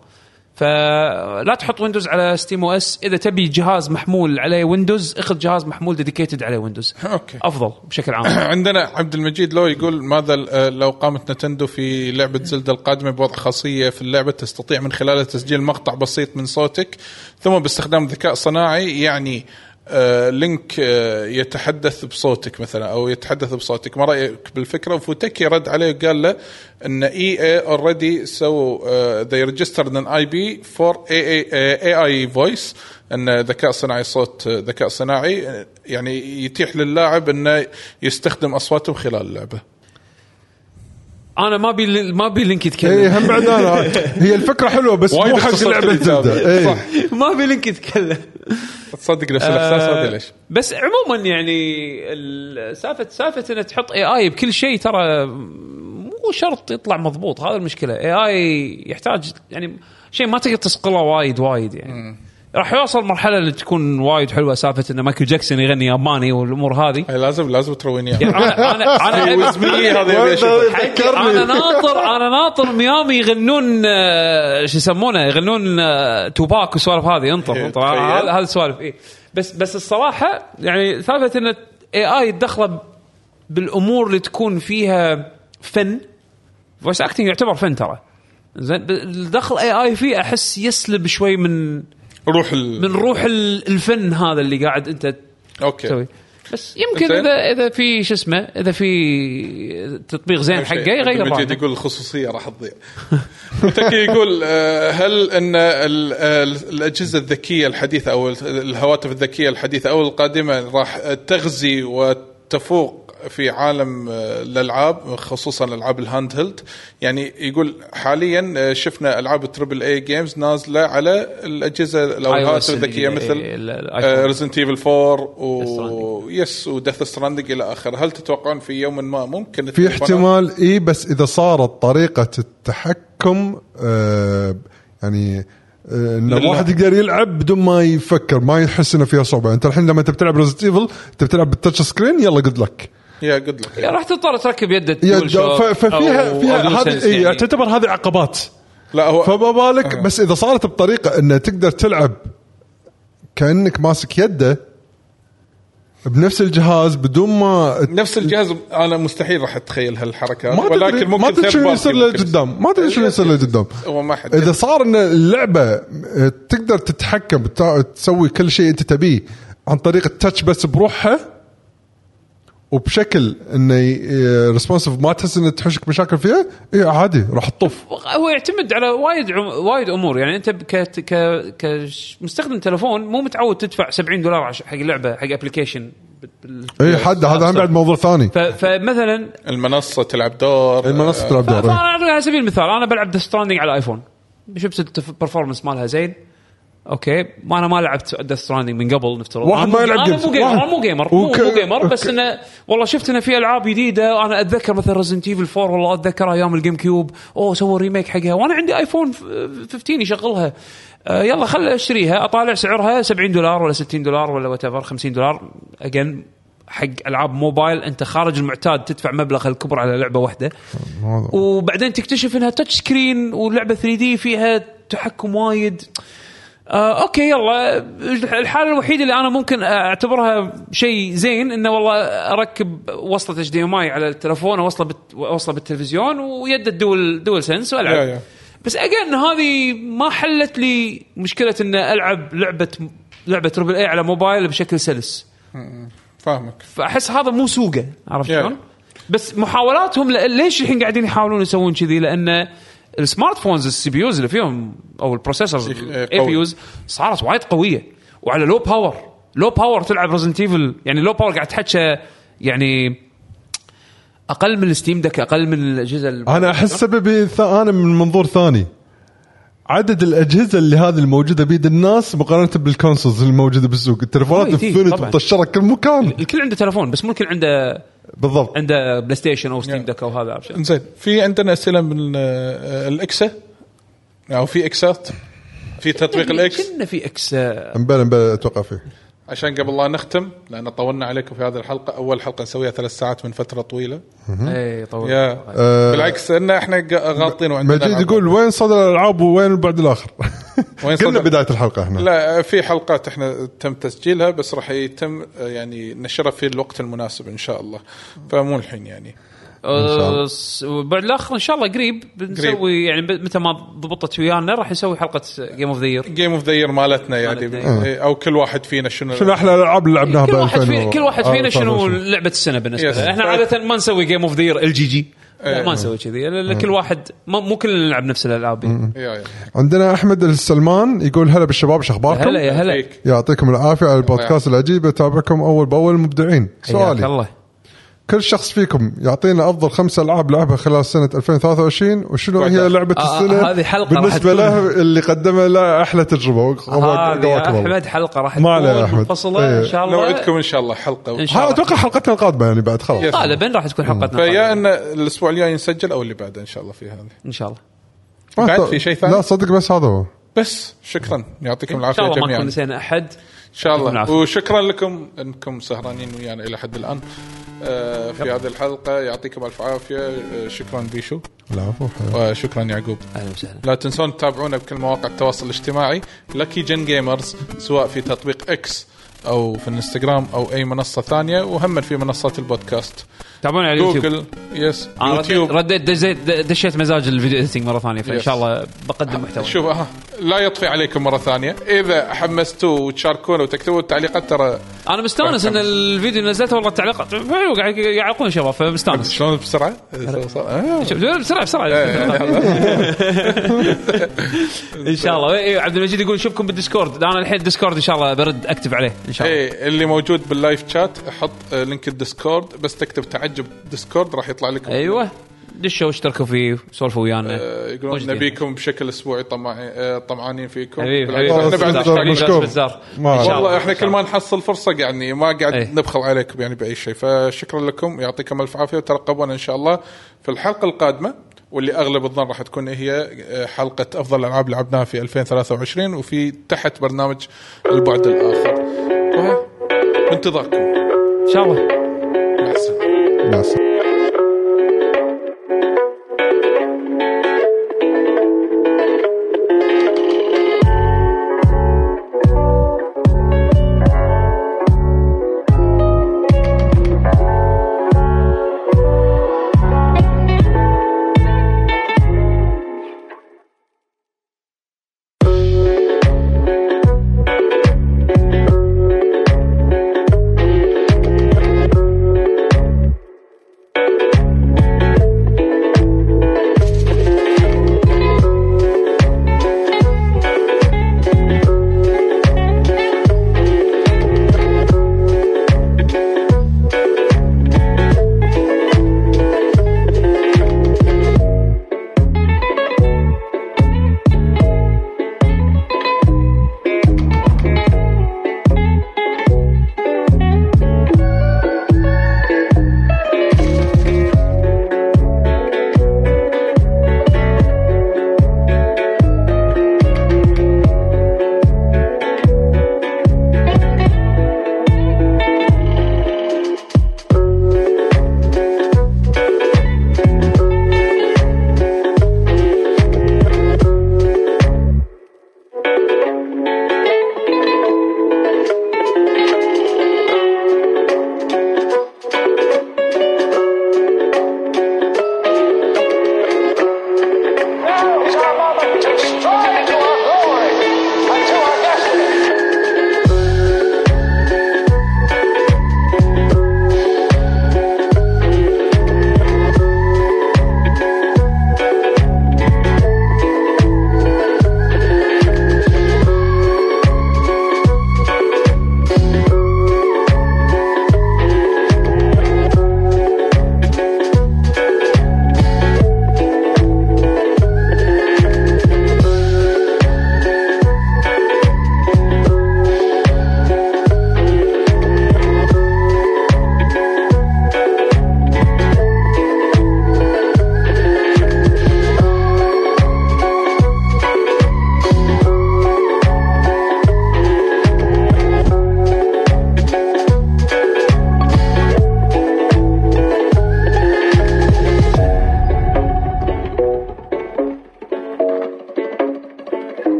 فلا تحط ويندوز على ستيم او اس. اذا تبي جهاز محمول عليه ويندوز اخذ جهاز محمول ديديكيتد عليه ويندوز أوكي. افضل بشكل عام. عندنا عبد المجيد لو يقول ماذا لو قامت نتندو في لعبه زلدة القادمه بوضع خاصيه في اللعبه تستطيع من خلالها تسجيل مقطع بسيط من صوتك ثم باستخدام ذكاء صناعي يعني آه لينك آه يتحدث بصوتك مثلا او يتحدث بصوتك، ما رايك بالفكره؟ وفوتكي رد عليه وقال له ان اي اي اوريدي سو ذي ريجسترد ان اي بي فور اي اي اي فويس، ان ذكاء صناعي صوت ذكاء صناعي يعني يتيح للاعب انه يستخدم اصواتهم خلال اللعبه. انا ما بي ما بي لينك يتكلم. ايه هم بعد انا هي الفكره حلوه بس مو حق لعبه زلدة. ايه صح ما بي لينك يتكلم. تصدق نفس الاحساس هذا ليش؟ بس عموما يعني سالفه سالفه ان تحط اي اي بكل شيء ترى مو شرط يطلع مضبوط، هذا المشكله. اي اي يحتاج يعني شيء ما تقدر تصقله وايد وايد يعني م. راح يوصل مرحله اللي تكون وايد حلوه سالفه ان مايكل جاكسون يغني ياباني والامور هذه لازم لازم ترويني يعني انا انا انا هذا انا ناطر انا ناطر ميامي يغنون شو يسمونه يغنون توباك وسوالف هذه انطر انطر هذا السوالف ايه. بس بس الصراحه يعني سالفه ان اي اي تدخل بالامور اللي تكون فيها فن، فويس اكتنج يعتبر فن ترى زين، الدخل اي اي فيه احس يسلب شوي من روح ال... من روح الفن هذا اللي قاعد انت اوكي تسوي. بس يمكن اذا اذا في شو اسمه اذا في تطبيق زين حقه يغير رأيه. مجيد يقول الخصوصيه راح تضيع. متكي يقول هل ان الاجهزه الذكيه الحديثه او الهواتف الذكيه الحديثه او القادمه راح تغزي وتفوق في عالم الالعاب خصوصا الالعاب الهاند هيلد؟ يعني يقول حاليا شفنا العاب التريبل اي جيمز نازله على الاجهزه الهواتف الذكيه مثل ريزنت ايفل فور ويس وديث ستراندنج الى اخره. هل تتوقعون في يوم ما ممكن في احتمال اي بس اذا صارت طريقه التحكم آه يعني ان الواحد يقدر يلعب بدون ما يفكر ما يحس انه فيها صعوبه؟ انت الحين لما انت بتلعب ريزنت ايفل انت بتلعب بالتاتش سكرين يلا قد لك يا قد لك راح تضطر تركب يدك ففيها فيها هذه يعني تعتبر هذه عقبات. لا هو فما بالك آه. بس اذا صارت بطريقه انه تقدر تلعب كانك ماسك يده بنفس الجهاز بدون ما نفس الجهاز، انا مستحيل راح اتخيل هالحركات ولكن ممكن ما تدري شو يصير لقدام ما تدري شو يصير لقدام. اذا صار ان اللعبه تقدر تتحكم تسوي كل شيء انت تبيه عن طريق التاتش بس بروحها وبشكل انه ريسبونسيف ما تحس ان تحوشك مشاكل فيها، ايه عادي راح تطف. هو يعتمد على وايد وايد امور يعني انت ك ك كمستخدم تلفون مو متعود تدفع سبعين دولار حق لعبه حق ابلكيشن اي حد هذا بعد موضوع ثاني. فمثلا المنصه تلعب دور المنصه تلعب دور. فانا على سبيل المثال انا بلعب ذا ستراندنج على الايفون شفت البرفورمانس مالها زين اوكي، ما انا ما لعبت ديث ستراندنج من قبل نفترض واحد ما يلعب جيمز، مو جيمر مو جيمر مو, وك... مو جيمر بس انه والله شفت انه في العاب جديده وانا اتذكر مثلا ريزنت ايفل فور والله اتذكر ايام الجيم كيوب اوه سووا ريميك حقها وانا عندي ايفون خمستاشر يشغلها آه يلا خل اشتريها اطالع سعرها سبعين دولار ولا ستين دولار ولا واتيفر خمسين دولار اجين حق العاب موبايل انت خارج المعتاد تدفع مبلغ الكبر على لعبه واحده وبعدين تكتشف انها تاتش سكرين ولعبه ثري دي فيها تحكم وايد. آه، أوكي يلا الحالة الوحيدة اللي أنا ممكن أعتبرها شيء زين إنه والله أركب وصلة إتش دي إم آي على التلفون ووصلة بت... وصلة بالتلفزيون ويد الدول دول سنس وألعب. بس أجل هذه ما حلت لي مشكلة إن ألعب لعبة لعبة تربل إيه على موبايل بشكل سلس. فاهمك. فأحس هذا مو سوقه عرفت شلون؟ بس محاولاتهم ل... ليش الحين قاعدين يحاولون يسوون كذي؟ لأن السمارت فونز السي بي يوز اللي فيهم او البروسيسورز اي بي يوز صارت وايد قويه وعلى لو باور لو باور تلعب ريزنت ايفل يعني لو باور قاعد تحكي يعني اقل من الستيم دك اقل من الاجهزه. انا احس سببي انا من منظور ثاني عدد الاجهزه اللي هذه الموجوده بيد الناس مقارنه بالكونسولز الموجوده بالسوق. التليفونات الثانيه مطشره كل مكان الكل عنده تلفون بس مو الكل عنده بالضبط عنده بلاي ستيشن او ستيم دك او هذا عشان زين. في عندنا اسئله من الاكسا او في اكسات في تطبيق الاكس كنا في اكسا امبارح امبارح اتوقع فيه عشان قبل لا نختم لان طولنا عليكم في هذه الحلقه. اول حلقه نسويها ثلاث ساعات من فتره طويله. اي طول أه بالعكس ان احنا غالطين وعندنا مجيد يقول وين صدر الالعاب وين البعد الاخر. وين قلنا بدايه الحلقه احنا لا في حلقات احنا تم تسجيلها بس راح يتم يعني نشرها في الوقت المناسب ان شاء الله فمو الحين يعني. وبعد الاخر ان شاء الله قريب بنسوي يعني متى ما ضبطت ويانا راح نسوي حلقه جيم اوف ذا يير جيم اوف ذا يير مالتنا يعني او كل واحد فينا شنو شنو احلى الالعاب اللي لعبناها كل واحد فينا كل واحد فينا شنو لعبه السنه بالنسبه لنا. احنا عاده ما نسوي جيم اوف ذا يير ال جي جي لا ما نسوي كذي كل واحد مو كلنا نلعب نفس الالعاب. عندنا احمد السلمان يقول هلا بالشباب شو اخباركم؟ هلا يا هلا يعطيكم العافيه على البودكاست العجيب اتابعكم اول باول مبدعين. سؤالي الله كل شخص فيكم يعطينا افضل خمس العاب لعبها خلال سنه ألفين وثلاثة وعشرين وشنو هي لعبه السنه آه هذه حلقه بالنسبه له اللي قدمها له احلى تجربه. هذه احمد حلقه راح تكون منفصله ان شاء الله نوعدكم ان شاء الله حلقه ها اتوقع حلقتنا القادمه يعني بعد خلاص غالبا راح تكون حلقتنا فيا ان الاسبوع الجاي نسجل او اللي بعده ان شاء الله في هذه ان شاء الله. بعد في شيء ثاني؟ لا صدق بس هذا هو بس. شكرا يعطيكم العافيه جميعا. ان شاء الله ما نسينا احد ان شاء الله. وشكرا لكم انكم سهرانين ويانا الى حد الان آه في هذه الحلقه. يعطيكم الف عافيه. آه شكرا بيشو. العفو. وشكرا يعقوب. اهلا وسهلا. لا تنسون تتابعونا بكل مواقع التواصل الاجتماعي لكي جن جيمرز سواء في تطبيق اكس او في الانستغرام او اي منصه ثانيه وهم في منصات البودكاست. تابعونا على اليوتيوب. جوجل يس آه يوتيوب. رديت دشيت مزاج الفيديو اديتنج مره ثانيه فان شاء الله بقدم محتوى. شوف اه لا يطفي عليكم مره ثانيه اذا حمستوه وتشاركونه وتكتبوا التعليقات. ترى انا مستانس ان الفيديو نزلته والله التعليقات حلو قاعد يعلقون شباب فمستانس. شلون بسرعه بسرعه بسرعه ان شاء الله. عبد المجيد يقول شوفكم بالديسكورد. انا الحين ديسكورد ان شاء الله برد اكتب عليه ان شاء الله. ايه اللي موجود باللايف شات حط لينك الديسكورد بس تكتب تعجب ديسكورد راح يطلع لكم. ايوه دشوا واشتركوا فيه سولفوا ويانا. آه يقولون نبيكم بشكل اسبوعي طماعين آه طمعانين فيكم. حبيب احنا بعد مشكور والله احنا كل ما نحصل فرصه يعني ما قاعد ايه. نبخل عليكم يعني باي شيء. فشكرا لكم يعطيكم الف عافيه وترقبونا ان شاء الله في الحلقه القادمه واللي اغلب الظن راح تكون هي حلقه افضل العاب لعبناها في ألفين وثلاثة وعشرين وفي تحت برنامج البعد الاخر. وانتظاركم ان شاء الله. مع السلامه.